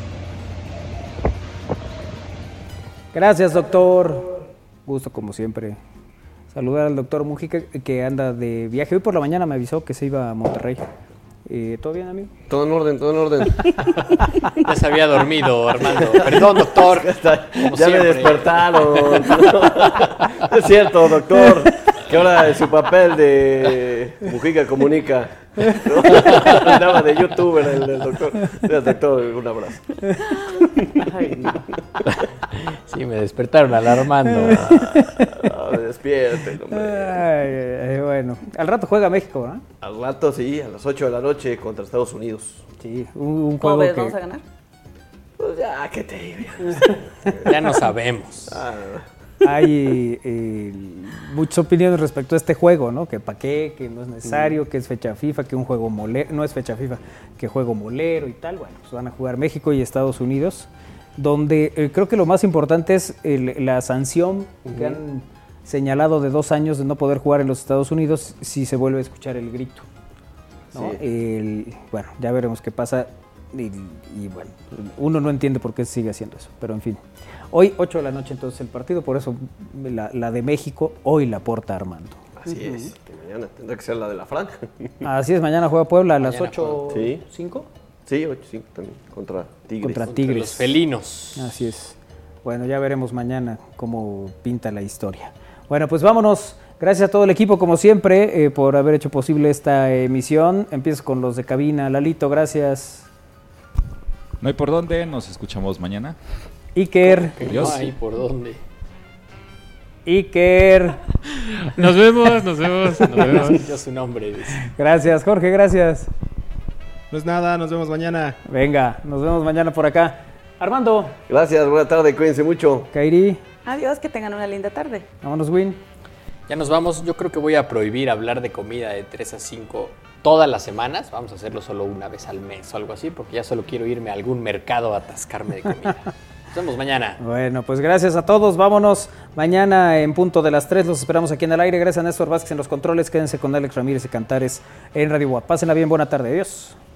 Gracias, doctor. Gusto como siempre. Saludar al doctor Mujica, que anda de viaje. Hoy por la mañana me avisó que se iba a Monterrey. Eh, ¿Todo bien, amigo? Todo en orden, todo en orden. Ya se había dormido, Armando. Perdón, doctor. Como Ya me siempre. despertaron. Es cierto, doctor. Que ahora su papel de Mujica comunica. ¿No? Andaba de youtuber el, el doctor. Gracias, doctor, un abrazo. Ay, no. Sí, me despertaron alarmando. Ah, despierte, hombre. Ay, ay, bueno, al rato juega México, ¿no? Al rato, sí, a las ocho de la noche contra Estados Unidos. Sí, un, un ¿Cómo juego ves? que... ¿Vamos a ganar? Pues ya, ¿qué te digo? Ya no sabemos. Ah, Hay eh, muchas opiniones respecto a este juego, ¿no? Que para qué, que no es necesario, que es fecha FIFA, que un juego molero, no es fecha FIFA, que juego molero y tal. Bueno, pues van a jugar México y Estados Unidos, donde eh, creo que lo más importante es el- la sanción que han señalado de dos años de no poder jugar en los Estados Unidos si se vuelve a escuchar el grito, ¿no? Sí. El- bueno, ya veremos qué pasa y, y bueno, uno no entiende por qué sigue haciendo eso, pero en fin. Hoy, ocho de la noche, entonces el partido, por eso la, la de México, hoy la porta Armando. así es, que mañana tendrá que ser la de la franja. Así es, mañana juega Puebla a las Mañana ocho Sí. cinco Sí, ocho cinco también, contra Tigres. contra Entre Tigres. los felinos. Así es. Bueno, ya veremos mañana cómo pinta la historia. Bueno, pues vámonos. Gracias a todo el equipo, como siempre, eh, por haber hecho posible esta emisión. Empiezo con los de cabina. Lalito, gracias. No hay por dónde, nos escuchamos mañana. Iker. Que no Adiós. hay por dónde. Iker. Nos vemos, nos vemos, nos vemos. Escuchó su nombre. dice. Gracias, Jorge, gracias. No es nada, nos vemos mañana. Venga, nos vemos mañana por acá. Armando. Gracias, buena tarde, cuídense mucho. Kairi. Adiós, que tengan una linda tarde. Vámonos, Win. Ya nos vamos. Yo creo que voy a prohibir hablar de comida de tres a cinco todas las semanas. Vamos a hacerlo solo una vez al mes o algo así, porque ya solo quiero irme a algún mercado a atascarme de comida. Nos vemos mañana. Bueno, pues gracias a todos. Vámonos mañana en punto de las tres. Los esperamos aquí en el aire. Gracias a Néstor Vázquez en los controles. Quédense con Alex Ramírez y Cantares en Radio Boa. Pásenla bien. Buena tarde. Adiós.